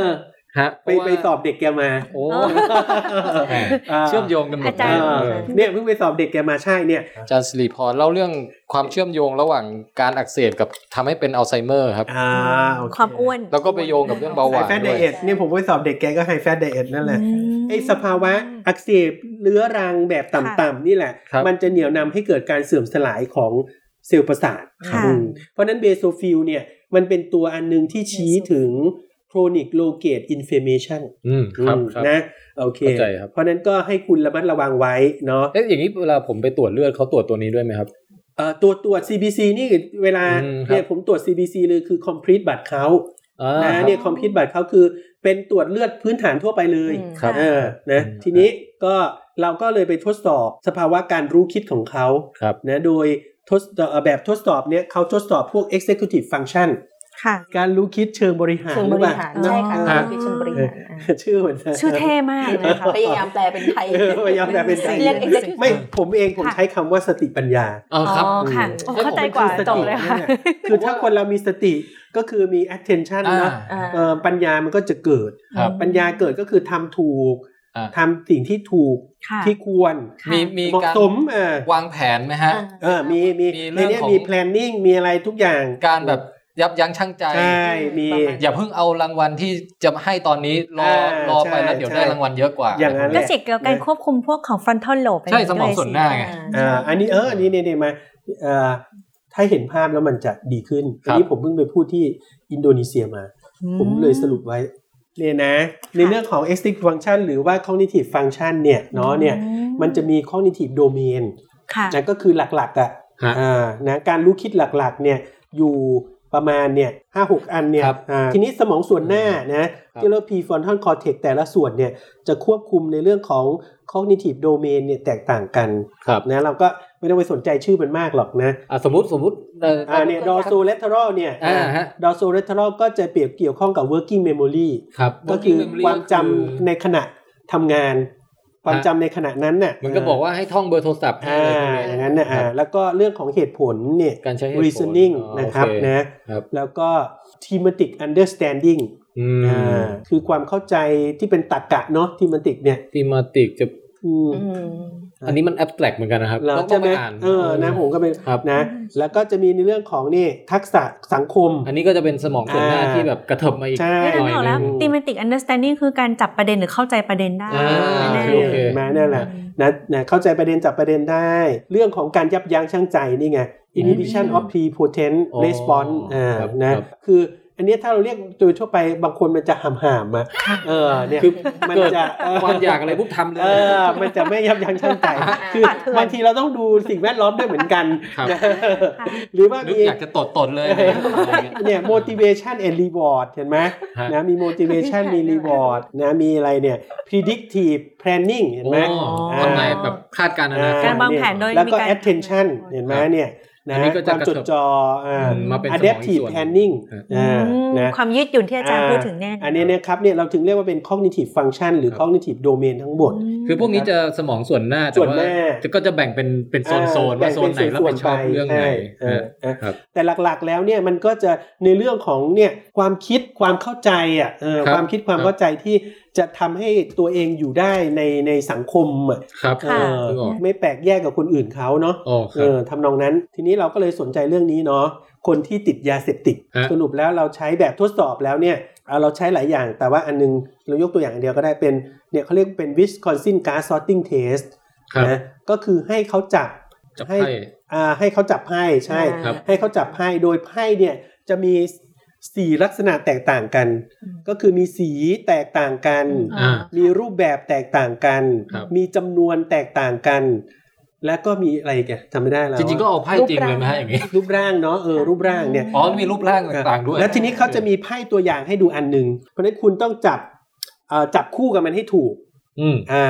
ฮะไปไปสอบเด็กแกมาโอ้เชื่อมโยงกันหมดเนี่ยเพิ่งไปสอบเด็กแกมาใช่เนี่ยอาจารย์สิริพรเล่าเรื่องความเชื่อมโยงระหว่างการอักเสบกับทำให้เป็นอัลไซเมอร์ครับความอ้วนแล้วก็ไปโยงกับเรื่องเบาหวานไฮแฟตไดเอทเนี่ยผมไปสอบเด็กแกก็ไฮแฟตไดเอทนั่นแหละไอ้สภาวะอักเสบเรื้อรังแบบต่ำๆนี่แหละมันจะเหนี่ยวนำให้เกิดการเสื่อมสลายของเซลล์ประสาทเพราะนั้นเบโซฟิลเนี่ยมันเป็นตัวอันนึงที่ชี้ถึง chronic low grade inflammation อืมครับนะโอเคเพราะนั้นก็ให้คุณระมัดระวังไว้เนาะเอ๊ะอย่างนี้เวลาผมไปตรวจเลือดเขาตรวจตัวนี้ด้วยไหมครับเอ่อตัวตรวจ ซี บี ซี นี่เวลาเนี่ยผมตรวจ ซี บี ซี เลยคือ complete blood count นะเนี่ย complete blood count คือเป็นตรวจเลือดพื้นฐานทั่วไปเลยเออนะทีนี้ก็เราก็เลยไปทดสอบสภาวะการรู้คิดของเขานะโดยทดแบบทดสอบเนี่ยเขาทดสอบพวก executive function การรู้คิดเชิงบริหารหรือเปล่าใช่ค่ะการรู้คิดเชิงบริหารชื่อเหมือนชื่อเท่มากนะคะพยายามแปลเป็นไทยพยายามแปลเป็นไทยไม่ผมเองผมใช้คำว่าสติปัญญาอ๋อครับค่ะเข้าใจกว่าจบเลยค่ะคือถ้าคนเรามีสติก็คือมี attention นะปัญญามันก็จะเกิดปัญญาเกิดก็คือทำถูกทำสิ่งที่ถูกที่ควรมีมีเหมาะสมวางแผนไหมฮะเออมีมีในนี้มี planning มีอะไรทุกอย่างการแบบยับยั้งชั่งใจใช่มีอย่าเพิ่งเอารางวัลที่จะให้ตอนนี้รอรอไปแล้วเดี๋ยวได้รางวัลเยอะกว่าอย่างนั้นแหละก็เกี่ยวกับการควบคุมพวกของ frontal lobe ใช่สมองส่วนหน้าไงอ่าอันนี้เอออันนี้เนี่ยมาเอ่อถ้าเห็นภาพแล้วมันจะดีขึ้นอันนี้ผมเพิ่งไปพูดที่อินโดนีเซียมาผมเลยสรุปไว้เนี่ยนะในเรื่องของ executive function หรือว่า cognitive function เนี่ยเนาะเนี่ยมันจะมี cognitive domain นั่นก็คือหลักๆอ่ะอ่านะการรู้คิดหลักๆเนี่ยอยู่ประมาณเนี่ย ห้าหก อันเนี่ยทีนี้สมองส่วนหน้านะที่เรียกว่า prefrontal cortex แต่ละส่วนเนี่ยจะควบคุมในเรื่องของ cognitive domain เนี่ยแตกต่างกันนะเราก็ไม่ต้องไปสนใจชื่อมันมากหรอกนะสมมุติสมมุติอ่าเนี่ย dorsolateral เนี่ย dorsolateral ก็จะเปรียบเกี่ยวข้องกับ working memory ก็คือความจำในขณะทำงานความจำในขณะนั้นน่ะมันก็บอกว่าให้ท่องเบอร์โทรศัพท์อ่าอย่างนั้นน่ะอ่าแล้วก็เรื่องของเหตุผลเนี่ยการใช้ reasoning นะครับนะแล้วก็ thematic understanding อ่าคือความเข้าใจที่เป็นตรรกะเนาะ thematic เนี่ย thematic จะอันนี้มัน abstract เหมือนกันนะครับต้องไปอ่านเออนะผมก็เป็นนะแล้วก็จะมีในเรื่องของนี่ทักษะสังคมอันนี้ก็จะเป็นสมองส่วนหน้าที่แบบกระเถิบมาอีกหน่อยนึง thematic understanding คือการจับประเด็นหรือเข้าใจประเด็นได้มานั่นแหละนะนะเข้าใจประเด็นจับประเด็นได้เรื่องของการยับยั้งชั่งใจนี่ไง inhibition of prepotent response อ่านะคืออันนี้ถ้าเราเรียกโดยทั่วไปบางคนมันจะห่ำๆอ่ะเออเนี่ยคือมันจะความอยากอะไรปุ๊บทำเลยเออมันจะไม่ยับยั้งชั่งใจคือบางทีเราต้องดูสิ่งแวดล้อมด้วยเหมือนกันหรือว่ามีอยากจะตดตดเลยเนี่ย motivation and reward เห็นไหมนะมี motivation มี reward นะมีอะไรเนี่ย predictive planning เห็นไหมทำไงแบบคาดการณ์อนาคตการวางแผนโดยแล้วก็ attention เห็นไหมเนี่ยนะความจดจ่ออ่า adaptive planning อ่านะความยืดหยุ่นที่อาจารย์พูดถึงแน่อันนี้นะครับเนี่ยเราถึงเรียกว่าเป็น cognitive function หรือ cognitive domain ทั้งหมดคือพวกนี้จะสมองส่วนหน้าแต่ว่าก็จะแบ่งเป็นเป็นโซนๆว่าโซนไหนรับผิดชอบเรื่องไหนแต่หลักๆแล้วเนี่ยมันก็จะในเรื่องของเนี่ยความคิดความเข้าใจอ่ะความคิดความเข้าใจที่จะทำให้ตัวเองอยู่ได้ในในสังคมอ่ะไม่แปลกแยกกับคนอื่นเขาเนาะเออทำนองนั้นทีนี้เราก็เลยสนใจเรื่องนี้เนาะคนที่ติดยาเสพติดสรุปแล้วเราใช้แบบทดสอบแล้วเนี่ยเราใช้หลายอย่างแต่ว่าอันนึงเรายกตัวอย่างอันเดียวก็ได้เป็นเนี่ยเขาเรียกเป็น Wisconsin Card Sorting Test นะก็คือให้เขาจับให้อ่าให้เขาจับไพ่ใช่ให้เขาจับไพ่โดยไพ่เนี่ยจะมีสีลักษณะแตกต่างกันก็คือมีสีแตกต่างกันมีรูปแบบแตกต่างกันมีจำนวนแตกต่างกันแล้วก็มีอะไรแกจำไม่ได้แล้วจริงๆก็เอาไพ่จริงเลยไหมฮะอย่างงี้รูปร่างเนาะเออรูปร่างเนี่ยอ๋อมีรูปร่างต่างๆด้วยแล้วทีนี้เขาจะมีไพ่ตัวอย่างให้ดูอันนึงเพราะฉะนั้นคุณต้องจับเอ่อจับคู่กับมันให้ถูกอ่า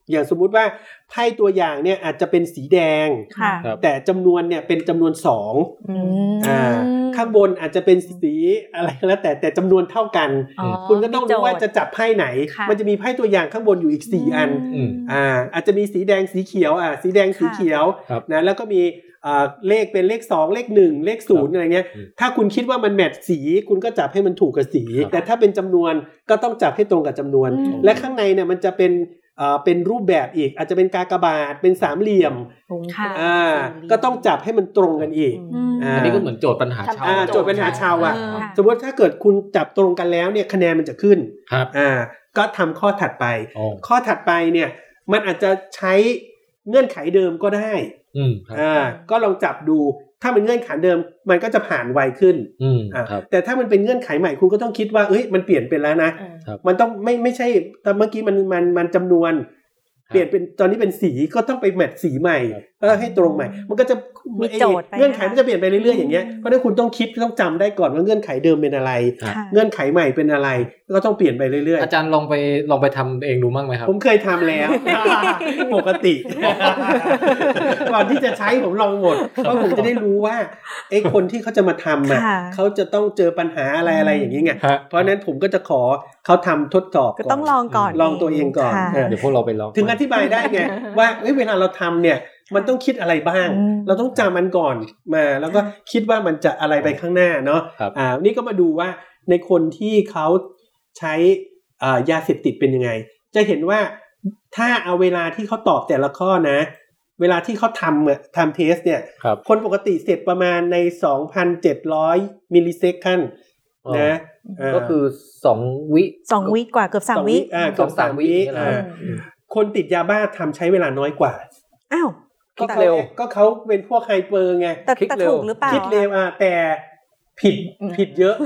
อย่างสมมุติว่าไพ่ตัวอย่างเนี่ยอาจจะเป็นสีแดงแต่จำนวนเนี่ยเป็นจำนวนสองอ่าข้างบนอาจจะเป็นสีอะไรก็แล้วแต่แต่จำนวนเท่ากันคุณก็ต้องรู้ว่าจะจับไพ่ไหนมันจะมีไพ่ตัวอย่างข้างบนอยู่อีกสี่อันอ่าอาจจะมีสีแดงสีเขียวอ่าสีแดงสีเขียวนะแล้วก็มีอ่าเลขเป็นเลขสองเลขหนึ่งเลขศูนย์อะไรเงี้ยถ้าคุณคิดว่ามันแมทช์สีคุณก็จับให้มันถูกกับสีแต่ถ้าเป็นจำนวนก็ต้องจับให้ตรงกับจำนวนและข้างในเนี่ยมันจะเป็นอ่าเป็นรูปแบบอีกอาจจะเป็นกากบาทเป็นสามเหลี่ยมอ่าก็ต้องจับให้มันตรงกันอีกอันนี้ก็เหมือนโจทย์ปัญหาชาวอ่าโจทย์ปัญหาชาวอ่ะสมมติถ้าเกิดคุณจับตรงกันแล้วเนี่ยคะแนนมันจะขึ้นครับอ่าก็ทำข้อถัดไปข้อถัดไปเนี่ยมันอาจจะใช้เงื่อนไขเดิมก็ได้อืมอ่าก็ลองจับดูถ้ามันเงื่อนไขเดิมมันก็จะผ่านไวขึ้นอืมอ่าแต่ถ้ามันเป็นเงื่อนไขใหม่คุณก็ต้องคิดว่าเอ้ยมันเปลี่ยนเป็นแล้วนะมันต้องไม่ไม่ใช่แต่เมื่อกี้มันมันมันจำนวนเปลี่ยนเป็นตอนนี้เป็นสีก็ต้องไปแมทสีใหม่เออให้ตรงใหม่มันก็จะมีโจทย์เงื่อนไขมันจะเปลี่ยนไปเรื่อยๆอย่างเงี้ยเพราะฉะนั้นคุณต้องคิดต้องจำได้ก่อนว่าเงื่อนไขเดิมเป็นอะไรเงื่อนไขใหม่เป็นอะไรก็ต้องเปลี่ยนไปเรื่อยๆอาจารย์ลองไปลองไปทำเองดูบ้างไหมครับผมเคยทำแล้วปกติก่อนที่จะใช้ผมลองหมดเพราะผมจะได้รู้ว่าไอ้คนที่เขาจะมาทำอ่ะเขาจะต้องเจอปัญหาอะไรอะไรอย่างนี้ไงเพราะนั้นผมก็จะขอเขาทำทดสอบก็ต้องลองก่อนลองตัวเองก่อนเดี๋ยวพวกเราไปลองถึงอธิบายได้ไงว่าเวลาเราทำเนี่ยมันต้องคิดอะไรบ้างเราต้องจำมันก่อนมาแล้วก็คิดว่ามันจะอะไรไปข้างหน้าเนาะอ่านี่ก็มาดูว่าในคนที่เขาใช้อ่ายาเสพติดเป็นยังไงจะเห็นว่าถ้าเอาเวลาที่เขาตอบแต่ละข้อนะเวลาที่เขาทำทำเทสเนี่ยคนปกติเสร็จประมาณใน สองพันเจ็ดร้อย มิลลิเซคันด์นะก็คือสองวิสองวิกว่าเกือบสามวิอ่าเกือบสามวิคนติดยาบ้าทำใช้เวลาน้อยกว่าอ้าวคิดเร็วก็เขาเป็นพวกไฮเปอร์ไงคิดเร็วหรือเปล่าคิดเร็วอ่ะแต่ผิดผิดเยอะ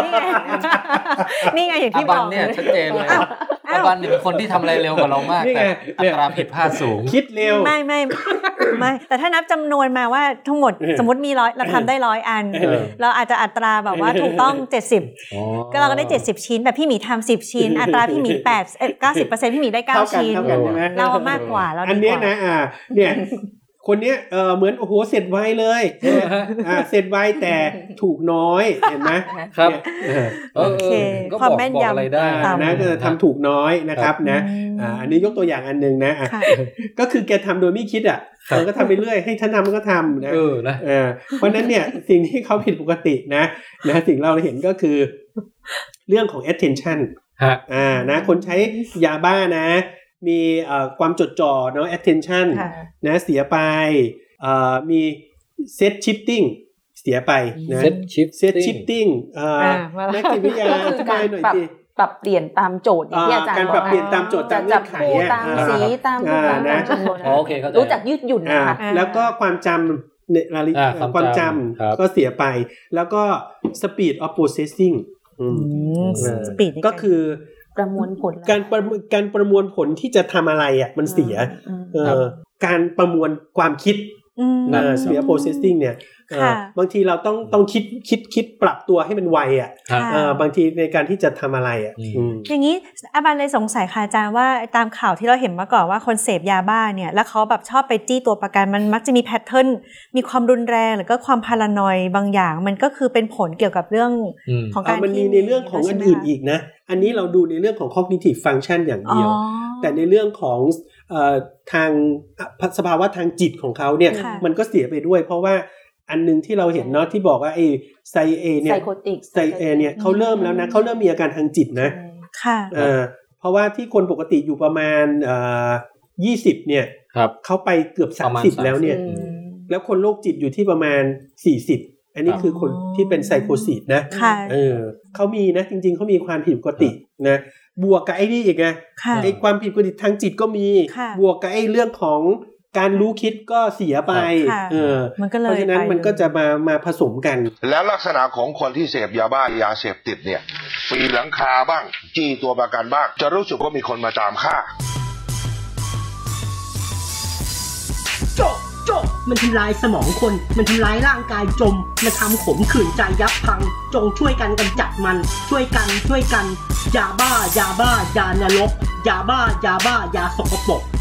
นี่ไงอย่างที่บอกเนี่ยชัดเจนเลยอาบันเนี่ยเป็นคนที่ทำอะไรเร็วกว่าเรามากแต่อัตราผิดพลาดสูงคิดเร็วไม่ไม่ไม่แต่ถ้านับจำนวนมาว่าทั้งหมดสมมติมีร้อยเราทำได้ร้อยอันเราอาจจะอัตราแบบว่าถูกต้องเจ็ดสิบก็เราก็ได้เจ็ดสิบชิ้นแต่พี่หมีทำสิบชิ้นอัตราพี่หมีแปด เก้าสิบเปอร์เซ็นต์ พี่หมีได้เก้าชิ้นเรามากกว่าเราอันนี้นะอ่าเนี่ยคนเนี้ยเออเหมือนโอ้โหเสร็จไวเลยอ่าเสร็จไวแต่ถูกน้อยเห็นไหมครับโอเคความแม่นยำอะไรได้นะก็ทำถูกน้อยนะครับนะอ่าอันนี้ยกตัวอย่างอันนึงนะก็คือแกทำโดยไม่คิดอ่ะมันก็ทำไปเรื่อยให้ท่านทำมันก็ทำนะเออนะเพราะนั้นเนี่ยสิ่งที่เขาผิดปกตินะนะสิ่งเราเห็นก็คือเรื่องของ attention อ่านะคนใช้ยาบ้านะมีความจดจ่อเนาะ attention นะเสียไปมี set shifting เสียไปนะ set set shifting นักจิตวิทยาอธิบายหน่อยดิปรับเปลี่ยนตามโจทย์อย่างที่อาจารย์การปรับเปลี่ยนตามโจทย์ตามเงื่อนไขตามสีตามรูปตามจำนวนโอเคเข้าใจรู้จักยืดหยุ่นนะคะแล้วก็ความจำเนี่ยความจำก็เสียไปแล้วก็ speed of processing speed ก็คือประมวลผลการประการประมวลผลที่จะทำอะไรอ่ะมันเสียเอ่อการประมวลความคิดเอ่อ speed processing เนี่ยบางทีเราต้องต้องคิดคิดคิดปรับตัวให้มันไวอ่ะเอ่อบางทีในการที่จะทำอะไรอ่ะอย่างนี้อาบันเลยสงสัยค่ะอาจารย์ว่าตามข่าวที่เราเห็นมาก่อนว่าคนเสพยาบ้าเนี่ยแล้วเขาแบบชอบไปจี้ตัวประกันมันมักจะมีแพทเทิร์นมีความรุนแรงหรือก็ความพารานอยบางอย่างมันก็คือเป็นผลเกี่ยวกับเรื่องของการมันมีในเรื่องของอันอื่นอีกนะอันนี้เราดูในเรื่องของ cognitive function อย่างเดียวแต่ในเรื่องของเอ่อทางสภาวะทางจิตของเขาเนี่ยมันก็เสียไปด้วยเพราะว่าอันนึงที่เราเห็นเนาะที่บอกว่าไอ้ไซเอเนี่ยไซเอเนี่ยเขาเริ่มแล้วนะเขาเริ่มมีอาการทางจิตนะค่ะเออเพราะว่าที่คนปกติอยู่ประมาณเอ่อยี่สิบเนี่ยเขาไปเกือบสามสิบแล้วเนี่ยแล้วคนโรคจิตอยู่ที่ประมาณสี่สิบอันนี้คือคนที่เป็นไซโคซิสนะเออเขามีนะจริงๆเขามีความผิดปกตินะบวกกับไอ้นี่อีกไงไอ้ความผิดปกติทางจิตก็มีบวกกับไอ้เรื่องของการรู้คิดก็เสียไปเออเพราะฉะนั้นมันก็จะมามาผสมกันแล้วลักษณะของคนที่เสพยาบ้ายาเสพติดเนี่ยปีนหลังคาบ้างจี้ตัวประกันบ้างจะรู้สึกว่ามีคนมาตามฆ่าโจ๊ะโจ๊ะมันทำลายสมองคนมันทำลายร่างกายจมมาทำขมขื่นใจยับพังจงช่วยกันกำจัดมันช่วยกันช่วยกันยาบ้ายาบ้ายานรกยาบ้ายาบ้ายาสกปรก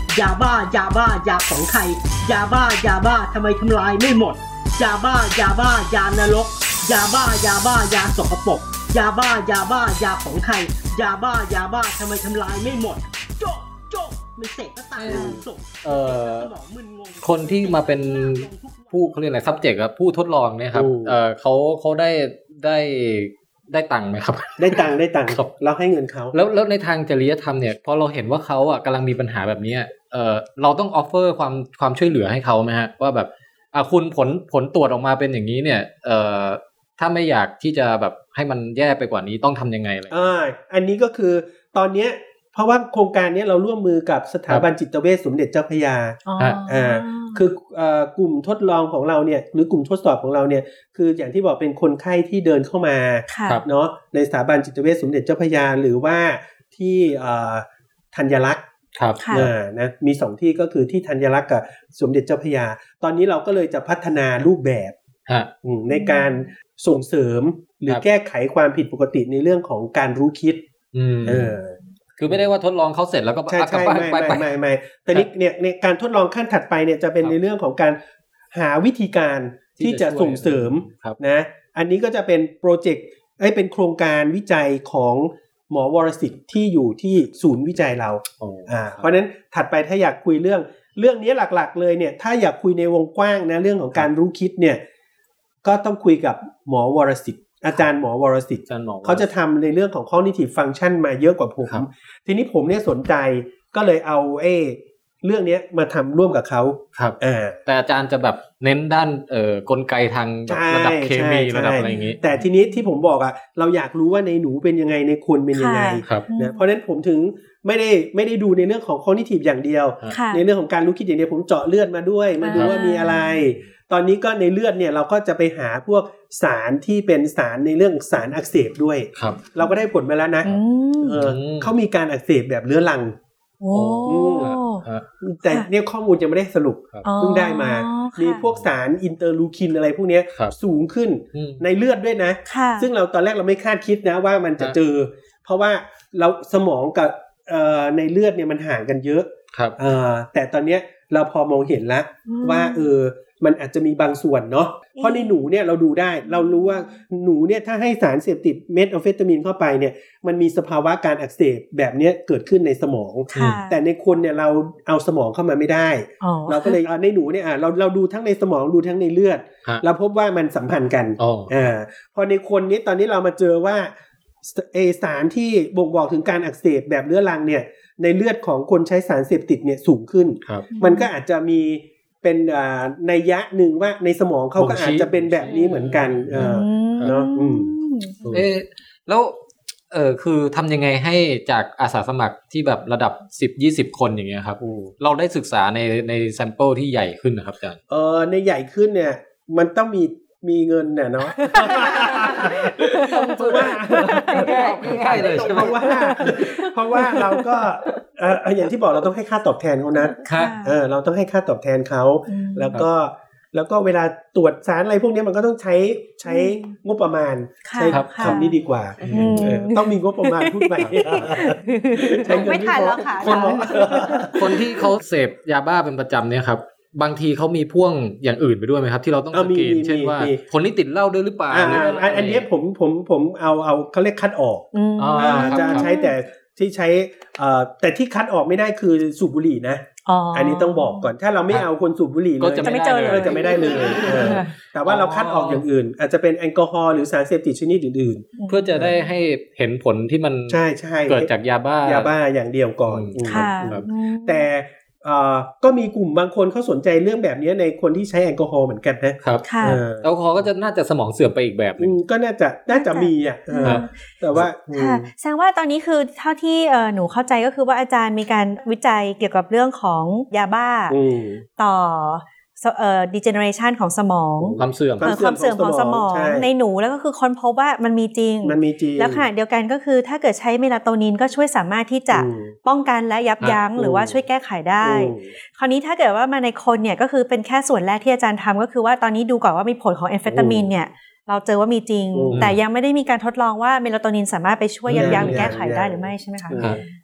ยาบ้ายาบ้ายาของใครยาบ้ายาบ้าทำไมทำลายไม่หมดยาบ้ายาบ้ายานรกยาบ้ายาบ้ายาสกปรกยาบ้ายาบ้ายาของใครยาบ้ายาบ้าทำไมทำลายไม่หมดโจ๊ะโจ๊ะมันเสกก็ตายส่งเอ่อคนที่มาเป็นผู้เขาเรียกอะไร subject ครับผู้ทดลองเนี่ยครับเอ่อเขาเขาได้ได้ได้ตังค์ไหมครับได้ตังค์ได้ตังค์เราให้เงินเขาแล้วแล้วในทางจริยธรรมเนี่ยพอเราเห็นว่าเขาอ่ะกำลังมีปัญหาแบบนี้เอ่อเราต้องออฟเฟอร์ความความช่วยเหลือให้เขาไหมฮะว่าแบบอ่ะคุณผลผลตรวจออกมาเป็นอย่างนี้เนี่ยเอ่อถ้าไม่อยากที่จะแบบให้มันแย่ไปกว่านี้ต้องทำยังไงอะไรอ่าอันนี้ก็คือตอนเนี้ยเพราะว่าโครงการนี้เราร่วมมือกับสถาบันจิตเวชสมเด็จเจ้าพระยาอ่าคืออ่ากลุ่มทดลองของเราเนี่ยหรือกลุ่มทดสอบของเราเนี่ยคืออย่างที่บอกเป็นคนไข้ที่เดินเข้ามาเนาะในสถาบันจิตเวชสมเด็จเจ้าพระยาหรือว่าที่อ่าธัญรักษ์ครับอ่านะมีสองที่ก็คือที่ธัญรักษ์กับสมเด็จเจ้าพระยาตอนนี้เราก็เลยจะพัฒนารูปแบบในการส่งเสริมหรือแก้ไขความผิดปกติในเรื่องของการรู้คิดเออคือไม่ได้ว่าทดลองเขาเสร็จแล้วก็ใช่ใช่ไม่ไม่ไม่ไม่แต่นี่เนี่ยในการทดลองขั้นถัดไปเนี่ยจะเป็นในเรื่องของการหาวิธีการที่จะส่งเสริมนะอันนี้ก็จะเป็นโปรเจกต์เอ้ยเป็นโครงการวิจัยของหมอวรสิทธิ์ที่อยู่ที่ศูนย์วิจัยเราอ่าเพราะนั้นถัดไปถ้าอยากคุยเรื่องเรื่องนี้หลักๆเลยเนี่ยถ้าอยากคุยในวงกว้างนะเรื่องของการรู้คิดเนี่ยก็ต้องคุยกับหมอวรสิทธิ์อาจารย์หมอวรสิทธิ์เขาจะทำในเรื่องของ cognitive function มาเยอะกว่าผมทีนี้ผมเนี่ยสนใจก็เลยเอาเอ้เรื่องนี้มาทำร่วมกับเขาครับอ่าแต่อาจารย์จะแบบเน้นด้านเอ่อกลไกทางระดับเคมีระดับอะไรอย่างงี้แต่ทีนี้ที่ผมบอกอ่ะเราอยากรู้ว่าในหนูเป็นยังไงในคนเป็นยังไงนะเพราะฉะนั้นผมถึงไม่ได้ไม่ได้ดูในเรื่องของ cognitive อย่างเดียวในเรื่องของการรู้คิดอย่างเดียวผมเจาะเลือดมาด้วยมาดูว่ามีอะไรตอนนี้ก็ในเลือดเนี่ยเราก็จะไปหาพวกสารที่เป็นสารในเรื่องสารอักเสบด้วยเราก็ได้ผลมาแล้วนะเออเขามีการอักเสบแบบเรื้อรังโอ้แต่เนี่ยข้อมูลยังไม่ได้สรุปเพิ่งได้มามีพวกสารอินเตอร์ลูคินอะไรพวกนี้สูงขึ้นในเลือดด้วยนะซึ่งเราตอนแรกเราไม่คาดคิดนะว่ามันจะเจอเพราะว่าเราสมองกับในเลือดเนี่ยมันห่างกันเยอะแต่ตอนนี้เราพอมองเห็นแล้วว่าเออมันอาจจะมีบางส่วนเนาะเพราะในหนูเนี่ยเราดูได้เรารู้ว่าหนูเนี่ยถ้าให้สารเสพติดเมทแอมเฟตามีนเข้าไปเนี่ยมันมีสภาวะการอักเสบแบบนี้เกิดขึ้นในสมองแต่ในคนเนี่ยเราเอาสมองเข้ามาไม่ได้เราก็เลยในหนูเนี่ยเราเราดูทั้งในสมองดูทั้งในเลือดเราพบว่ามันสัมพันธ์กันอ่าพอในคนนี้ตอนนี้เรามาเจอว่าเอสารที่บ่งบอกถึงการอักเสบแบบเรื้อรังเนี่ยในเลือดของคนใช้สารเสพติดเนี่ยสูงขึ้นมันก็อาจจะมีเป็นนัยยะหนึ่งว่าในสมองเขาก็อาจจะเป็นแบบนี้เหมือนกันเออเนาะเอ๊ะแล้วเออคือทำยังไงให้จากอาสาสมัครที่แบบระดับ สิบ ยี่สิบ คนอย่างเงี้ยครับเราได้ศึกษาในในแซมเปิลที่ใหญ่ขึ้นนะครับอาจารย์เออในใหญ่ขึ้นเนี่ยมันต้องมีมีเงินเนี่ยเนาะเพราะว่าง่ายเลยใช่ไหมเพราะว่าเพราะว่าเราก็เอออย่างที่บอกเราต้องให้ค่าตอบแทนเขานะเออเราต้องให้ค่าตอบแทนเขาแล้วก็แล้วก็เวลาตรวจสารอะไรพวกนี้มันก็ต้องใช้ใช้งบประมาณใช้คำนี้ดีกว่าต้องมีงบประมาณพูดไปไม่ทันแล้วค่ะคนคนที่เขาเสพยาบ้าเป็นประจำเนี่ยครับบางทีเขามีพ่วงอย่างอื่นไปด้วยไหมครับที่เราต้องสกรีนเช่นว่าคนนี้ติดเหล้าด้วยหรือเปล่าอันนี้ผมผมผมเอาเอาเขาเรียกคัดออกจะใช้แต่ที่ใช้แต่ที่คัดออกไม่ได้คือสูบบุหรี่นะอันนี้ต้องบอกก่อนถ้าเราไม่เอาคนสูบบุหรี่เลยจะไม่เจอเลยจะไม่ได้เลยแต่ว่าเราคัดออกอย่างอื่นอาจจะเป็นแอลกอฮอล์หรือสารเสพติดชนิดอื่นๆเพื่อจะได้ให้เห็นผลที่มันเกิดจากยาบ้ายาบ้าอย่างเดียวก่อนแต่ก็มีกลุ่มบางคนเขาสนใจเรื่องแบบนี้ในคนที่ใช้แอลกอฮอล์เหมือนกันนะครับแอลกอฮอล์ก็จะน่าจะสมองเสื่อมไปอีกแบบนึงก็น่าจะน่าจะมีอ่ะแต่ว่าแสดงว่าตอนนี้คือเท่าที่หนูเข้าใจก็คือว่าอาจารย์มีการวิจัยเกี่ยวกับเรื่องของยาบ้าต่อเอ่อ degeneration ของสมองความเสื่อมความเสื่อมของสมองในหนูแล้วก็คือค้นพบว่ามันมีจริงมันมีจริงแล้วขณะเดียวกันก็คือถ้าเกิดใช้เมลาโทนินก็ช่วยสามารถที่จะป้องกันและยับยั้งหรือว่าช่วยแก้ไขได้คราวนี้ถ้าเกิดว่ามาในคนเนี่ยก็คือเป็นแค่ส่วนแรกที่อาจารย์ทำก็คือว่าตอนนี้ดูก่อนว่ามีผลของแอมเฟตามีนเนี่ยเราเจอว่ามีจริงแต่ยังไม่ได้มีการทดลองว่าเมลาโทนินสามารถไปช่วยยับยั้งหรือแก้ไขได้หรือไม่ใช่ไหมคะ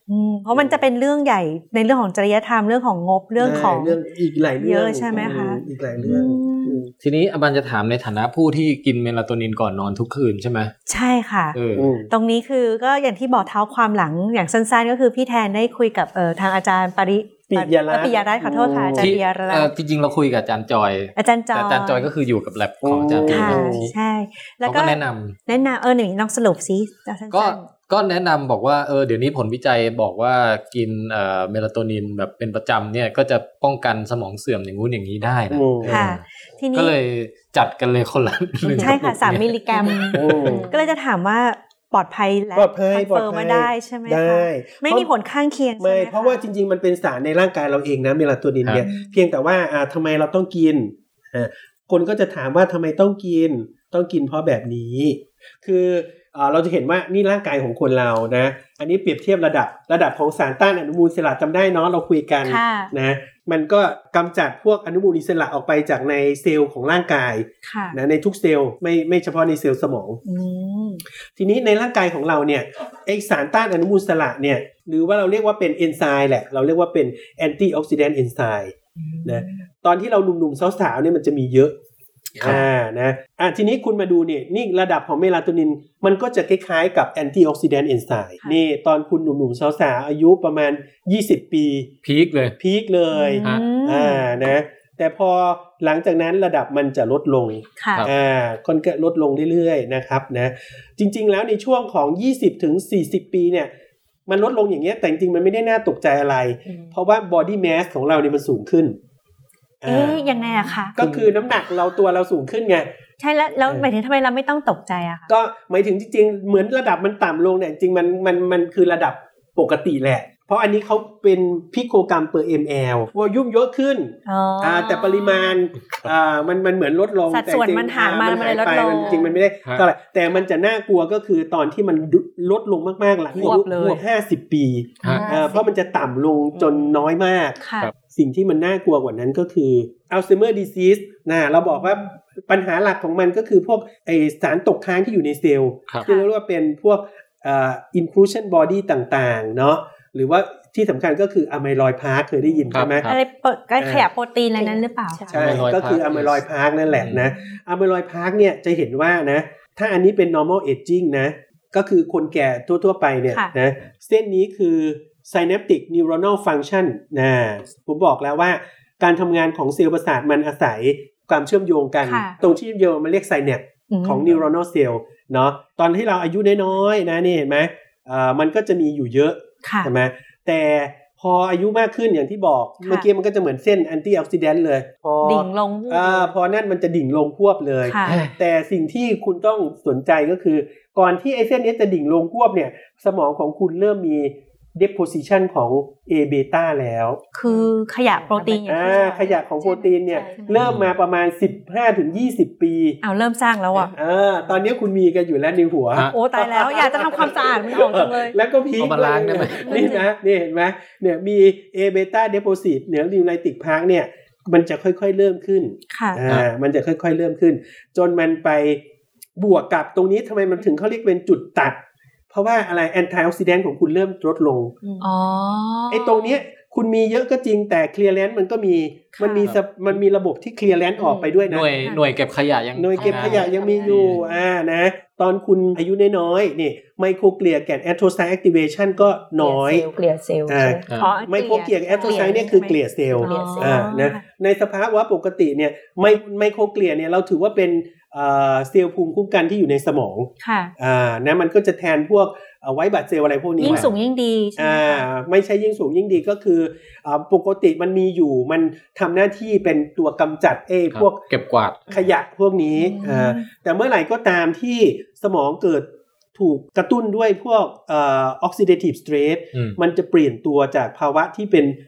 เพราะมันจะเป็นเรื่องใหญ่ในเรื่องของจริยธรรมเรื่องของงบเรื่องของเรื่องอีกหลายเรื่องเยอะใช่ไหมคะอีกหลายเรื่องทีนี้อบันจะถามในฐานะผู้ที่กินเมลาโทนินก่อนนอนทุกคืนใช่ไหมใช่ค่ะตรงนี้คือก็อย่างที่บอกเท้าความหลังอย่างสั้นๆก็คือพี่แทนได้คุยกับเอ่อทางอาจารย์ปริปิยรัตน์ปิยรัตน์ขอโทษค่ะอาจารย์ปิยรัตน์จริงๆเราคุยกับอาจารย์จอยอาจารย์จอยอาจารย์จอยก็คืออยู่กับแลบของอาจารย์ปิยรัตน์ใช่แล้วก็แนะนำแนะนำเออหนึ่งลองสรุปซิก็ก็แนะนำบอกว่าเออเดี๋ยวนี้ผลวิจัยบอกว่ากินเอ่อเมลาโทนินแบบเป็นประจำเนี่ยก็จะป้องกันสมองเสื่อมอย่างงู้นอย่างนี้ได้นะค่ะทีนี้ก็เลยจัดกันเลยคนละใช่ค่ะสามมิลลิกรัมก็เลยจะถามว่าปลอดภัยและปลอดภัยคอนเฟิร์มมาได้ใช่ไหมคะไม่มีผลข้างเคียงใช่ไหมไม่เพราะว่าจริงๆมันเป็นสารในร่างกายเราเองนะเมลาโทนินเนี่ยเพียงแต่ว่าอ่าทำไมเราต้องกินอ่าคนก็จะถามว่าทำไมต้องกินต้องกินเพราะแบบนี้คือเราจะเห็นว่านี่ร่างกายของคนเรานะอันนี้เปรียบเทียบระดับระดับของสารต้านอนุมูลอิสระจำได้เนาะเราคุยกันนะมันก็กำจัดพวกอนุมูลอิสระออกไปจากในเซลล์ของร่างกายนะในทุกเซลล์ไม่ไม่เฉพาะในเซลล์สมองทีนี้ในร่างกายของเราเนี่ยไอสารต้านอนุมูลอิสระเนี่ยหรือว่าเราเรียกว่าเป็นเอนไซม์แหละเราเรียกว่าเป็นแอนตี้ออกซิแดนต์เอนไซม์นะตอนที่เราหนุ่มๆสาวๆเนี่ยมันจะมีเยอะอ่านะอ่ะทีนี้คุณมาดูเนี่ยนี่ระดับของเมลาโทนินมันก็จะคล้ายๆกับแอนตี้ออกซิแดนต์เอนไซม์นี่ตอนคุณหนุ่มๆสาวๆอายุประมาณยี่สิบปีพีคเลยพีคเลยอ่านะแต่พอหลังจากนั้นระดับมันจะลดลงอ่าค่อนข้างลดลงเรื่อยๆนะครับนะจริงๆแล้วในช่วงของยี่สิบถึงสี่สิบปีเนี่ยมันลดลงอย่างเงี้ยแต่จริงๆมันไม่ได้น่าตกใจอะไรเพราะว่า body mass ของเราเนี่ยมันสูงขึ้นเอ๊ยยังไงอะคะก็คือน้ำหนักเราตัวเราสูงขึ้นไงใช่แล้วแล้วหมายถึงทำไมเราไม่ต้องตกใจอะคะก็หมายถึงจริงๆเหมือนระดับมันต่ำลงเนี่ยจริงมันมันมันคือระดับปกติแหละเพราะอันนี้เขาเป็นพิโคกรัม per ml วอลลุ่มเยอะขึ้นอ่าแต่ปริมาณอ่ามันมันเหมือนลดลงสัดส่วนมันห่างมามันเลยลดลงจริงมันไม่ได้เท่าไหร่แต่มันจะน่ากลัวก็คือตอนที่มันลดลงมากๆหลังอายุห้าสิบปีอ่าเพราะมันจะต่ำลงจนน้อยมากสิ่งที่มันน่ากลัวกว่านั้นก็คือ Alzheimer disease นะเราบอกว่าปัญหาหลักของมันก็คือพวกไอสารตกค้างที่อยู่ในเซลล์ที่เรียกว่าเป็นพวกอ่า inclusion body ต่างๆเนาะหรือว่าที่สำคัญก็คืออะไมลอยด์พาร์คเคยได้ยินใช่ไหมอะไรก็ขยะโปรตีนอะไรนั้นหรือเปล่าใช่ก็คืออะไมลอยด์พาร์คนั่นแหละนะอะไมลอยด์พาร์คเนี่ยจะเห็นว่านะถ้าอันนี้เป็น normal aging นะก็คือคนแก่ทั่วๆไปเนี่ยนะเส้นนี้คือ synaptic neuronal function นะผมบอกแล้วว่าการทำงานของเซลล์ประสาทมันอาศัยความเชื่อมโยงกันตรงที่เชื่อมโยงมันเรียก synapse ของ neuronal cell เนาะตอนที่เราอายุน้อยๆนะนี่เห็นไหมอ่ามันก็จะมีอยู่เยอะใช่ไหมแต่พออายุมากขึ้นอย่างที่บอกเมื่อกี้มันก็จะเหมือนเส้นแอนตี้ออกซิแดนต์เลยพอดิ่งลงอ่าพอนั่นมันจะดิ่งลงควบเลยแต่สิ่งที่คุณต้องสนใจก็คือก่อนที่ไอ้เส้นนี้จะดิ่งลงควบเนี่ยสมองของคุณเริ่มมี deposition ของ A เบต้าแล้วคือขยะโปรตีนอ่าขยะของโปรตีนเนี่ยเริ่มมาประมาณ สิบห้าถึงยี่สิบ ปีเอาเริ่มสร้างแล้วอ่ะเออตอนนี้คุณมีกันอยู่แล้วในหัวโอ้ตายแล้วอยากจะทำความสะอาดมันออกจังเลยแล้วก็พีคเลยนี่นะนี่เห็นไหมเนี่ยมี A เบต้า deposit เหนือนิวไลติกพาร์คเนี่ยมันจะค่อยๆเริ่มขึ้นอ่ามันจะค่อยๆเริ่มขึ้นจนมันไปบวกกับตรงนี้ทำไมมันถึงเขาเรียกเป็นจุดตัดเพราะว่าอะไรแอนตี้ออกซิแดนต์ของคุณเริ่มลดลงอ๋อไอ้ตรงเนี้ยคุณมีเยอะก็จริงแต่เคลียร์แลนซ์มันก็มีมันมีมันมีระบบที่เคลียร์แลนซ์ออกไปด้วยนะหน่วยหน่วยเก็บขยะยังหน่วยเก็บขยะยังมีอยู่อ่านะตอนคุณอายุน้อยๆนี่ไมโครเกลียแกนแอโทรไซต์แอคทิเวชันก็น้อยเกลียเซลล์อ่าไมโครเกลียแอโทรไซต์เนี่ยคือเกลียเซลล์อ่านะในสภาวะปกติเนี่ยไมไมโครเกลียเนี่ยเราถือว่าเป็นอ่าเซลล์ภูมิคุ้มกันที่อยู่ในสมองค่ะอ่านะมันก็จะแทนพวกไว้บัตรเซลล์อะไรพวกนี้ยิ่งสูงยิ่งดีใช่ไหมอ่าไม่ใช่ยิ่งสูงยิ่งดีก็คืออ่าปกติมันมีอยู่มันทำหน้าที่เป็นตัวกำจัดเอ้พวกเก็บกวาดขยะพวกนี้อ่าแต่เมื่อไหร่ก็ตามที่สมองเกิดถูกกระตุ้นด้วยพวกเอ่อ oxidative stress มันจะเปลี่ยนตัวจากภาวะที่เป็น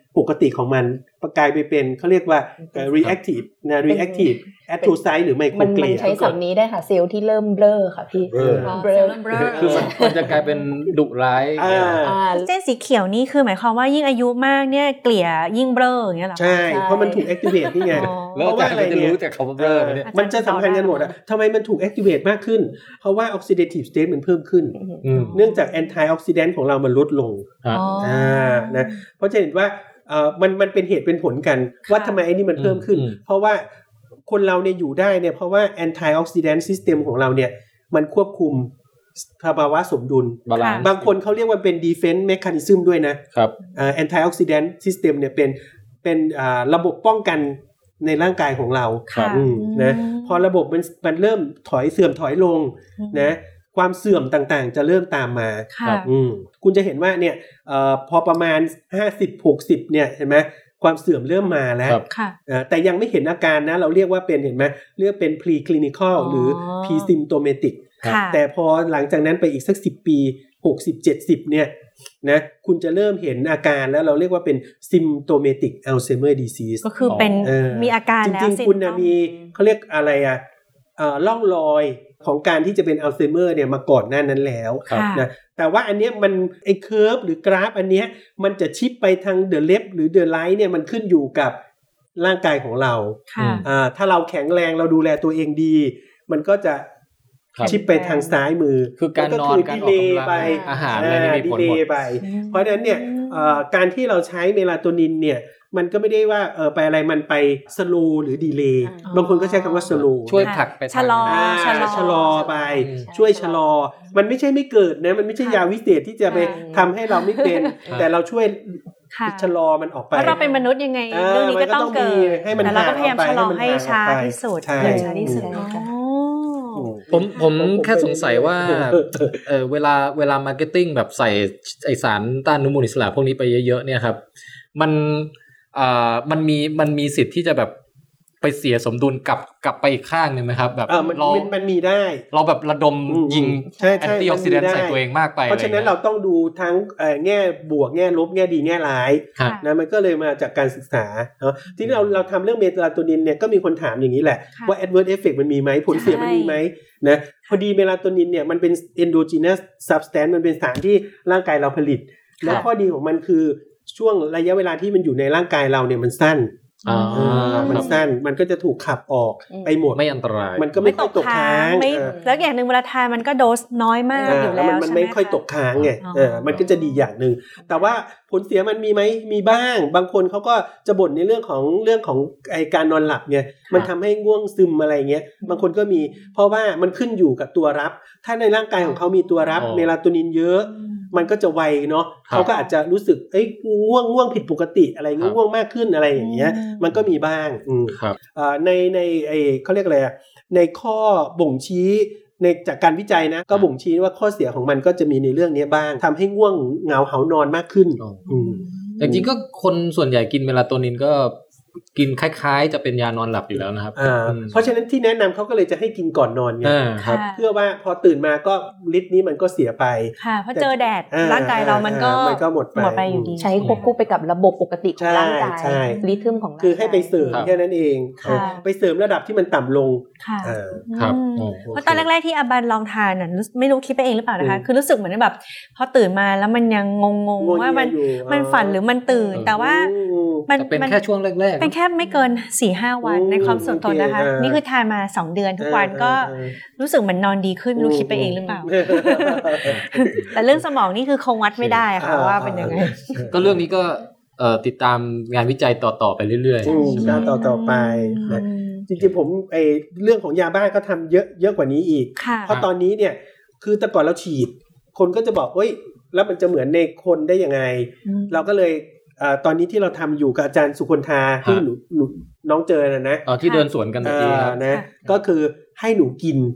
ปกติของมันกลายไปเป็นเขาเรียกว่า reactive นะ reactive astrocyte หรือไมโครเกลียมันใช้ศัพท์นี้ได้ค่ะเซลล์ที่เริ่มเบลอค่ะพี่เบลอคือมันจะกลายเป็นดุร้ายเส้นสีเขียวนี่คือหมายความว่ายิ่งอายุมากเนี่ยเกลี่ยยิ่งเบลออย่างเงี้ยหรอใช่เพราะมันถูก activate นี่ไงแล้วว่าอะไรเนี่ยรู้จักคำว่าเบลอเนี่ยมันจะสัมพันธ์กันหมดอ่ะทำไมมันถูก activate มากขึ้นเพราะว่า oxidative state มันเพิ่มขึ้นเนื่องจาก antioxidant ของเรามันลดลงอ่านะเพราะจะเห็นว่าเอ่อมันมันเป็นเหตุเป็นผลกันว่าทำไมไอ้นี่มันเพิ่มขึ้นเพราะว่าคนเราเนี่ยอยู่ได้เนี่ยเพราะว่า antioxidant system ของเราเนี่ยมันควบคุมภาวะสมดุลบางคนเขาเรียกว่าเป็น defense mechanism ด้วยนะครับอ่า antioxidant system เนี่ยเป็นเป็นอ่าระบบป้องกันในร่างกายของเราอืมนะพอระบบมันมันเริ่มถอยเสื่อมถอยลงนะความเสื่อมต่างๆจะเริ่มตามมาอืมคุณจะเห็นว่าเนี่ยเอ่อพอประมาณห้าสิบ หกสิบเนี่ยเห็นไหมความเสื่อมเริ่มมาแล้วแต่ยังไม่เห็นอาการนะเราเรียกว่าเป็นเห็นไหมเรียกเป็น preclinical หรือ pre-symptomatic แต่พอหลังจากนั้นไปอีกสักสิบปีหกสิบ เจ็ดสิบเนี่ยนะคุณจะเริ่มเห็นอาการแล้วเราเรียกว่าเป็น symptomatic Alzheimer disease ก็คือเป็นมีอาการแล้วจริงๆคุณนะมีเขาเรียกอะไรอ่ะเอ่อร่องรอยของการที่จะเป็นอัลไซเมอร์เนี่ยมาก่อนหน้านั้นแล้วนะแต่ว่าอันเนี้ยมันไอ้เคอร์ฟหรือกราฟอันเนี้ยมันจะชิปไปทางเดอะเลฟหรือเดอะไลท์เนี่ยมันขึ้นอยู่กับร่างกายของเราอ่าถ้าเราแข็งแรงเราดูแลตัวเองดีมันก็จะชิปไปทางซ้ายมือคือการนอนการออกกำลังอาหารอะไรนี่มีผลหมดไปเพราะฉะนั้นเนี่ยการที่เราใช้เมลาโทนินเนี่ยมันก็ไม่ได้ว่าเออไปอะไรมันไปสโลว์หรือดีเลย์บางคนก็ใช้คำว่าสโลว์ช่วยผลักไปชะลอชะลอไปช่วยชะลอมันไม่ใช่ไม่เกิดนะมันไม่ใช่ยาวิเศษที่จะไปทำให้เราไม่เป็นแต่เราช่วยชะลอมันออกไปเพราะเราเป็นมนุษย์ยังไงเรื่องนี้ก็ต้องเกิดแต่เราก็พยายามชะลอให้ช้าที่สุดช้าที่สุดผมผมแค่สงสัยว่าเออเวลาเวลามาร์เก็ตติ้งแบบใส่ไอสารต้านอนุมูลอิสระพวกนี้ไปเยอะๆเนี่ยครับมันอ่ามันมีมันมีสิทธิ์ที่จะแบบไปเสียสมดุลกลับกลับไปอีกข้างนึงมั้ยครับแบบเรามันมีได้เราแบบระดมยิงแอนตี้ออกซิแดนต์ใส่ตัวเองมากไปเพราะฉะนั้นเราต้องดูทั้งแง่บวกแง่ลบแง่ดีแง่ร้ายนะมันก็เลยมาจากการศึกษาเนาะทีนี้เราเราทำเรื่องเมลาโทนินเนี่ยก็มีคนถามอย่างนี้แหละว่า adverse effect มันมีไหมผลเสียมันมีไหมนะพอดีเมลาโทนินเนี่ยมันเป็น endogenous substance มันเป็นสารที่ร่างกายเราผลิตแล้วข้อดีของมันคือช่วงระยะเวลาที่มันอยู่ในร่างกายเราเนี่ยมันสั้นอ่ามันสั้นมันก็จะถูกขับออกไปหมดไม่อันตรายมันก็ไม่ค่อยตกค้างแล้วอย่างนึงเวลาทานมันก็โดสน้อยมากอยู่แล้วมันไม่ค่อยตกค้างไงเออมันก็จะดีอย่างนึงแต่ว่าผลเสียมันมีไหมมีบ้างบางคนเขาก็จะบ่นในเรื่องของเรื่องของไอการนอนหลับไงมันทำให้ง่วงซึมอะไรเงี้ยบางคนก็มีเพราะว่ามันขึ้นอยู่กับตัวรับถ้าในร่างกายของเขามีตัวรับเมลาโทนินเยอะมันก็จะไวเนาะเขาก็อาจจะรู้สึกเอ้ยง่วงง่วงผิดปกติอะไรง่วงมากขึ้นอะไรอย่างเงี้ยมันก็มีบ้างอืมอ่าในในไอเขาเรียกอะไรอ่ะในข้อบ่งชี้ในจากการวิจัยนะก็บ่งชี้ว่าข้อเสียของมันก็จะมีในเรื่องนี้บ้างทำให้ง่วงเหงาเหานอนมากขึ้นอืมแต่จริงก็คนส่วนใหญ่กินเมลาโทนินก็กินคล้ายๆจะเป็นยานอนหลับอยู่แล้วนะครับเพราะฉะนั้นที่แนะนำเขาก็เลยจะให้กินก่อนนอนไงเพื่อว่าพอตื่นมาก็ฤทธิ์นี้มันก็เสียไปค่ะเพราะเจอแดดร่างกายเรามันก็หมดไปอยู่ดีใช้ควบคู่ไปกับระบบปกติของร่างกายริทึมของร่างกายคือให้ไปเสริมแค่นั้นเองไปเสริมระดับที่มันต่ำลงครับเพราะตอนแรกๆที่อาบันลองทานน่ะไม่รู้คิดไปเองหรือเปล่านะคะคือรู้สึกเหมือนแบบพอตื่นมาแล้วมันยังงงๆว่ามันมันฝันหรือมันตื่นแต่ว่ามันเป็นแค่ช่วงแรกๆเป็นแค่ไม่เกิน สี่ห้า วันในความส่วนตัวนะคะนี่คือทานมาสองเดือนทุกวันก็รู้สึกเหมือนนอนดีขึ้นรู้คิดไปเองหรือเปล่าแต่เรื่องสมองนี่คือคงวัดไม่ได้ค่ะว่าเป็นยังไงก็เรื่องนี้ก็ติดตามงานวิจัยต่อๆไปเรื่อยๆต่อต่อไปนะจริงๆผมไอเรื่องของยาบ้าก็ทำเยอะเยอะกว่านี้อีกเพราะตอนนี้เนี่ยคือแต่ก่อนเราฉีดคนก็จะบอกเฮ้ยแล้วมันจะเหมือนในคนได้ยังไงเราก็เลยตอนนี้ที่เราทำอยู่กับอาจารย์สุคนธาที่หนูน้องเจอนะนะอ๋อที่เดินสวนกันตะกี้นะก็คือให้หนูกิน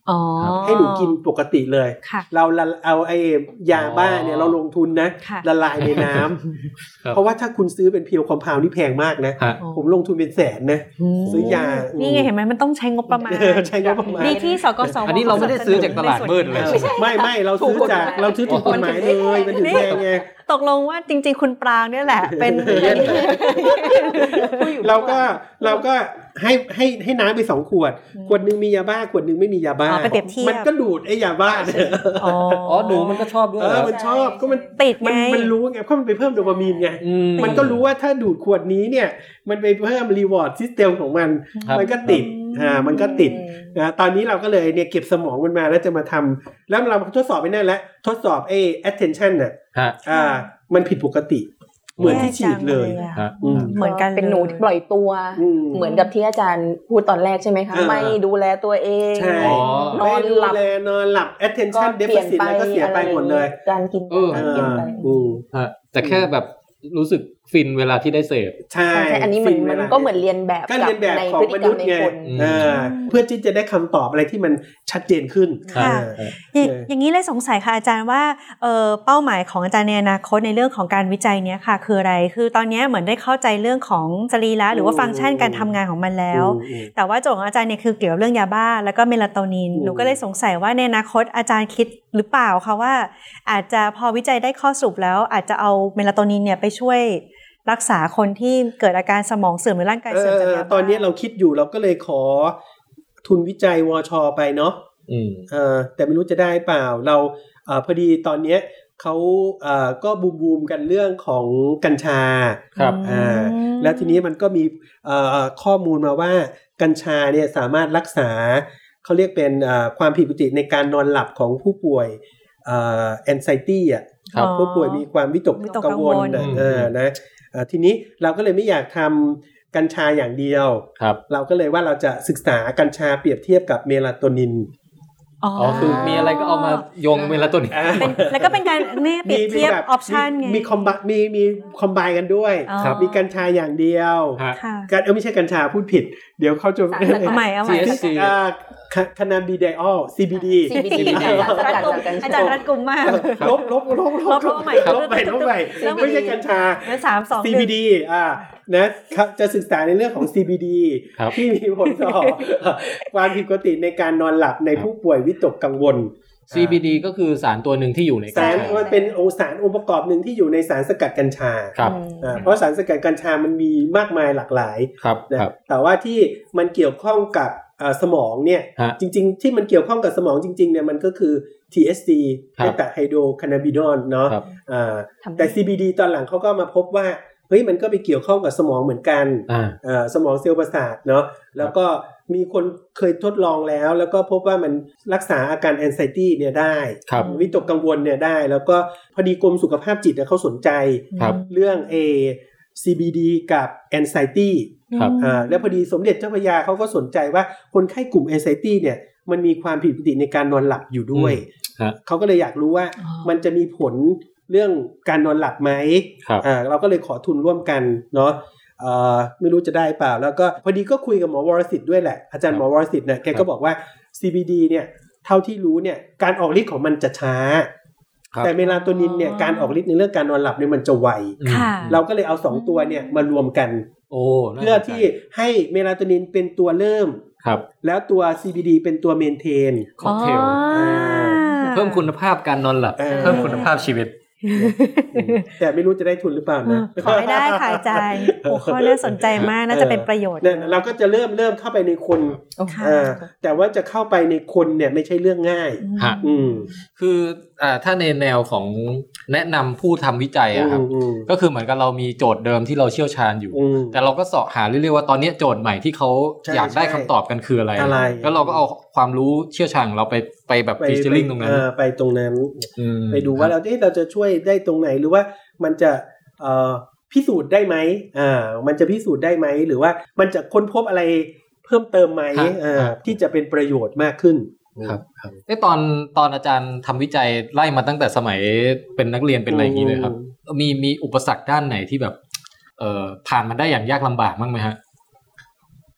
ให้หนูกินปกติเลยเราเอาไอ้ยาบ้าเนี่ยเราลงทุนนะละลายในน้ำเพราะว่าถ้าคุณซื้อเป็นเพียวคอมเพลนี่แพงมากนะผมลงทุนเป็นแสนนะซื้อยานี่ไงเห็นไหมมันต้องใช้งบประมาณใช้งบประมาณนี่ที่สกสอันนี้เราไม่ได้ซื้อจากตลาดมืดเลยไม่ไม่เราซื้อจากเราซื้อถูกกฎหมายเลยมันถึงแพงไงตกลงว่าจริงๆคุณปรางเนี่ยแหละเป็นเราก็เราก็ให้ให้ให้น้ำไปสองขวดขวดนึงมียาบ้าขวดนึงไม่มียาบ้ามันก็ดูดไอ้ยาบ้าอ๋อหนูมันก็ชอบด้วยเออมันชอบก็มันติดไงมันรู้ไงเพราะมันไปเพิ่มโดปามีนไงมันก็รู้ว่าถ้าดูดขวดนี้เนี่ยมันไปเพิ่มรีวอร์ดซิสเต็มของมันมันก็ติดอ่ามันก็ติดนะตอนนี้เราก็เลยเนี่ยเก็บสมองมันมาแล้วจะมาทำแล้วเราทดสอบไปนั่นแล้วทดสอบไอ้ attention น่ะอ่ามันผิดปกติเหมือนที่ฉีดเลยเหมือนกันเป็นหนูปล่อยตัวเหมือนกับที่อาจารย์พูดตอนแรกใช่ไหมคะไม่ดูแลตัวเองนอนหลับนอนหลับ attention deficit แล้วก็เสียไปหมดเลยการกินเปลี่ยนไปแต่แค่แบบรู้สึกฟินเวลาที่ได้เสพใช่อันนี้มันมันก็เหมือนเรียนแบบกับในพฤติกรรมในคนเพื่อที่จะได้คำตอบอะไรที่มันชัดเจนขึ้นค่ะอย่างนี้เลยสงสัยค่ะอาจารย์ว่าเป้าหมายของอาจารย์ในอนาคตในเรื่องของการวิจัยเนี้ยค่ะคืออะไรคือตอนนี้เหมือนได้เข้าใจเรื่องของสรีระหรือว่าฟังก์ชันการทำงานของมันแล้วแต่ว่าโจทย์ของอาจารย์เนี่ยคือเกี่ยวกับเรื่องยาบ้าแล้วก็เมลาโทนินหนูก็เลยสงสัยว่าในอนาคตอาจารย์คิดหรือเปล่าคะว่าอาจจะพอวิจัยได้ข้อสรุปแล้วอาจจะเอาเมลาโทนินเนี่ยไปช่วยรักษาคนที่เกิดอาการสมองเสื่อมหรือร่างกายเสื่อมจากยาบ้าตอนนี้เราคิดอยู่เราก็เลยขอทุนวิจัยวช.ไปเนาะเออแต่ไม่รู้จะได้เปล่าเราเอ่อพอดีตอนนี้เขาเอ่อก็บูมบูมกันเรื่องของกัญชาครับอ่าแล้วทีนี้มันก็มีเอ่อข้อมูลมาว่ากัญชาเนี่ยสามารถรักษาเขาเรียกเป็นเอ่อความผิดปกติในการนอนหลับของผู้ป่วยเอ่อ anxiety อ่ะผู้ป่วยมีความวิตกกังวลนะเออนะทีนี้เราก็เลยไม่อยากทำกัญชาอย่างเดียวเราก็เลยว่าเราจะศึกษากัญชาเปรียบเทียบกับเมลาโทนินอ๋อคือมีอะไรก็เอามาโยงเมลาโทนินแล้วก็เป็นการเนี่ยเปรียบเทียบออปชั่นไงมีคอมบมีมีคอมไบน์กันด้วยมีกัญชาอย่างเดียวการเออไม่ใช่กัญชาพูดผิดเดี๋ยวเขาจะเอาใหม่เอาใหม่คานาบิไดออล ซี บี ดีอาจารย์รัดกุมมากลบลบลบลบลบใหม่ลบใหม่ลบใหม่ไม่ใช่กัญชาสาม สองซี บี ดี อ่านะจะศึกษาในเรื่องของ ซี บี ดี ที่มีผลต่อความผิดปกติในการนอนหลับในผู้ป่วยวิตกกังวลซี บี ดี ก็คือสารตัวหนึ่งที่อยู่ในสารมันเป็นองค์สารองค์ประกอบหนึ่งที่อยู่ในสารสกัดกัญชาครับเพราะสารสกัดกัญชามันมีมากมายหลากหลายนะแต่ว่าที่มันเกี่ยวข้องกับสมองเนี่ยจริงๆที่มันเกี่ยวข้องกับสมองจริงๆเนี่ยมันก็คือ ที เอส ดี เบต้าไฮโดรแคนาบิดอลเนาะแต่ ซี บี ดี ตอนหลังเขาก็มาพบว่าเฮ้ยมันก็ไปเกี่ยวข้องกับสมองเหมือนกันสมองเซลล์ประสาทเนาะแล้วก็มีคนเคยทดลองแล้วแล้วก็พบว่ามันรักษาอาการ anxiety เนี่ยได้วิตกกังวลเนี่ยได้แล้วก็พอดีกรมสุขภาพจิตเขาสนใจเรื่อง A ซี บี ดี กับ anxiety ครับอ่าแล้วพอดีสมเด็จเจ้าพระยาเขาก็สนใจว่าคนไข้กลุ่ม anxiety เนี่ยมันมีความผิดปกติในการนอนหลับอยู่ด้วยเขาก็เลยอยากรู้ว่ามันจะมีผลเรื่องการนอนหลับไหมอ่าเราก็เลยขอทุนร่วมกันเนาะเอ่อไม่รู้จะได้เปล่าแล้วก็พอดีก็คุยกับหมอวรสิทธิ์ด้วยแหละอาจารย์หมอวรสิทธิ์เนี่ยแกก็บอกว่า ซี บี ดี เนี่ยเท่าที่รู้เนี่ยการออกฤทธิ์ของมันจะช้าแต่เมลาโทนินเนี่ยการออกฤทธิ์ในเรื่องการนอนหลับเนี่ยมันจะไวเราก็เลยเอาสองตัวเนี่ยมารวมกันเพื่อที่ให้เมลาโทนินเป็นตัวเริ่มแล้วตัว ซี บี ดี เป็นตัวเมนเทนค็อกเทลเพิ่มคุณภาพการนอนหลับเพิ่มคุณภาพชีวิตแต่ไม่รู้จะได้ทุนหรือเปล่านะขอให้ได้ค่ะอาจารย์โอ้ข้อน่าสนใจมากน่าจะเป็นประโยชน์เนี่ยเราก็จะเริ่มเริ่มเข้าไปในคนอ่าแต่ว่าจะเข้าไปในคนเนี่ยไม่ใช่เรื่องง่ายอืมคืออ่าถ้าในแนวของแนะนำผู้ทำวิจัยอะครับก็คือเหมือนกับเรามีโจทย์เดิมที่เราเชี่ยวชาญอยู่แต่เราก็เสาะหาเรื่อยๆว่าตอนนี้โจทย์ใหม่ที่เขาอยากได้คำตอบกันคืออะไรแล้วเราก็เอาความรู้เชี่ยวชาญของเราไปไปแบบฟีเจอริ่งตรงนั้นไปตรงนั้นไปดูว่าเราได้เราจะช่วยได้ตรงไหนหรือว่ามันจะเอ่อพิสูจน์ได้ไหมอ่ามันจะพิสูจน์ได้ไหมหรือว่ามันจะค้นพบอะไรเพิ่มเติมไหมอ่าที่จะเป็นประโยชน์มากขึ้นครับครับไอ้ตอนตอนอาจารย์ทำวิจัยไล่มาตั้งแต่สมัยเป็นนักเรียนเป็นอะไรอย่างนี้เลยครับมีมีอุปสรรคด้านไหนที่แบบเอ่อผ่านมันได้อย่างยากลำบากบ้างไหมฮะ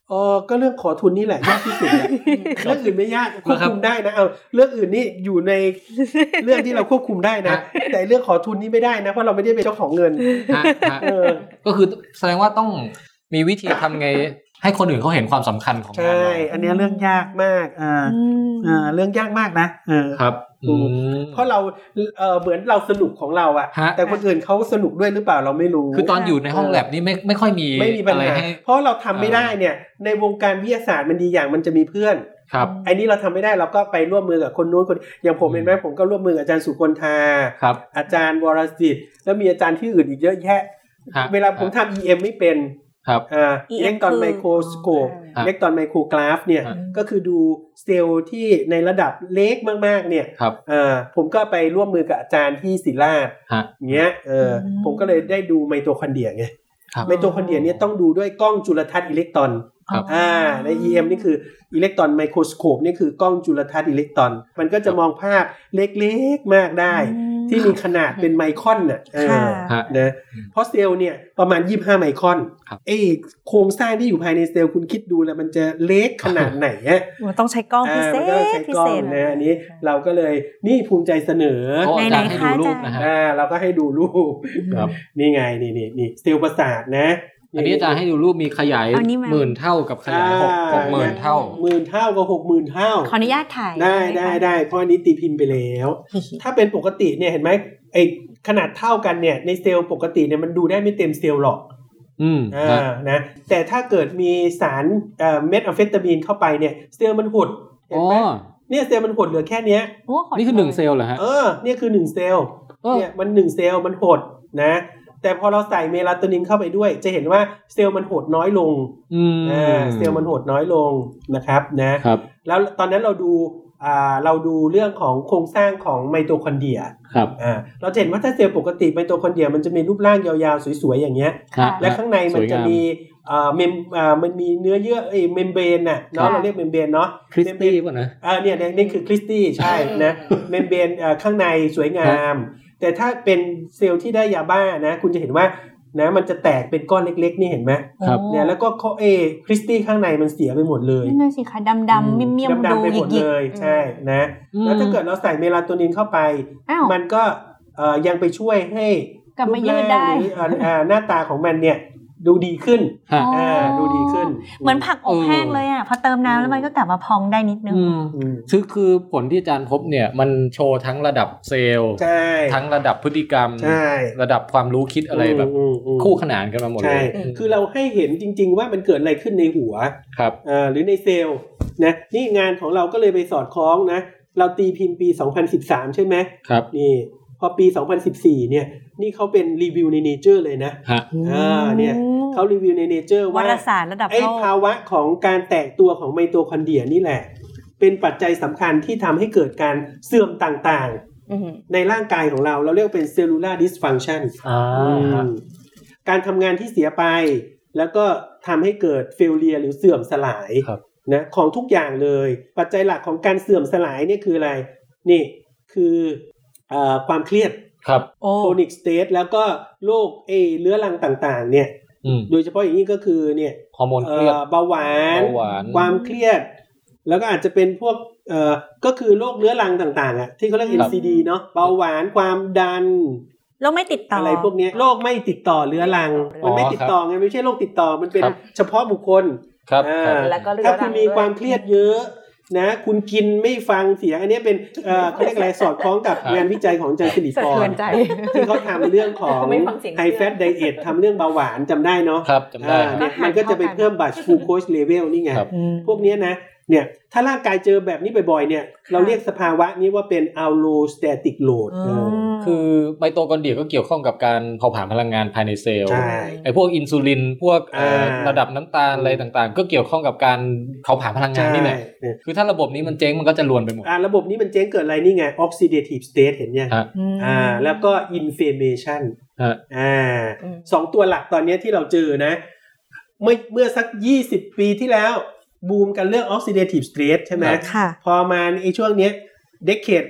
เออก็เรื่องขอทุนนี่แหละยากที่สุดแหละ เรื่องอื่นไม่ยากควบคุมได้นะเอาเรื่องอื่นนี่อยู่ในเรื่องที่เราควบคุมได้นะแต่เรื่องขอทุนนี่ไม่ได้นะเพราะเราไม่ได้เป็นเจ้าของเงินเออก็คือแสดงว่าต้องมีวิธีทำไงให้คนอื่นเขาเห็นความสำคัญของงานใช่อันนี้เรื่องยากมากอ่าอ่าเรื่องยากมากนะเออครับเพราะเราเออเหมือนเราสนุกของเราอะแต่คนอื่นเขาสนุกด้วยหรือเปล่าเราไม่รู้คือตอนอยู่ในห้องแลบนี่ไม่ไม่ค่อยมีไม่มีปัญหาเพราะเราทำไม่ได้เนี่ยในวงการวิทยาศาสตร์มันดีอย่างมันจะมีเพื่อนครับไอ้นี่เราทำไม่ได้เราก็ไปร่วมมือกับคนนู้นคนอย่างผมเห็นไหมผมก็ร่วมมือกับอาจารย์สุคนธาครับอาจารย์วรสิทธิ์แล้วมีอาจารย์ที่อื่นอีกเยอะแยะเวลาผมทำ อี เอ็ม ไม่เป็นครับอ่าอิเล็กตรอนไมโครสโคปอิเล็กตรอนไมโครกราฟเนี่ยก็คือดูเซลล์ที่ในระดับเล็กมากๆเนี่ยอ่าผมก็ไปร่วมมือกับอาจารย์ที่ศิริราชอย่างเงี้ยเออผมก็เลยได้ดูไมโทคอนเดรียไงไมโทคอนเดรียเนี่ยต้องดูด้วยกล้องจุลทรรศน์อิเล็กตรอนอ่าใน อี เอ็ม นี่คืออิเล็กตรอนไมโครสโคปนี่คือกล้องจุลทรรศน์อิเล็กตรอนมันก็จะมองภาพเล็กๆมากได้ที่มีขนาดเป็นไมครอนน่ะเออนะเพราะเซลล์เนี่ยประมาณยี่สิบห้าไมครอนไอ้โครงสร้างที่อยู่ภายในเซลล์คุณคิดดูแล้วมันจะเล็กขนาดไหนอ่ะมันต้องใช้กล้องพิเศษพิเศษนะอันนี้เราก็เลยนี่ภูมิใจเสนอไหนๆคะอาจารย์อ่าเราก็ให้ดูรูปนี่ไงนี่นี่เซลล์ประสาทนะอันนี้อาจารย์ให้ดูรูปมีขยายหมื่นเท่ากับขยายหกหกหมื่นเท่าหมื่นเท่ากับหกหมื่นเท่าขออนุญาตถ่ายได้ได้ได้เพราะอันนี้ตีพิมพ์ไปแล้ว ถ้าเป็นปกติเนี่ยเห็นไหมไอขนาดเท่ากันเนี่ยในเซลล์ปกติเนี่ยมันดูได้ไม่เต็มเซลล์หรอกอืมอ่านะแต่ถ้าเกิดมีสารเอ่อเมทแอมเฟตามีนเข้าไปเนี่ยเซลล์มันหดเห็นไหมเนี่ยเซลล์มันหดเหลือแค่เนี้ยนี่คือหนึ่งเซลล์เหรอฮะเออเนี่ยคือหนึ่งเซลล์เนี่ยมันหนึ่งเซลล์มันหดนะแต่พอเราใส่เมลาโทนินเข้าไปด้วยจะเห็นว่าเซลล์มันหดน้อยลงอ่าเซลล์มันหดน้อยลงนะครับนะครับแล้วตอนนั้นเราดูอ่าเราดูเรื่องของโครงสร้างของไมโทคอนเดรียครับอ่าเราเห็นว่าถ้าเซลล์ปกติไมโทคอนเดรียมันจะมีรูปร่างยาวๆสวยๆอย่างเงี้ยและข้างในมันจะมีอ่าเมมอ่ามันมีเนื้อเยื่อเอ้ยเมมเบรนน่ะเนาะเราเรียกเมมเบรนเนาะคริสตี้ป่ะนะอ่าเนี่ยนี่คือคริสตี้ใช่นะเมมเบรนอ่าข้างในสวยงามแต่ถ้าเป็นเซลล์ที่ได้ยาบ้านะคุณจะเห็นว่านะมันจะแตกเป็นก้อนเล็กๆนี่เห็นไหมเนี่ยแล้วก็เขาเอคริสตี้ข้างในมันเสียไปหมดเลยนั่นสิคะดำๆเมี่ยมๆดูไปหมดเลยใช่นะแล้วถ้าเกิดเราใส่เมลาโทนินเข้าไปมันก็เอ่อยังไปช่วยให้กลับมายืดได้หรืออ่าหน้าตาของมันเนี่ยดูดีขึ้นอ่าดูดีขึ้นเหมือนผักอบแห้งเลยอ่ะพอเติมน้ำแล้วมันก็กลับมาพองได้นิดนึงคือคือผลที่อาจารย์พบเนี่ยมันโชว์ทั้งระดับเซลล์ทั้งระดับพฤติกรรมระดับความรู้คิดอะไรแบบคู่ขนานกันมาหมดเลยคือเราให้เห็นจริงๆว่ามันเกิดอะไรขึ้นในหัวครับอ่าหรือในเซลล์นะนี่งานของเราก็เลยไปสอดคล้องนะเราตีพิมพ์ปีสองพันสิบสามใช่ไหมครับนี่พอปีสองพันสิบสี่เนี่ยนี่เขาเป็นรีวิวใน Nature เลยนะอ่าเนี่ยเขารีวิวใน Nature ว่าวารสารระดับโลกไอ้ภาวะของการแตกตัวของไมโทคอนเดรียนี่แหละเป็นปัจจัยสำคัญที่ทำให้เกิดการเสื่อมต่างๆในร่างกายของเราเราเรียกเป็น cellular dysfunction การทำงานที่เสียไปแล้วก็ทำให้เกิด failure หรือเสื่อมสลายนะของทุกอย่างเลยปัจจัยหลักของการเสื่อมสลายนี่คืออะไรนี่คืออ่าความเครียดครับ chronic state แล้วก็โรคเอเรื้อรังต่างๆเนี่ยโดยเฉพาะอย่างนี้ก็คือเนี่ยฮอร์โมนเครียดเบาหวานความเครียดแล้วก็อาจจะเป็นพวกเอ่อก็คือโรคเรื้อรังต่างๆอ่ะที่เขาเรียก เอ็น ซี ดี เนาะเบาหวานความดันโรคไม่ติดต่ออะไรพวกนี้โรคไม่ติดต่อเรื้อรังมันไม่ติดต่อไงไม่ใช่โรคติดต่อมันเป็นเฉพาะบุคคลครับถ้าคุณมีความเครียดเยอะนะคุณกินไม่ฟังเสียงอันนี้เป็นเอ่อเขาเรียกอะไรสอดคล้องกับงานวิจัยของอาจารย์สิริพรที่เขาทำเรื่องของ high fat diet ทำเรื่องเบาหวานจำได้เนาะครับจำได้เนี่ยมันก็จะไปเพิ่ม blood glucose level นี่ไงพวกนี้นะเนี่ยถ้าร่างกายเจอแบบนี้บ่อยๆเนี่ยเราเรียกสภาวะนี้ว่าเป็น allostatic load คือไมโทคอนเดรียก็เกี่ยวข้องกับการเผาผลาญพลังงานภายในเซลล์ไอ้พวกอินซูลินพวกระดับน้ำตาลอะไรต่างๆก็เกี่ยวข้องกับการเผาผลาญพลังงานนี่แหละคือถ้าระบบนี้มันเจ๊งมันก็จะรวนไปหมดอ่าระบบนี้มันเจ๊งเกิดอะไรนี่ไง oxidative state เห็นยังอ่าแล้วก็ inflammation อ่าสองตัวหลักตอนนี้ที่เราเจอนะเมื่อเมื่อสักยี่สิบปีที่แล้วบูมกันเรื่อง oxidative stress ใช่ไหมพอมาในช่วงนี้ decade เนี้ย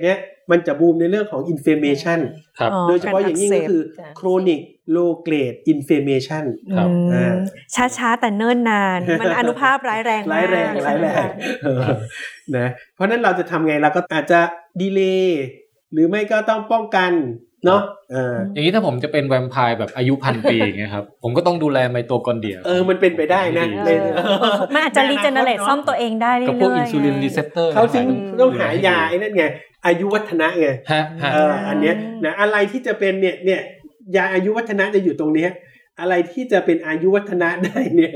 มันจะบูมในเรื่องของ inflammation โดยเฉพาะอย่างยิ่งก็คือ chronic low grade inflammation ครับช้าๆแต่เนิ่นนานมันอนุภาพร้ายแรงมากร้ายแรงร้ายแรงนะเพราะนั้นเราจะทำไงเราก็อาจจะดีเลย์หรือไม่ก็ต้องป้องกันเนาะเอออย่างนี้ถ้าผมจะเป็นแวมไพร์แบบอายุพันปีอย่างเงี้ยครับผมก็ต้องดูแลไมโตคอนเดรียเออมันเป็นไปได้นะมันอาจจะรีเจเนเรตซ่อมตัวเองได้เรื่อยๆกับพวกอินซูลินรีเซปเตอร์เขาถึงต้องหายาไอ้นั่นไงอายุวัฒนะไงเอออันเนี้ยนะอะไรที่จะเป็นเนี่ยเนี่ยยาอายุวัฒนะจะอยู่ตรงเนี้ยอะไรที่จะเป็นอายุวัฒนะได้เนี่ย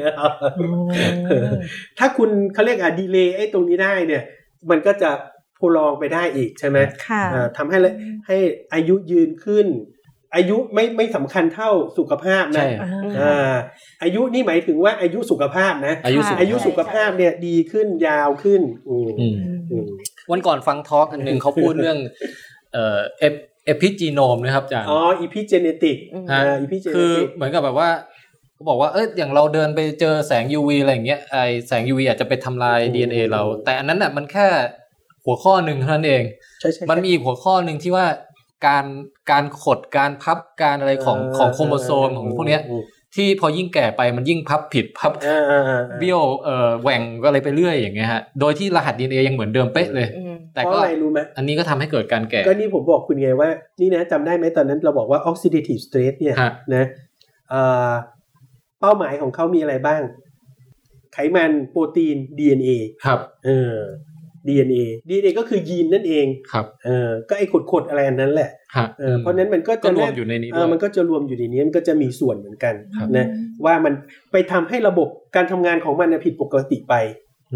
ถ้าคุณเขาเรียกอะดีเลย์ไอ้ตรงนี้ได้เนี่ยมันก็จะโพลองไปได้อีกใช่ไหมทำให้ให้อายุยืนขึ้นอายุไม่ไม่สำคัญเท่าสุขภาพนะอายุนี่หมายถึงว่าอายุสุขภาพนะอายุอายุสุขภาพเนี่ยดีขึ้นยาวขึ้นวันก่อนฟังทอล์กอันนึงเขาพูดเรื่องเอ่อเอพิจีโนมนะครับอาจารย์อ๋ออีพิเจเนติกอ่าอีพิเจเนติกคือเหมือนกับแบบว่าเขาบอกว่าเอ้ยอย่างเราเดินไปเจอแสง ยู วี อะไรอย่างเงี้ยไอแสง ยู วี อาจจะไปทำลาย ดี เอ็น เอ เราแต่อันนั้นน่ะมันแค่หัวข้อหนึ่งเท่านั้นเองมันมีอีกหัวข้อหนึ่งที่ว่าการการขดการพับการอะไรของของโครโมโซมของพวกเนี้ยที่พอยิ่งแก่ไปมันยิ่งพับผิดพับเบี้ยวเอ่อแหว่งก็อะไรไปเรื่อยอย่างเงี้ยฮะโดยที่รหัส ดี เอ็น เอ ยังเหมือนเดิมเป๊ะเลยแต่ก็อะไรรู้ไหมอันนี้ก็ทำให้เกิดการแก่ก็นี่ผมบอกคุณไงว่านี่นะจำได้ไหมตอนนั้นเราบอกว่า oxidative stress เนี่ยนะเป้าหมายของเขามีอะไรบ้างไขมันโปรตีน ดี เอ็น เอครับเออ ดี เอ็น เอ ดี เอ็น เอ ก็คือยีนนั่นเองครับเออก็ไอ้ขดๆอะไรอันนั้นแหละเออเพราะนั้นมันก็จะรวมอยู่ในนี้เออมันก็จะรวมอยู่ในนี้มันก็จะมีส่วนเหมือนกันนะว่ามันไปทำให้ระบบการทำงานของมันผิดปกติไป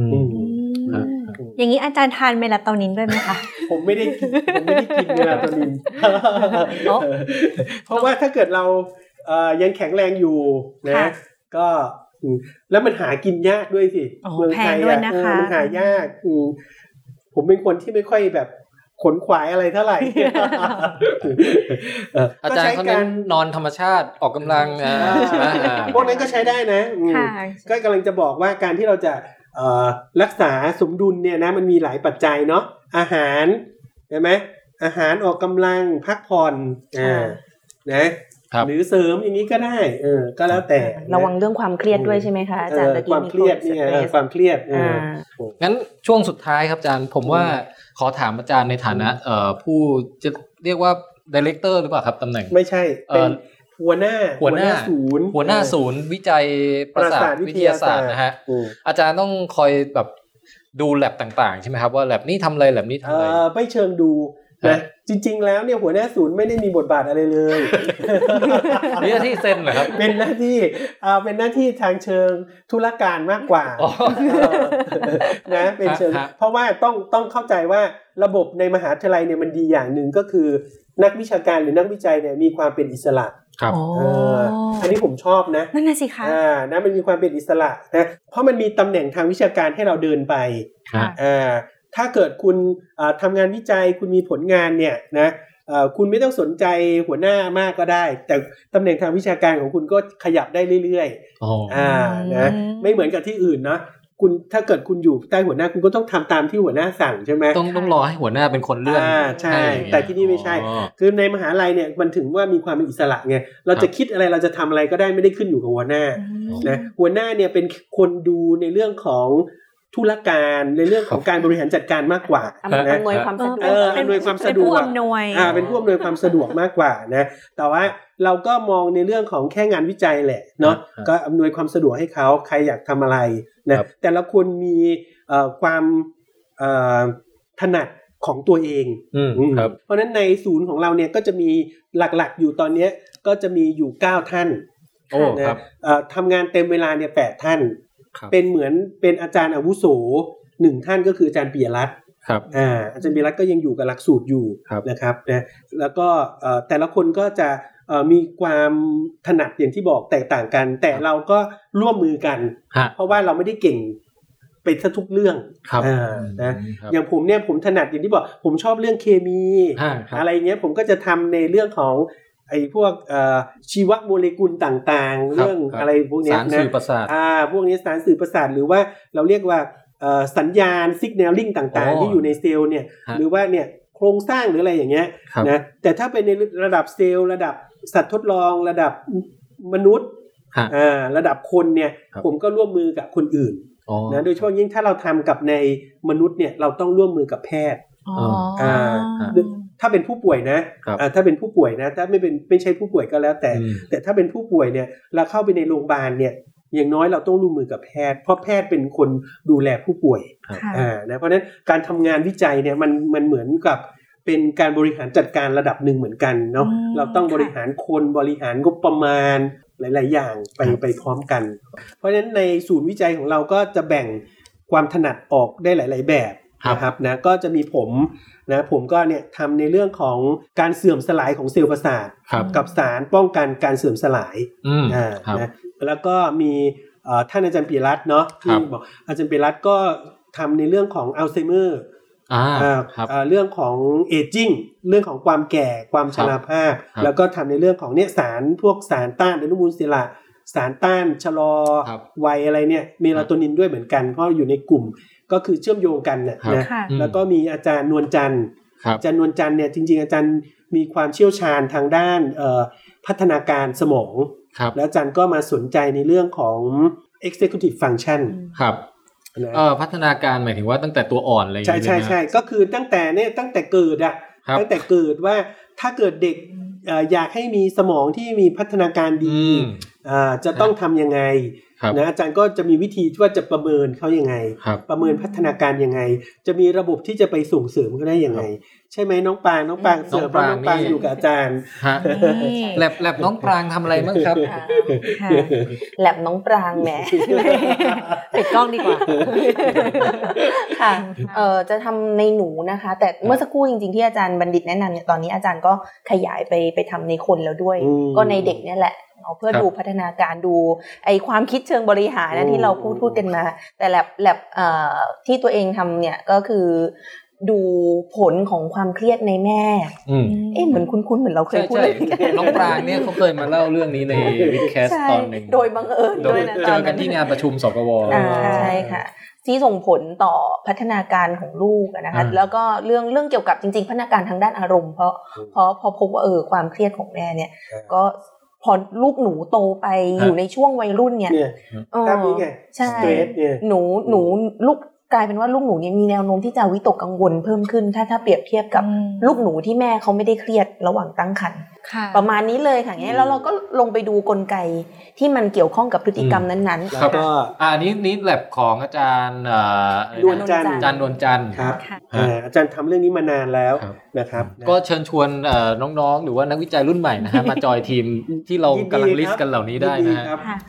อย่างนี้อาจารย์ทานเมลาโทนินด้วยไหมคะผมไม่ได้ผมไม่ได้กินเมลาโทนินเพราะว่าถ้าเกิดเราเอ่อยังแข็งแรงอยู่นะก็แล้วมันหากินยากด้วยสิเมืองไทยอ่ะมันหายากผมเป็นคนที่ไม่ค่อยแบบขนขวายอะไรเท่าไหร่อาจารย์เขาเน้นนอนธรรมชาติออกกำลังพวกนั้นก็ใช้ได้นะก็กำลังจะบอกว่าการที่เราจะรักษาสมดุลเนี่ยนะมันมีหลายปัจจัยเนาะอาหารใช่ไหมอาหารออกกำลังพักผ่อนนะหรือเสริมอย่างนี้ก็ได้เออก็แล้วแต่ระวังเรื่องความเครียดด้วยใช่ไหมคะอาจารย์ความเครียดนี่ไงความเครียดงั้นช่วงสุดท้ายครับอาจารย์ผมว่าขอถามอาจารย์ในฐานะเอ่อผู้จะเรียกว่าไดเรคเตอร์หรือเปล่าครับตำแหน่งไม่ใช่เป็นหัวหน้าหัวหน้าศูนย์หัวหน้าศูนย์วิจัยประสาทวิทยาศาสตร์นะฮะอาจารย์ต้องคอยแบบดูแลบต่างๆใช่ไหมครับว่าแลบนี้ทำอะไรแลบนี้ทำอะไรไม่เชิงดูนะจริงๆแล้วเนี่ยหัวหน้าศูนย์ไม่ได้มีบทบาทอะไรเลยนี่หน้าที่เซ็นเหรอครับเป็นหน้าที่อ่าเป็นหน้าที่ทางเชิงธุรการมากกว่านะเป็นเชิงเพราะว่าต้องต้องเข้าใจว่าระบบในมหาวิทยาลัยเนี่ยมันดีอย่างหนึ่งก็คือนักวิชาการหรือนักวิจัยเนี่ยมีความเป็นอิสระครับเอออันนี้ผมชอบนะนั่นน่ะสิคะอ่านะมันมีความเป็นอิสระนะเพราะมันมีตำแหน่งทางวิชาการให้เราเดินไปอ่าถ้าเกิดคุณทำงานวิจัยคุณมีผลงานเนี่ยนะคุณไม่ต้องสนใจหัวหน้ามากก็ได้แต่ตำแหน่งทางวิชาการของคุณก็ขยับได้เรื่อยๆอ่านะไม่เหมือนกับที่อื่นนะคุณถ้าเกิดคุณอยู่ใต้หัวหน้าคุณก็ต้องทำตามที่หัวหน้าสั่งใช่ไหมต้องต้องรอให้หัวหน้าเป็นคนเลื่อนอ่าใช่แต่ที่นี่ไม่ใช่คือในมหาลัยเนี่ยมันถึงว่ามีความเป็นอิสระไงเราจะคิดอะไรเราจะทำอะไรก็ได้ไม่ได้ขึ้นอยู่กับหัวหน้านะหัวหน้าเนี่ยเป็นคนดูในเรื่องของธุรการในเรื่องของการบริหารจัดการมากกว่าอำนวยความสะดวกอำนวยความสะดวกอ่าเป็นผู้อำนวยความสะดวกมากกว่านะแต่ว่าเราก็มองในเรื่องของแค่งานวิจัยแหละเนาะก็อำนวยความสะดวกให้เขาใครอยากทำอะไรนะแต่ละคนมีความถนัดของตัวเองเพราะนั้นในศูนย์ของเราเนี่ยก็จะมีหลักๆอยู่ตอนนี้ก็จะมีอยู่เก้าท่านนะทำงานเต็มเวลาเนี่ยแปดท่านเป็นเหมือนเป็นอาจารย์อาวุโสหนึ่งท่านก็คืออาจารย์ปิยรัตน์ครับอ่าอาจารย์ปิยรัตน์ก็ยังอยู่กับหลักสูตรอยู่นะครับนะแล้วก็แต่ละคนก็จะมีความถนัดอย่างที่บอกแตกต่างกันแต่เราก็ร่วมมือกันเพราะว่าเราไม่ได้เก่งไปซะทุกเรื่องอ่านะอย่างผมเนี่ยผมถนัดอย่างที่บอกผมชอบเรื่องเคมีอะไรเงี้ยผมก็จะทำในเรื่องของไอ้พวกชีวโมเลกุลต่างๆเรื่องอะไรพวกนี้นะสารสื่อประสาทอ่าพวกนี้สารสื่อประสาทหรือว่าเราเรียกว่าสัญญาณซิกแนลลิ่งต่างๆที่อยู่ในเซลล์เนี่ยหรือว่าเนี่ยโครงสร้างหรืออะไรอย่างเงี้ยนะแต่ถ้าเป็นในระดับเซลล์ระดับสัตว์ทดลองระดับมนุษย์อ่าระดับคนเนี่ยผมก็ร่วมมือกับคนอื่นนะโดยเฉพาะยิ่งถ้าเราทำกับในมนุษย์เนี่ยเราต้องร่วมมือกับแพทย์อ่าถ้าเป็นผู้ป่วยนะอ่าถ้าเป็นผู้ป่วยนะถ้าไม่เป็นไม่ใช่ผู้ป่วยก็แล้วแต่แต่ถ้าเป็นผู้ป่วยเนี่ยเราเข้าไปในโรงพยาบาลเนี่ยอย่างน้อยเราต้องร่วมมือกับแพทย์เพราะแพทย์เป็นคนดูแลผู้ป่วยอ่านะเพราะฉะนั้นการทำงานวิจัยเนี่ยมันมันเหมือนกับเป็นการบริหารจัดการระดับหนึ่งเหมือนกันเนาะเราต้องบริหารคนบริหารงบประมาณหลายๆอย่างไปไปพร้อมกันเพราะฉะนั้นในศูนย์วิจัยของเราก็จะแบ่งความถนัดออกได้หลายๆแบบนะครับนะก็จะมีผมนะผมก็เนี่ยทำในเรื่องของการเสื่อมสลายของเซลล์ประสาทกับสารป้องกันการเสื่อมสลายอ่านะแล้วก็มีท่านอาจารย์ปิยรัตน์เนาะที่บอกอาจารย์ปิยรัตน์ก็ทำในเรื่องของอัลไซเมอร์อ่าเรื่องของเอจจิ้งเรื่องของความแก่ความชราภาพแล้วก็ทำในเรื่องของเนี่ยสารพวกสารต้านอนุมูลอิสระสารต้านชะลอวัยอะไรเนี่ยเมลาโทนินด้วยเหมือนกันเพราะอยู่ในกลุ่มก็คือเชื่อมโยงกันนะนะแล้วก็มีอาจารย์นวลจันทร์อาจารย์นวลจันทร์เนี่ยจริงๆอาจารย์มีความเชี่ยวชาญทางด้านพัฒนาการสมองแล้วอาจารย์ก็มาสนใจในเรื่องของ executive function ครับเอ่อพัฒนาการหมายถึงว่าตั้งแต่ตัวอ่อนอะไรอย่างเงี้ยใช่ๆๆก็คือตั้งแต่เนี่ยตั้งแต่เกิดอ่ะตั้งแต่เกิดว่าถ้าเกิดเด็กเอ่ออยากให้มีสมองที่มีพัฒนาการดีอ่าจะต้องทำยังไงนะอาจารย์ก็จะมีวิธีว่าจะประเมินเขายังไงประเมินพัฒนาการยังไงจะมีระบบที่จะไปส่งเสริมเขาได้ยังไงใช่ไหมน้องปางน้องปางเสิร์ฟน้องปางอยู่กับอาจารย์แลบแลบน้องปางทำอะไรบ้างครับแลบน้องปางแหมปิดกล้องดีกว่าค่ะเอ่อจะทำในหนูนะคะแต่เมื่อสักครู่จริงๆที่อาจารย์บัณฑิตแนะนำเนี่ยตอนนี้อาจารย์ก็ขยายไปไปทำในคนแล้วด้วยก็ในเด็กเนี่ยแหละเพื่อดูพัฒนาการดูไอความคิดเชิงบริหารนะที่เราพูดพูดกันมาแต่แลบแลบเอ่อที่ตัวเองทำเนี่ยก็คือดูผลของความเครียดในแม่เอ๊ะเหมือนคุ้นๆเหมือนเราเคยพูดเลยน้องปรางเนี่ยเขาเคยมาเล่าเรื่องนี้ในวิดแคสตอนนึงโดยบังเอิญด้วยนะเจอกันที่งานประชุมสกวใช่ค่ะที่ส่งผลต่อพัฒนาการของลูกนะคะแล้วก็เรื่องเรื่องเกี่ยวกับจริงๆพัฒนาการทางด้านอารมณ์เพราะเพราะพอพบว่าเออความเครียดของแม่เนี่ยก็พอลูกหนูโตไปอยู่ในช่วงวัยรุ่นเนี่ยภาพนี้ไงใช่หนูหนูลูกกลายเป็นว่าลูกหนูเนี่ยมีแนวโน้มที่จะวิตกกังวลเพิ่มขึ้นถ้าถ้าเปรียบเทียบกับลูกหนูที่แม่เขาไม่ได้เครียดระหว่างตั้งครรภ์ประมาณนี้เลยค่ะงี้แล้วเราก็ลงไปดูกลไกที่มันเกี่ยวข้องกับพฤติกรรมนั้นๆแล้วก็อ่านี้นี้แลบของอาจารย์นวลจันทร์อาจารย์นวลจันทร์ครับอาจารย์ทำเรื่องนี้มานานแล้วนะครับก็เชิญชวนน้องๆหรือว่านักวิจัยรุ่นใหม่นะฮะมาจอยทีมที่เรากำลังลิสต์กันเหล่านี้ได้นะฮะ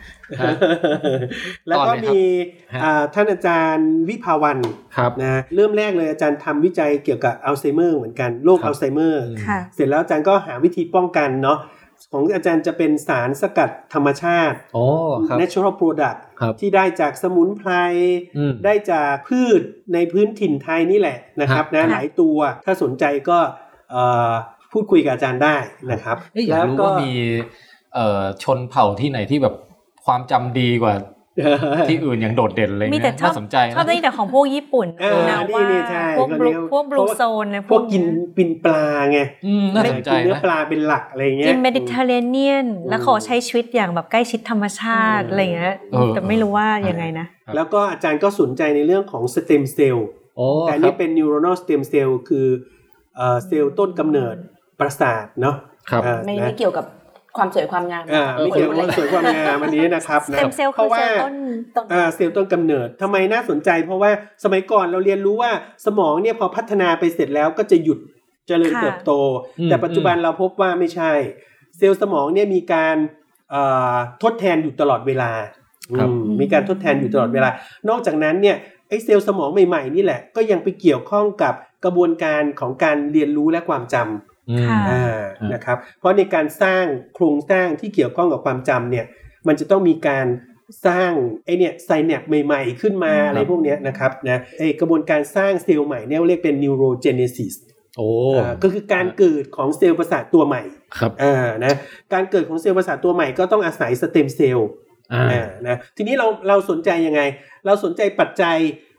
แล้วก็มีท่านอาจารย์วิภาวันนะเริ่มแรกเลยอาจารย์ทำวิจัยเกี่ยวกับอัลไซเมอร์เหมือนกันโรคอัลไซเมอร์เสร็จแล้วอาจารย์ก็หาวิธีป้องกันเนาะของอาจารย์จะเป็นสารสกัดธรรมชาติ natural product ที่ได้จากสมุนไพรได้จากพืชในพื้นถิ่นไทยนี่แหละนะครับนะหลายตัวถ้าสนใจก็พูดคุยกับอาจารย์ได้นะครับแล้วก็มีชนเผ่าที่ไหนที่แบบความจำดีกว่าที่อื่นอย่างโดดเด่นเลยนะน่าสนใจนะชอบได้แต่ของพวกญี่ปุ่นนะว่าพวกบลูพวกบลูโซนอะไรพวกกินปินปลาไงน่าสนใจนะเนื้อปลาเป็นหลักอะไรเงี้ยกินเมดิเตอร์เรเนียนแล้วขอใช้ชีวิตอย่างแบบใกล้ชิดธรรมชาติอะไรเงี้ยแต่ไม่รู้ว่ายังไงนะแล้วก็อาจารย์ก็สนใจในเรื่องของสเต็มเซลล์แต่นี่เป็น neuronal stem cell คือเซลล์ต้นกำเนิดประสาทเนาะไม่ไม่เกี่ยวกับความสวยความงามอ่าไม่เกี่ยวกับความสวยความงามอันนี้นะครับนะเพราะว่าอ่าเซลล์ต้นกำเนิดทำไมน่าสนใจเพราะว่าสมัยก่อนเราเรียนรู้ว่าสมองเนี่ยพอพัฒนาไปเสร็จแล้วก็จะหยุดเจริญเติบโตแต่ปัจจุบันเราพบว่าไม่ใช่เซลล์สมองเนี่ยมีการอ่าทดแทนอยู่ตลอดเวลามีการทดแทนอยู่ตลอดเวลานอกจากนั้นเนี่ยไอ้เซลล์สมองใหม่ๆนี่แหละก็ยังไปเกี่ยวข้องกับกระบวนการของการเรียนรู้และความจำอ่านะครับเพราะในการสร้างโครงสร้างที่เกี่ยวข้องกับความจำเนี่ยมันจะต้องมีการสร้างไอ้เนี่ยไซแนปใหม่ๆขึ้นมาอะไรพวกนี้นะครับนะไอ้กระบวนการสร้างเซลล์ใหม่เนี่ยเรียกเป็น neurogenesis โอ้ก็คือการเกิดของเซลล์ประสาทตัวใหม่ครับอ่านะการเกิดของเซลล์ประสาทตัวใหม่ก็ต้องอาศัยสเต็มเซลล์อ่านะทีนี้เราเราสนใจยังไงเราสนใจปัจจัย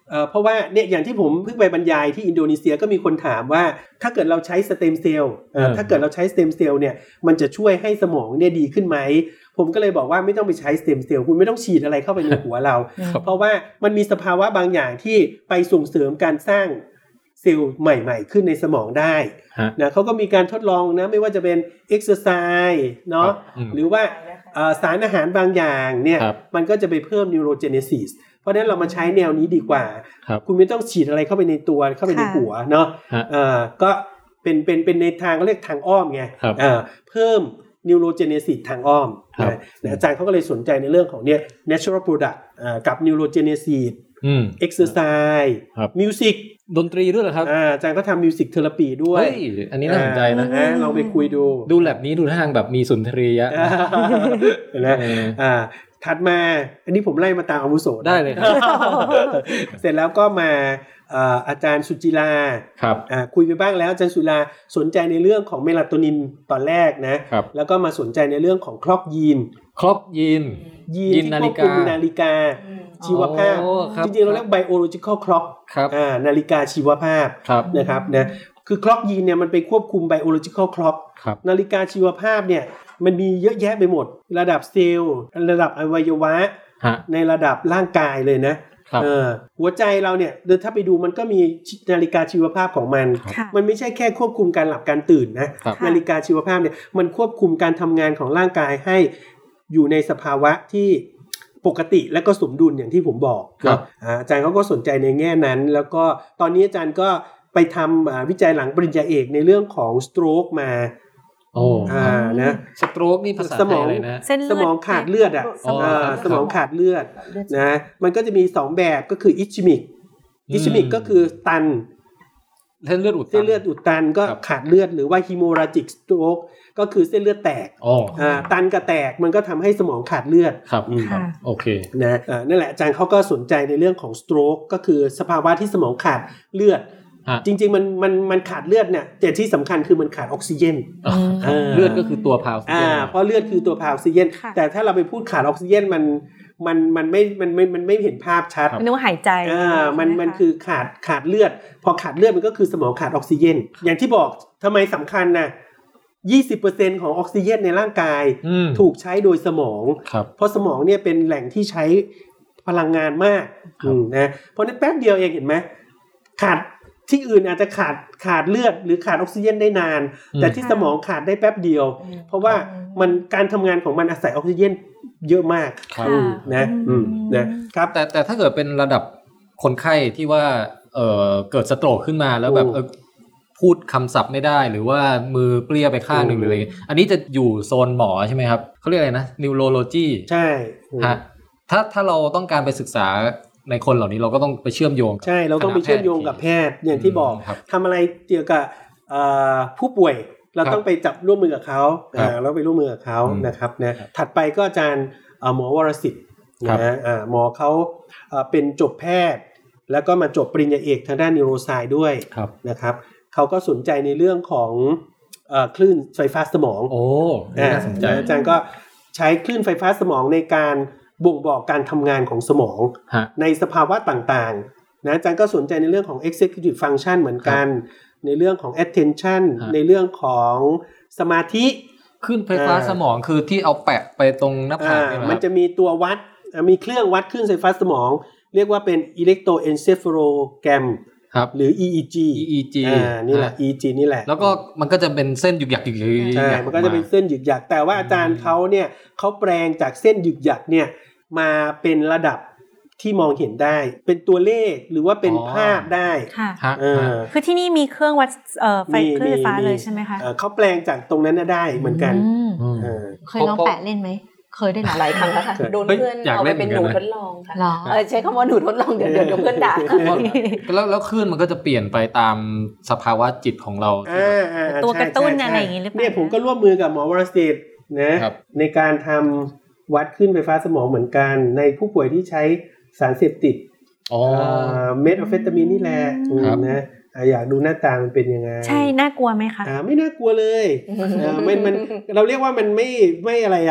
เอ่อเพราะว่าเนี่ยอย่างที่ผมเพิ่งไปบรรยายที่อินโดนีเซียก็มีคนถามว่าถ้าเกิดเราใช้สเต็มเซลล์เอ่อถ้าเกิดเราใช้สเต็มเซลล์เนี่ยมันจะช่วยให้สมองเนี่ยดีขึ้นไหมผมก็เลยบอกว่าไม่ต้องไปใช้สเต็มเซลล์คุณไม่ต้องฉีดอะไรเข้าไปในหัวเรา เพราะว่ามันมีสภาวะบางอย่างที่ไปส่งเสริมการสร้างเซลล์ใหม่ๆขึ้นในสมองได้นะเขาก็มีการทดลองนะไม่ว่าจะเป็นเอ็กซ์ไซส์เนาะหรือว่าสารอาหารบางอย่างเนี่ยมันก็จะไปเพิ่มนิวโรเจเนซิสเพราะฉะนั้นเรามาใช้แนวนี้ดีกว่า ค, คุณไม่ต้องฉีดอะไรเข้าไปในตัวเข้าไปในหัวเนาะอ่าก็เป็นเป็นเป็นในทางเขาเรียกทางอ้อมไงอ่าเพิ่มนิวโรเจเนซิสทางอ้อมนะอาจารย์เขาก็เลยสนใจในเรื่องของเนี่ย natural product อ่ากับนิวโรเจเนซิสอืม exercise music ดนตรีด้วยเหรอครับอ่าอาจารย์ก็ทำมิวสิกเทอราปีด้วยเฮ้ยอันนี้น่าสนใจนะลองไปคุยดูดูแลบนี้ดูทางแบบมีสุนทรียะนะอ่าถัดมาอันนี้ผมไล่มาตามอาวุโสได้เลยครับเสร็จแล้วก็มาอาจารย์สุจิราครับคุยไปบ้างแล้วอาจารย์สุจิราสนใจในเรื่องของเมลาโทนินตอนแรกนะแล้วก็มาสนใจในเรื่องของคล็อกยีนคล็อกยีนยีนที่ควบคุมนาฬิกาชีวภาพจริงๆเราเรียก biological clock อ่านาฬิกาชีวภาพนะครับนะคือคล็อกยีนเนี่ยมันไปควบคุม biological clock นาฬิกาชีวภาพเนี่ยมันมีเยอะแยะไปหมดระดับเซลล์ระดับอวัยวะในระดับร่างกายเลยนะเออหัวใจเราเนี่ยเดินถ้าไปดูมันก็มีนาฬิกาชีวภาพของมันมันไม่ใช่แค่ควบคุมการหลับการตื่นนะนาฬิกาชีวภาพเนี่ยมันควบคุมการทำงานของร่างกายให้อยู่ในสภาวะที่ปกติและก็สมดุลอย่างที่ผมบอกอาจารย์เขาก็สนใจในแง่นั้นแล้วก็ตอนนี้อาจารย์ก็ไปทำวิจัยหลังปริญญาเอกในเรื่องของสโตรกมาโอ้อ่านะสโตรกนี่ภาษาไทยอะไรนะสมองขาดเลือดอ่ะสมองขาดเลือดนะมันก็จะมีสองแบบก็คืออิชมิกอิชมิกก็คือตันเส้นเลือดอุดตันเส้นเลือดอุดตันก็ขาดเลือดหรือว่าฮีโมราจิกสโตรกก็คือเส้นเลือดแตกอ่าตันกับแตกมันก็ทำให้สมองขาดเลือดครับโอเคนะอ่านั่นแหละอาจารย์เขาก็สนใจในเรื่องของสโตรกก็คือสภาวะที่สมองขาดเลือดจริงๆมันมันมันขาดเลือดเนี่ยแต่ที่สำคัญคือมันขาดออกซิเจนเลือดก็คือตัวพาออกซิเจนเพราะเลือดคือตัวพาออกซิเจนแต่ถ้าเราไปพูดขาดออกซิเจนมันมันมันไม่มันไม่มันไม่เห็นภาพชัดนึกว่าหายใจอ่ามันมันคือขาดขาดเลือดพอขาดเลือดมันก็คือสมองขาดออกซิเจนอย่างที่บอกทำไมสำคัญนะ ยี่สิบเปอร์เซ็นต์ ของออกซิเจนในร่างกายถูกใช้โดยสมองเพราะสมองเนี่ยเป็นแหล่งที่ใช้พลังงานมากนะเพราะนั้นแป๊บเดียวเองเห็นไหมขาดที่อื่นอาจจะขาดขาดเลือดหรือขาดออกซิเจนได้นานแต่ที่สมองขาดได้แป๊บเดียวเพราะว่ามันการทำงานของมันอาศัยออกซิเจนเยอะมากนะนะครับแต่แต่ถ้าเกิดเป็นระดับคนไข้ที่ว่าเอ่อเกิดสโตรกขึ้นมาแล้วแบบเออพูดคำศัพท์ไม่ได้หรือว่ามือเปรี้ยไปข้างหนึ่งหรืออะไรอันนี้จะอยู่โซนหมอใช่ไหมครับเขาเรียกอะไรนะ neurology ใช่ฮะถ้าถ้าเราต้องการไปศึกษาในคนเหล่านี้เราก็ต้องไปเชื่อมโยงใช่เราต้องไปเชื่อมโยงกับแพทย์อย่างที่บอกทำอะไรเกี่ยวกับผู้ป่วยเราต้องไปจับร่วมมือกับเขาแล้วไปร่วมมือกับเขานะครับนะถัดไปก็อาจารย์หมอวรสิทธิ์นะหมอเขาเป็นจบแพทย์แล้วก็มาจบปริญญาเอกทางด้านนิวโรไซน์ด้วยนะครับเขาก็สนใจในเรื่องของคลื่นไฟฟ้าสมองโอ้น่าสนใจอาจารย์ก็ใช้คลื่นไฟฟ้าสมองในการบ่งบอกการทำงานของสมองในสภาวะต่างๆนะอาจารย์ก็สนใจในเรื่องของ executive function เหมือนกันในเรื่องของ attention ในเรื่องของสมาธิคลื่นไฟฟ้าสมองคือที่เอาแปะไปตรงหน้าผากมันจะมีตัววัดมีเครื่องวัดคลื่นไฟฟ้าสมองเรียกว่าเป็น electroencephalogram หรือ อี อี จีอี อี จีอ่านี่แหละ อี อี จี นี่แหละแล้วก็มันก็จะเป็นเส้นหยึกหยักหยึกใช่มันก็จะเป็นเส้นหยึกหยักแต่ว่าอาจารย์เขาเนี่ยเขาแปลงจากเส้นหยึกหยักเนี่ยมาเป็นระดับที่มองเห็นได้เป็นตัวเลขหรือว่าเป็นภาพได้ค่ะคือที่นี่มีเครื่องวัดไฟคลื่นไฟฟ้าเลยใช่ไหมคะเขาแปลงจากตรงนั้นได้เหมือนกันเคยลองแปะเล่นไหมเคยได้หลายครั้งแล้วค่ะโดนเพื่อนเอาไปเป็นหนูทดลองค่ะใช้คำว่าหนูทดลองเดี๋ยวเดี๋ยวเพื่อนด่าแล้วแล้วคลื่นมันก็จะเปลี่ยนไปตามสภาวะจิตของเราตัวกระตุ้นอะไรอย่างงี้หรือเปล่าเนี่ยผมก็ร่วมมือกับหมอวรศิษฐ์นะในการทำวัดคลื่นไฟฟ้าสมองเหมือนกันในผู้ป่วยที่ใช้สารเสพติดเมทแอมเฟตามีนนี่แหละนะอยากดูหน้าตามันเป็นยังไงใช่น่ากลัวไหมคะอ่าไม่น่ากลัวเลยอ่ามันมันเราเรียกว่ามันไม่ไม่อะไรอ่ะ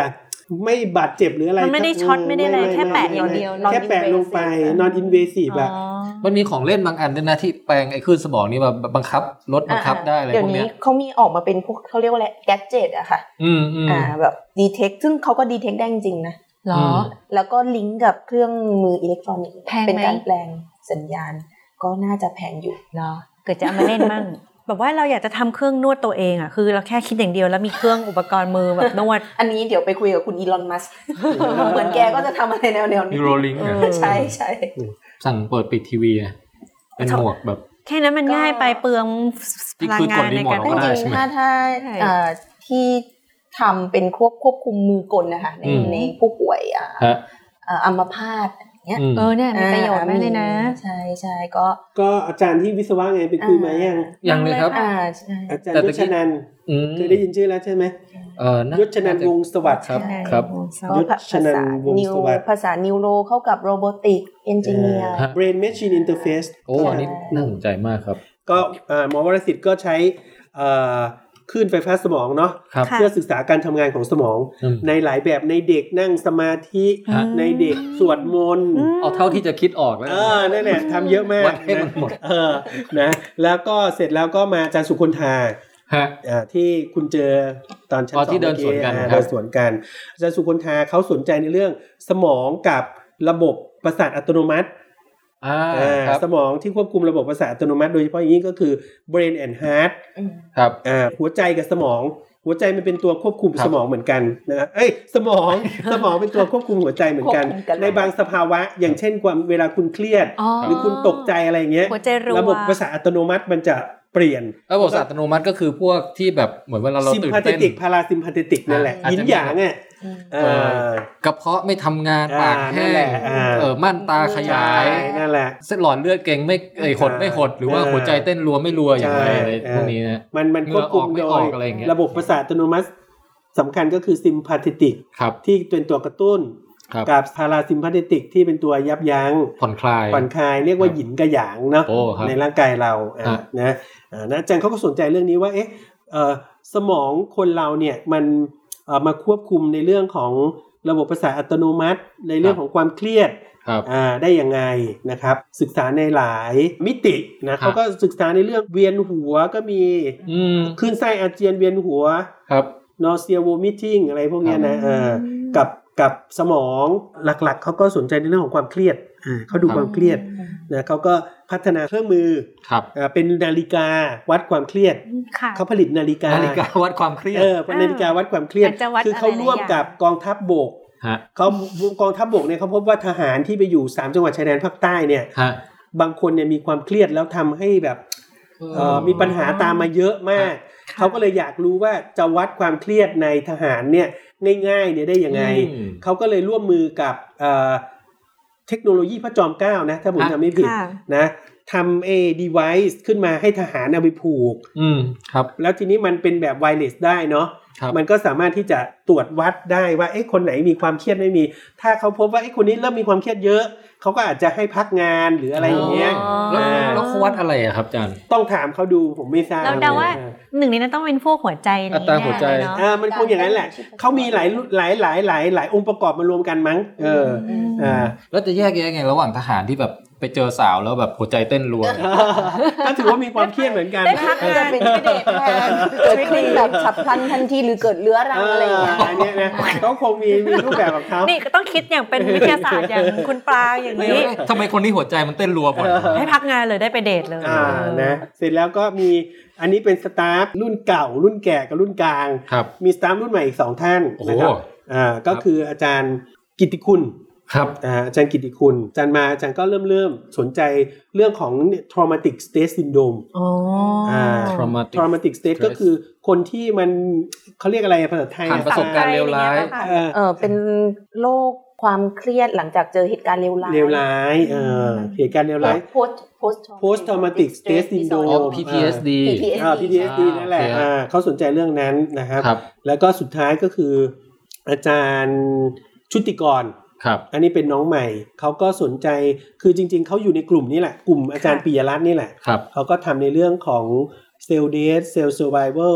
ไม่บาดเจ็บหรืออะไรมันไม่ได้ช็อตไม่ได้อะไรแค่แปะอย่างเดียวแค่แปะลงไป non invasive อ่ะมันมีของเล่นบางอันด้วยนะที่แปลงไอ้คลื่นสมองนี่มาบังคับลดบังคับได้อะไรพวกนี้เดี๋ยวนี้เขามีออกมาเป็นพวกเขาเรียกว่าอะไรแกดเจ็ตอะค่ะอืมอ่าแบบดีเทคซึ่งเขาก็ดีเทคได้จริงๆนะหรอแล้วก็ลิงก์กับเครื่องมืออิเล็กทรอนิกส์เป็นการแปลงสัญญาณก็น่าจะแพงอยู่เหรอเกิดจะเอามาเล่นมั่งแบบว่าเราอยากจะทำเครื่องนวดตัวเองอ่ะคือเราแค่คิดอย่างเดียวแล้วมีเครื่องอุปกรณ์มือแบบนวดอันนี้เดี๋ยวไปคุยกับคุณอีลอนมัสก์เหมือนแกก็จะทำอะไรแนวๆนี้ Neuralink ใช่ใช่สั่งเปิดปิดทีวีเป็นหมวกแบบแค่นั้นมันง่ายไปเปลืองพลังงานในการจริงๆถ้าถ้าที่ทำเป็นควบควบคุมมือกลนะคะในในผู้ป่วยอัมพาตเออเนี่ยมีประโยชน์มากเลยนะใช่ใช่ก็ก็อาจารย์ที่วิศวะไงไปคุยมายังยังเลยครับอาจารย์ยศนันท์เคยได้ยินชื่อแล้วใช่ไหมยศนันท์วงศ์สวัสดิ์ครับครับยศนันท์วงศ์สวัสดิ์ภาษานิวโรเข้ากับโรบอติกเอนจิเนียร์ brain machine interface โอ้อันนี้น่าสนใจมากครับก็หมอวรศิษฐ์ก็ใช้คลื่นไฟฟ้าสมองเนาะเพื่อศึกษาการทำงานของสมองในหลายแบบในเด็กนั่งสมาธิในเด็กสวดมนต์เอาเท่าที่จะคิดออกแล้วเออนั่นแหละทำเยอะมากวัดให้มันหมดเออนะแล้วก็เสร็จแล้วก็มาอาจารย์สุคนธาที่คุณเจอตอนชั้นสองที่เดินสวนกันเดินสวนกันอาจารย์สุคนธาเขาสนใจในเรื่องสมองกับระบบประสาทอัตโนมัติสมองที่ควบคุมระบบประสาทอัตโนมัติโดยเฉพาะอย่างนี้ก็คือ brain and heart ครับหัวใจกับสมองหัวใจมันเป็นตัวควบคุมสมองเหมือนกันนะเอ้ยสมองสมองเป็นตัวควบคุมหัวใจเหมือนกันในบางสภาวะอย่างเช่นความเวลาคุณเครียดหรือคุณตกใจอะไรเงี้ยระบบประสาทอัตโนมัติมันจะเปลี่ยนระบบประสาทอัตโนมัติก็คือพวกที่แบบเหมือนเวลาเราตื่นเต้น sympathetic parasympathetic นั่นแหละยินหยางอ่ะกระเพาะไม่ทำงานปากแห้งเออม่านตาขยายนั่นแหละเส้นหลอดเลือดเก่งไม่เอ้ยหดไม่หดหรือว่าหัวใจเต้นรัวไม่รัวอย่างไรอะไรพวกนี้นะมันมันควบคุมโดยระบบประสาทอัตโนมัติสำคัญก็คือ sympathetic ที่เป็นตัวกระตุ้นกับ parasympathetic ที่เป็นตัวยับยั้งผ่อนคลายผ่อนคลายเรียกว่าหยินกับหยางเนาะในร่างกายเราอ่ะนะนะอาจารย์เขาก็สนใจเรื่องนี้ว่าเอ๊ะสมองคนเราเนี่ยมันมาควบคุมในเรื่องของระบบประสาทอัตโนมัติในเรื่องของความเครียดได้ยังไงนะครับศึกษาในหลายมิตินะเขาก็ศึกษาในเรื่องเวียนหัวก็มีคลื่นไส้อาเจียนเวียนหัวครับ nausea vomiting อะไรพวกนี้นะกับกับสมองหลักๆเขาก็สนใจในเรื่องของความเครียดเขาดูความเครียดนะเขาก็พัฒนาเครื่องมือเป็นนาฬิกาวัดความเครียดเขาผลิตนาฬิกานาฬิกาวัดความเครียดเออเป็นนาฬิกาวัดความเครียดคือเขาร่วมกับกองทัพบกเขากองทัพบกเนี่ยเขาพบว่าทหารที่ไปอยู่สามจังหวัดชายแดนภาคใต้เนี่ยบางคนเนี่ยมีความเครียดแล้วทำให้แบบมีปัญหาตามมาเยอะมากเขาก็เลยอยากรู้ว่าจะวัดความเครียดในทหารเนี่ยง่ายๆเนี่ยได้ยังไงเขาก็เลยร่วมมือกับเทคโนโลยีพระจอมเกล้านะถ้าผมจำไม่ผิดนะทำเอ device ขึ้นมาให้ทหารเอาไปผูกครับแล้วทีนี้มันเป็นแบบไวเลสได้เนาะมันก็สามารถที่จะตรวจวัดได้ว่าเอ๊ะคนไหนมีความเครียดไม่มีถ้าเขาพบว่าไอ้คนนี้เริ่มมีความเครียดเยอะเขาก็อาจจะให้พักงานหรืออะไรอย่างเงี้ยแล้วเขาวัดอะไรอะครับอาจารย์ต้องถามเขาดูผมไม่ทราบเราเดาว่าหนึ่งในนั้นต้องเป็นพวกหัวใจอัตราหัวใจเนาะอ่ามันคงอย่างนั้นแหละเขามีหลายหลายหลายหลายหลายองค์ประกอบมารวมกันมั้งเอออ่าแล้วจะแยกแยะไงระหว่างทหารที่แบบไปเจอสาวแล้วแบบหัวใจเต้นรัวก็ถือว่ามีความเครียดเหมือนกันได้พักจะเป็นพิเดชแทนเกิดขึ้นแบบฉับพลันทันทีหรือเกิดเรื้อรังอะไรอย่างเงี้ยอันนี้นะเขาคงมีมีรูปแบบของเขานี่ก็ต้องคิดอย่างเป็นวิทยาศาสตร์อย่างคุณปลาอย่างนี้ทำไมคนนี้หัวใจมันเต้นรัวบ่อยให้พักงานเลยได้ไปเดทเลยอ่านะเสร็จแล้วก็มีอันนี้เป็นสตาฟรุ่นเก่ารุ่นแก่กับรุ่นกลางมีสตาฟรุ่นใหม่อีกสองท่านนะครับอ่าก็คืออาจารย์กิตติคุณครับอาจารย์กิตติคุณอาจารย์มาอาจารย์ก็เริ่มเริ่มสนใจเรื่องของ traumatic stress syndrome อ๋ออ่า traumatic traumatic stress ก็คือคนที่มันเขาเรียกอะไรภาษาไทยผ่านประสบการณ์เลวร้ายเออเป็นโรคความเครียดหลังจากเจอเหตุการณ์เลวร้ายเลวร้ายเออเหตุการณ์เลวร้าย post post post traumatic stress syndrome พี ที เอส ดีอ่า พี ที เอส ดี นั่นแหละอ่าเขาสนใจเรื่องนั้นนะครับแล้วก็สุดท้ายก็คืออาจารย์ชุติกรครับอันนี้เป็นน้องใหม่เขาก็สนใจคือจริงๆเขาอยู่ในกลุ่มนี้แหละกลุ่มอาจารย์ปิยรัตน์นี่แหละเขาก็ทำในเรื่องของ cell death cell survival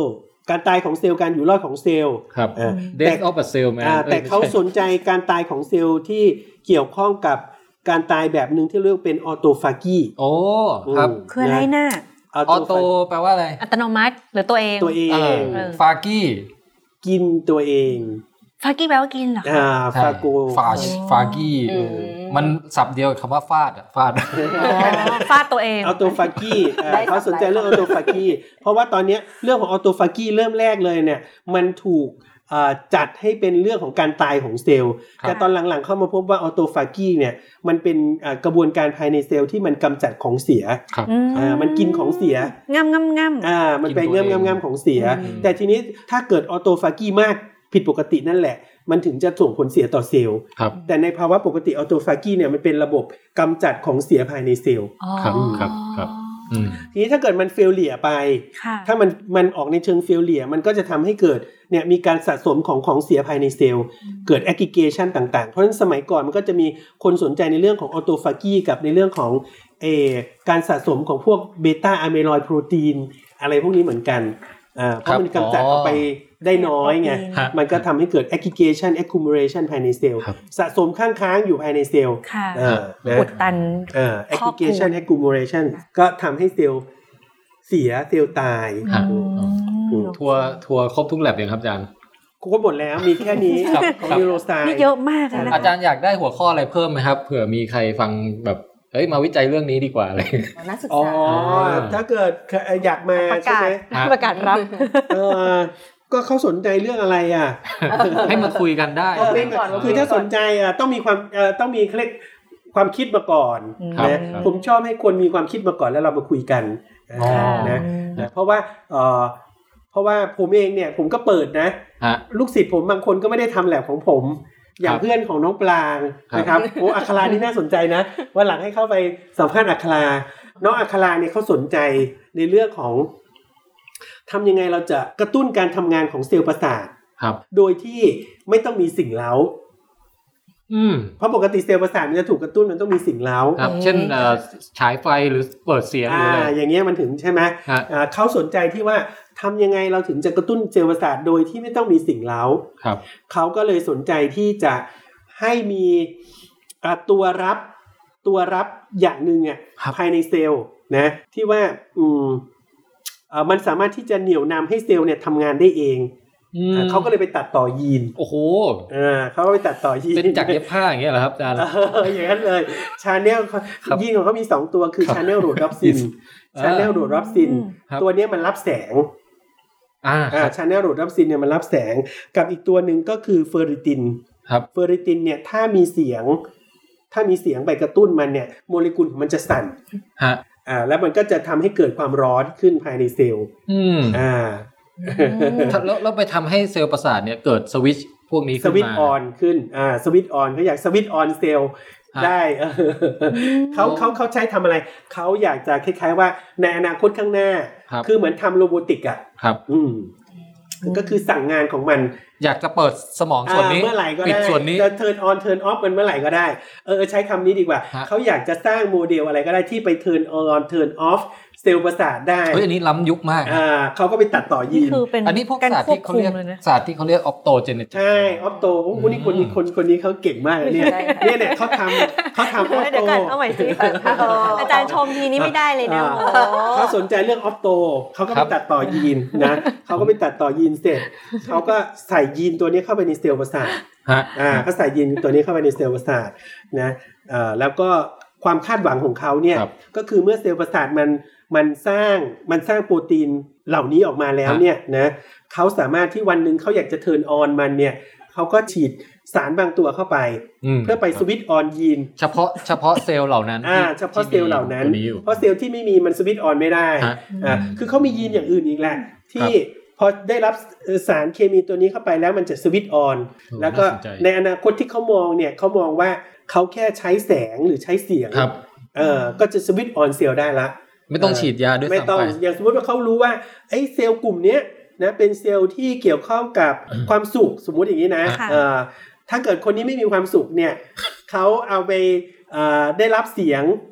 การตายของเซลล์การอยู่รอดของเซลล์ครับ death of a cell man แต่เขาสนใจการตายของเซลล์ที่เกี่ยวข้องกับการตายแบบนึงที่เรียกเป็นออโตฟาจีโอ้ครับคืออะไรน่ะออโตแปลว่าอะไรอัตโนมัติหรือตัวเองตัวเองฟากี้กินตัวเองฟากี้แปลว่ากินเหรออ่าฟาโกฟาฟากี้มันศัพท์เดียวกับคำว่าฟาดอ่ะฟาดฟาดตัวเองออโตฟากี้เขาสนใจเรื่องออโตฟากี้เพราะว่าตอนนี้เรื่องของออโตฟากี้เริ่มแรกเลยเนี่ยมันถูกจัดให้เป็นเรื่องของการตายของเซลล์แต่ตอนหลังๆเข้ามาพบว่าออโตฟาจีเนี่ยมันเป็นกระบวนการภายในเซลล์ที่มันกำจัดของเสียอ่ามันกินของเสียงำงำงำอ่ามันไปงำงำงำของเสียแต่ทีนี้ถ้าเกิดออโตฟาจีมากผิดปกตินั่นแหละมันถึงจะส่งผลเสียต่อเซลล์แต่ในภาวะปกติออโตฟาจีเนี่ยมันเป็นระบบกำจัดของเสียภายในเซลล์ครับครับครับทีนี้ถ้าเกิดมันเฟลเลียไปถ้ามันมันออกในเชิงเฟลเลียมันก็จะทำให้เกิดเนี่ยมีการสะสมของของเสียภายในเซลล์เกิดแอคกิเกชันต่างๆเพราะฉะนั้นสมัยก่อนมันก็จะมีคนสนใจในเรื่องของออโตฟาจีกับในเรื่องของเอการสะสมของพวกเบต้าอะเมลอยด์โปรตีนอะไรพวกนี้เหมือนกันอ่าเพราะมันกำจัดออกไปได้น้อยไงมันก็ทำให้เกิด aggregation accumulation ภายในเซลล์สะสมค้างๆอยู่ภายในเซลล์อุดตัน aggregation accumulation ก็ทำให้เซลล์เสียเซลล์ตายทัวร์ทัวร์ครบทุกแลบยังครับอาจารย์ครบหมดแล้วมีแค่นี้ของ Neuroscience นี่เยอะมากเลยนะอาจารย์อยากได้หัวข้ออะไรเพิ่มไหมครับเผื่อมีใครฟังแบบเอ้ยมาวิจัยเรื่องนี้ดีกว่าเลยนักศึกษาอ๋อถ้าเใอยากมาใช่ไหมประกาศรับเออก็เขาสนใจเรื่องอะไรอ่ะให้มาคุยกันได้คือถ้าสนใจอ่ะต้องมีความเอ่อต้องมีเคล็ดความคิดมาก่อนนะผมชอบให้คนมีความคิดมาก่อนแล้วเรามาคุยกันนะเพราะว่าเอ่อเพราะว่าผมเองเนี่ยผมก็เปิดนะลูกศิษย์ผมบางคนก็ไม่ได้ทำแลบของผมอย่างเพื่อนของน้องปลางนะครับโอ้อัครานี่น่าสนใจนะวันหลังให้เข้าไปสัมภาษณ์อัคราน้องอัคราเนี่ยเขาสนใจในเรื่องของทำยังไงเราจะกระตุ้นการทำงานของเซลล์ประสาทโดยที่ไม่ต้องมีสิ่งเร้าเพราะปกติเซลล์ประสาทมันจะถูกกระตุ้นมันต้องมีสิ่งเร้าเช่นฉายไฟหรือเปิดเสียงอะไรอย่างเงี้ยมันถึงใช่ไหมเขาสนใจที่ว่าทำยังไงเราถึงจะกระตุ้นเซลล์ประสาทโดยที่ไม่ต้องมีสิ่งเร้าเขาก็เลยสนใจที่จะให้มีตัวรับตัวรับอย่างหนึ่งอ่ะภายในเซลล์นะที่ว่าอืมมันสามารถที่จะเหนี่ยวนำให้เซลล์เนี่ยทำงานได้เองเขาก็เลยไปตัดต่อยีนโอ้โหอ่าเขาก็ไปตัดต่อยีนเป็นจากเย็บผ้าอย่างเงี้ยเหรอครับอาจารย์อย่างนั้นเลยชาแนลยีนของเขามีสองตัวคือชาแนลโรดรับซินชาแนลโรดรับซินตัวนี้มันรับแสงอ่าอ่าชาแนลโรดรับซินเนี่ยมันรับแสงกับอีกตัวหนึ่งก็คือเฟอริตินครับเฟอริตินเนี่ยถ้ามีเสียงถ้ามีเสียงไปกระตุ้นมันเนี่ยโมเลกุลของมันจะสั่นฮะอ่าแล้วมันก็จะทำให้เกิดความร้อนขึ้นภายในเซลล์อืมอ่าแล้วแล้วไปทำให้เซลล์ประสาทเนี่ยเกิดสวิตช์พวกนี้ขึ้นมาสวิตช์ออนขึ้นอ่าสวิตช์ออนเขาอยากสวิตช์ออนเซลล์ได้เขาเขาเขาใช้ทำอะไรเขาอยากจะคล้ายๆว่าในอนาคตข้างหน้าคือเหมือนทำโรบอติกอ่ะครับอืมก็คือสั่งงานของมันอยากจะเปิดสมองส่วนนี้ปิดส่วนนี้จะ turn on turn off มันเมื่อไหร่ก็ได้เออใช้คำนี้ดีกว่าเขาอยากจะสร้างโมเดลอะไรก็ได้ที่ไป turn on turn off เซลล์ประสาทได้เฮ้ยอันนี้ล้ำยุคมากอ่าเขาก็ไปตัดต่อยีนอันนี้พวกศาสตร์ที่เขาเรียกศาสตร์ที่เขาเรียกออปโตเจเนติกใช่ออปโตโอ้โหนี่คนนี้คนคนนี้เขาเก่งมากเนี่ยเนี่ยเนี่ยเขาทำเขาทำออปโตเดี๋ยวก่อนเอาใหม่สิอาจารย์ชมทีนี้ไม่ได้เลยนะเขาสนใจเรื่องออปโตเขาก็ไปตัดต่อยีนนะเขาก็ไปตัดต่อยีนเสร็จเขาก็ใส่ยีนตัวนี้เข้าไปในเซลล์ประสาทอ่าเขาใส่ยีนตัวนี้เข้าไปในเซลล์ประสาทนะอ่าแล้วก็ความคาดหวังของเขาเนี่ยก็คือเมื่อเซลล์ประสาทมันมันสร้างมันสร้างโปรตีนเหล่านี้ออกมาแล้วเนี่ยนะเขาสามารถที่วันนึงเขาอยากจะเทิร์นออนมันเนี่ยเขาก็ฉีดสารบางตัวเข้าไปเพื่อไปสวิตช์ออนยีนเฉพาะเฉพาะเซลล์เหล่านั้นอ่าเฉพาะเซลล์เหล่านั้นเพราะเซลล์ที่ไม่มีมันสวิตช์ออนไม่ได้อ่าคือเขามียีนอย่างอื่นอีกแหละที่พอได้รับสารเคมีตัวนี้เข้าไปแล้วมันจะสวิตช์ออนแล้วก็ในอนาคตที่เขามองเนี่ยเขามองว่าเขาแค่ใช้แสงหรือใช้เสียงเออก็จะสวิตช์ออนเซลล์ได้ละไม่ต้องฉีดยาด้วยซ้ำไปไม่ต้องอย่างสมมติว่าเขารู้ว่าไอ้เซลล์กลุ่มนี้นะเป็นเซลล์ที่เกี่ยวข้องกับความสุขสมมุติอย่างนี้นะเออถ้าเกิดคนนี้ไม่มีความสุขเนี่ยเขาเอาไปได้รับเสียง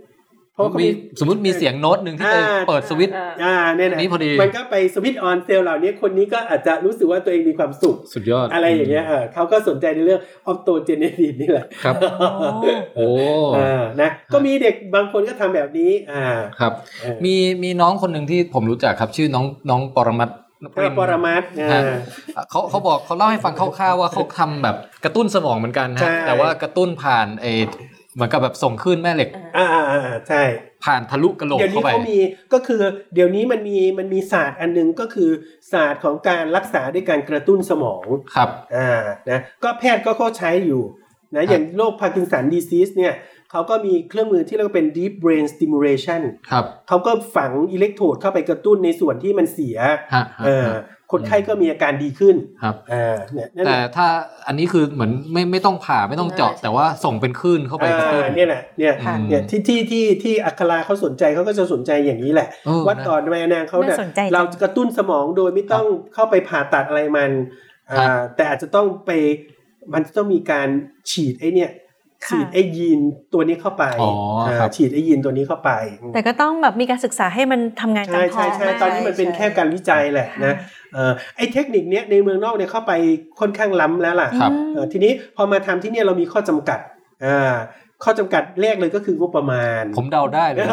เพราะมีสมมุติมีเสียงโน้ตนึงที่ไปเปิดสวิตช์อ่าเนี่ยนะนี่พอดีมันก็ไปสวิตช์ออนเซลล์เหล่านี้คนนี้ก็อาจจะรู้สึกว่าตัวเองมีความสุขสุดยอดอะไรอย่างเงี้ยเออเขาก็สนใจในเรื่องออปโตเจเนซิสนี่แหละครับโอ้อ่านะก็มีเด็กบางคนก็ทำแบบนี้อ่าครับมีมีน้องคนนึงที่ผมรู้จักครับชื่อน้องน้องปรมัตถ์ปรมัตถ์เขาเขาบอกเขาเล่าให้ฟังคร่าวๆว่าเขาทำแบบกระตุ้นสมองเหมือนกันฮะแต่ว่ากระตุ้นผ่านไอเหมือนกับแบบส่งคลื่นแม่เหล็กอ่าอ่าใช่ผ่านทะลุกะโหลกเข้าไปเดี๋ยวนี้เขามีก็คือเดี๋ยวนี้มันมีมันมีศาสตร์อันนึงก็คือศาสตร์ของการรักษาด้วยการกระตุ้นสมองครับอ่านะก็แพทย์ก็เขาใช้อยู่นะอย่างโรคพาร์กินสันดีซีสเนี่ยเขาก็มีเครื่องมือที่เรียกว่าเป็น deep brain stimulation ครับเขาก็ฝังอิเล็กโทรดเข้าไปกระตุ้นในส่วนที่มันเสียเออคนไข้ก็มีอาการดีขึ้นครับอ่าเนี่ยแต่ถ้าอันนี้คือเหมือนไม่ไม่ต้องผ่าไม่ต้องเจาะแต่ว่าส่งเป็นคลื่นเข้าไปกระตุ้นเนี่ยแหละเนี่ยเนี่ยที่ที่ที่ที่อัคราเขาสนใจเขาก็จะสนใจอย่างนี้แหละว่าตอนแม่นางเขาเนี่ยเรากระตุ้นสมองโดยไม่ต้องเข้าไปผ่าตัดอะไรมันอ่าแต่อาจจะต้องไปมันจะต้องมีการฉีดไอ้เนี่ยฉีดไอ้ยีนตัวนี้เข้าไปฉีดไอ้ยีนตัวนี้เข้าไปแต่ก็ต้องแบบมีการศึกษาให้มันทำงานตามพอใช่ๆตอนนี้มันเป็นแค่การวิจัยแหละนะเอ่อไอ้เทคนิคเนี้ยในเมืองนอกเนี่ยเข้าไปค่อนข้างล้ำแล้วล่ะเอ่อทีนี้พอมาทำที่เนี่ยเรามีข้อจำกัดอ่าข้อจำกัดแรกเลยก็คืองบประมาณผมเดาได้เลย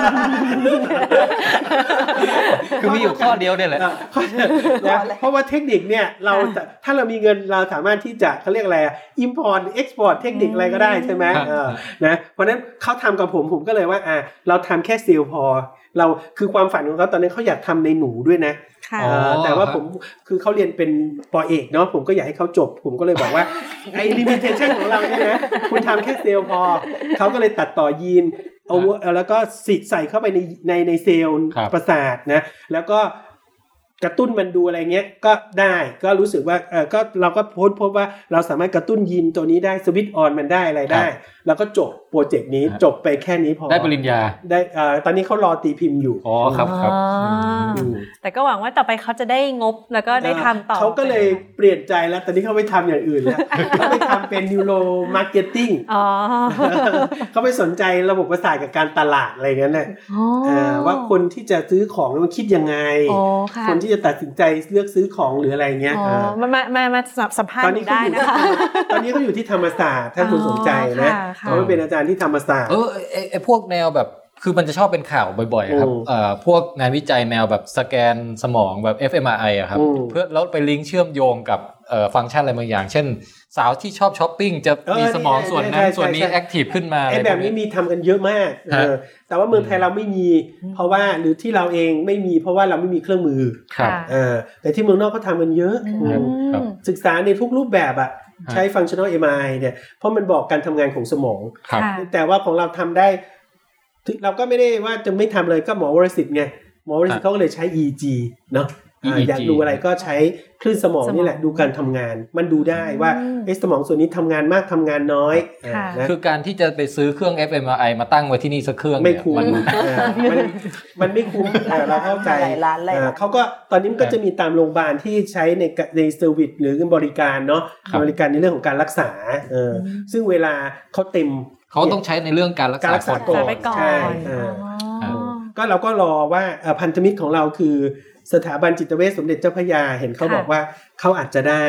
คือมีอยู่ข้อเดียวเนี่ยแหละเพราะว่าเทคนิคเนี่ยเราถ้าเรามีเงินเราสามารถที่จะเขาเรียกอะไร import export เทคนิคอะไรก็ได้ใช่ไหมนะเพราะนั้นเขาทำกับผมผมก็เลยว่าอ่ะเราทำแค่เซลล์พอเราคือความฝันของเขาตอนนี้เขาอยากทำในหนูด้วยนะแต่ว่าผมคือเขาเรียนเป็นป.เอกเนาะผมก็อยากให้เขาจบผมก็เลยบอกว่าไอ้ limitation ของเราเนี่ยนะคุณทำแค่เซลล์พอเขาก็เลยตัดต่อยีนเอาแล้วก็สิใส่เข้าไปในในในเซลล์ประสาทนะแล้วก็กระตุ้นมันดูอะไรเงี้ยก็ได้ก็รู้สึกว่าเออก็เราก็พบพบว่าเราสามารถกระตุ้นยีนตัวนี้ได้สวิตช์ออนมันได้อะไรได้แล้วก็จบโปรเจกต์นี้จบไปแค่นี้พอได้ปริญญาได้เอ่อตอนนี้เขารอตีพิมพ์อยู่อ๋อครับครับแต่ก็หวังว่าต่อไปเขาจะได้งบแล้วก็ได้ทำต่อเขาก็เลยเปลี่ยนใจแล้วตอนนี้เขาไปทำอย่างอื่นแล้วเขาไปทำเป็นนิวโรมาร์เก็ตติ้งอ๋อเขาไปสนใจระบบประสาทกับการตลาดอะไรเงี้ยน่ะว่าคนที่จะซื้อของมันคิดยังไงคนที่จะตัดสินใจเลือกซื้อของหรืออะไรเงี้ยมามามามาสัมภาษณ์ได้นะคะตอนนี้เขาอยู่ที่ธรรมศาสตร์ถ้าคุณสนใจนะเขาเป็นอาจารย์ที่ธรรมศาสตร์เออไอไอพวกแนวแบบคือมันจะชอบเป็นข่าวบ่อยๆครับเอ่อพวกงานวิจัยแนวแบบสแกนสมองแบบ เอฟ เอ็ม อาร์ ไอ อ่ะครับเพื่อแล้วไปลิงก์เชื่อมโยงกับเอ่อฟังก์ชันอะไรบางอย่างเช่นสาวที่ชอบช้อปปิ้งจะมีสมองส่วนนั้นส่วนนี้แอคทีฟขึ้นมาไอ้แบบนี้มีทำกันเยอะมากเออแต่ว่าเมืองไทยเราไม่มีเพราะว่าหรือที่เราเองไม่มีเพราะว่าเราไม่มีเครื่องมือครับเออแต่ที่เมืองนอกเขาทำกันเยอะศึกษาในทุกรูปแบบอ่ะใช้ functional เอ็ม อาร์ ไอ เนี่ยเพราะมันบอกการทำงานของสมองแต่ว่าของเราทำได้เราก็ไม่ได้ว่าจะไม่ทำเลยก็หมอวรสิทธิ์ไงหมอวรสิทธิ์เขาก็เลยใช้ อี จี เนาะอยากดูอะไรก็ใช้คลื่นสมองนี่แหละดูการทำงานมันดูได้ว่าไอ้สมองส่วนนี้ทำงานมากทำงานน้อยนะคือการที่จะไปซื้อเครื่อง เอฟ เอ็ม อาร์ ไอ มาตั้งไว้ที่นี่สักเครื่องไม่คุ้มมันมันไม่คุ้มเราเข้าใจเขาก็ตอนนี้มันก็จะมีตามโรงพยาบาลที่ใช้ในในเซอร์วิสหรือบริการเนาะบริการในเรื่องของการรักษาซึ่งเวลาเขาเต็มเขาต้องใช้ในเรื่องการรักษาก่อนใช่ก็เราก็รอว่าพันธมิตรของเราคือสถาบันจิตเวชสมเด็จเจ้าพระยาเห็นเขาบอกว่าเขาอาจจะได้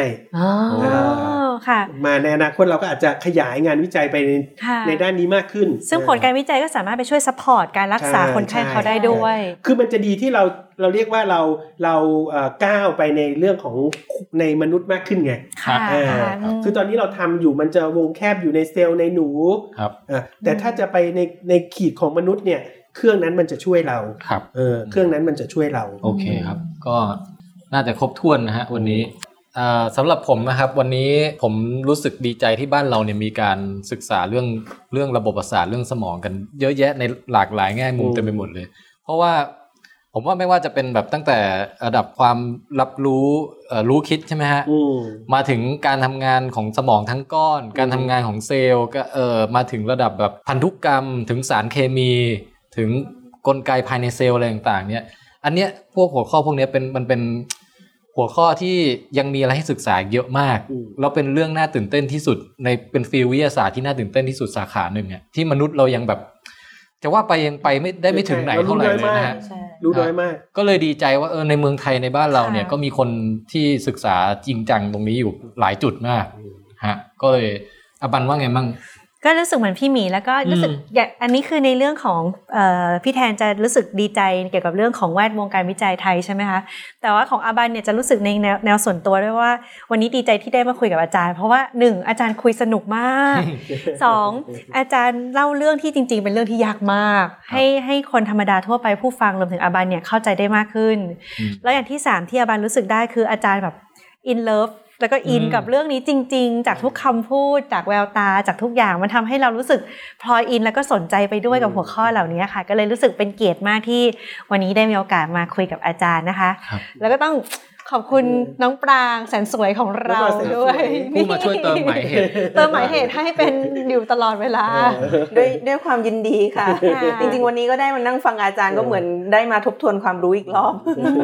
มาในอนาคตเราก็อาจจะขยายงานวิจัยไปในในด้านนี้มากขึ้นซึ่งผลการวิจัยก็สามารถไปช่วยซัพพอร์ตการรักษาคนไข้เขาได้ด้วยคือมันจะดีที่เราเราเรียกว่าเราเราก้าวไปในเรื่องของในมนุษย์มากขึ้นไงคือตอนนี้เราทำอยู่มันจะวงแคบอยู่ในเซลล์ในหนูแต่ถ้าจะไปในในขีดของมนุษย์เนี่ยเครื่องนั้นมันจะช่วยเราครับเออเครื่องนั้นมันจะช่วยเราโอเคครับก็น่าจะครบถ้วนนะฮะวันนี้อ่าสำหรับผมนะครับวันนี้ผมรู้สึกดีใจที่บ้านเราเนี่ยมีการศึกษาเรื่องเรื่องระบบประสาทเรื่องสมองกันเยอะแยะในหลากหลายแง่มุมเต็มไปหมดเลยเพราะว่าผมว่าไม่ว่าจะเป็นแบบตั้งแต่ระดับความรับรู้เอ่อรู้คิดใช่ไหมฮะมาถึงการทำงานของสมองทั้งก้อนการทำงานของเซลล์ก็เอ่อมาถึงระดับแบบพันธุกรรมถึงสารเคมีถึงกลไกภายในเซลล์อะไรต่างๆเนี่ยอันเนี้ยพวกหัวข้อพวกนี้เป็นมันเป็นหัวข้อที่ยังมีอะไรให้ศึกษาเยอะมากแล้วเป็นเรื่องน่าตื่นเต้นที่สุดในเป็นฟิลวิทยาศาสตร์ที่น่าตื่นเต้นที่สุดสาขาหนึ่งเนี่ยที่มนุษย์เรายังแบบจะว่าไปยังไปไม่ได้ไม่ถึงไหนเท่าไหร่เลยนะฮะรู้น้อยมากก็เลยดีใจว่าเออในเมืองไทยในบ้านเราเนี่ยก็มีคนที่ศึกษาจริงจังตรงนี้อยู่หลายจุดมากฮะก็เลยอบันว่าไงมั่งก็รู้สึกเหมือนพี่หมีแล้วก็รู้สึกอย่างอันนี้คือในเรื่องของเอ่อพี่แทนจะรู้สึกดีใจเกี่ยวกับเรื่องของแวดวงการวิจัยไทยใช่ไหมคะแต่ว่าของอาบันเนี่ยจะรู้สึกในแนวแนวส่วนตัวด้วยว่าวันนี้ดีใจที่ได้มาคุยกับอาจารย์เพราะว่าหนึ่งอาจารย์คุยสนุกมากสองอาจารย์เล่าเรื่องที่จริงๆเป็นเรื่องที่ยากมากให้ให้คนธรรมดาทั่วไปผู้ฟังรวมถึงอาบันเนี่ยเข้าใจได้มากขึ้นแล้วอย่างที่สามที่อาบันรู้สึกได้คืออาจารย์แบบ in loveแล้วก็อินกับเรื่องนี้จริงๆจากทุกคำพูดจากแววตาจากทุกอย่างมันทำให้เรารู้สึกพลอยอินแล้วก็สนใจไปด้วยกับหัวข้อเหล่านี้ค่ะก็เลยรู้สึกเป็นเกียรติมากที่วันนี้ได้มีโอกาสมาคุยกับอาจารย์นะคะแล้วก็ต้องขอบคุณน้องปรางแสนสวยของเราด้วยผู้มาช่วยเติมหมายเหตุเติมหมายเหตุให้เป็นอยู่ตลอดเวลาด้วยด้วยความยินดีค่ะจริงๆวันนี้ก็ได้มานั่งฟังอาจารย์ก็เหมือนได้มาทบทวนความรู้อีกรอบ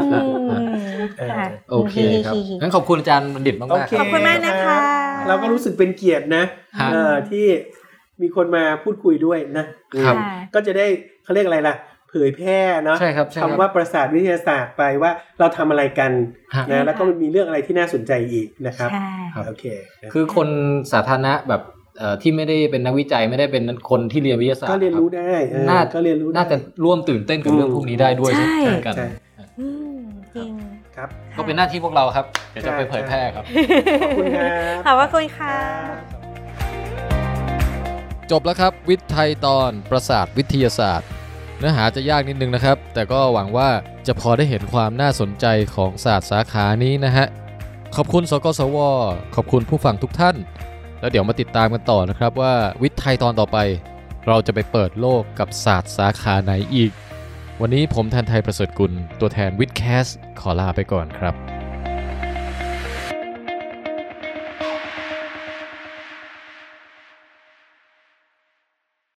โอเคครับงั้นขอบคุณอาจารย์บัณฑิตมากๆขอบคุณมากนะคะเราก็รู้สึกเป็นเกียรตินะที่มีคนมาพูดคุยด้วยนะก็จะได้เขาเรียกอะไรล่ะเผยแพร่เนาะคำว่าประสาทวิทยาศาสตร์ไปว่าเราทำอะไรกันนะแล้วก็มันมีเรื่องอะไรที่น่าสนใจอีกนะครับโอเคคือคนสาธารณะแบบที่ไม่ได้เป็นนักวิจัยไม่ได้เป็นคนที่เรียนวิทยาศาสตร์ก็เรียนรู้ได้น่าก็เรียนรู้น่าจะร่วมตื่นเต้นกับเรื่องพวกนี้ได้ด้วยเช่นกันจริงครับก็เป็นหน้าที่พวกเราครับเดี๋ยวจะไปเผยแพร่ครับขอบคุณครับขอบคุณค่ะจบแล้วครับวิทย์ไทยตอนประสาทวิทยาศาสตร์เนื้อหาจะยากนิดนึงนะครับแต่ก็หวังว่าจะพอได้เห็นความน่าสนใจของศาสตร์สาขานี้นะฮะขอบคุณสกสวขอบคุณผู้ฟังทุกท่านแล้วเดี๋ยวมาติดตามกันต่อนะครับว่าวิทย์ไทยตอนต่อไปเราจะไปเปิดโลกกับศาสตร์สาขาไหนอีกวันนี้ผมแทนไทยประเสริฐกุลตัวแทนวิทย์แคสขอลาไปก่อนครับ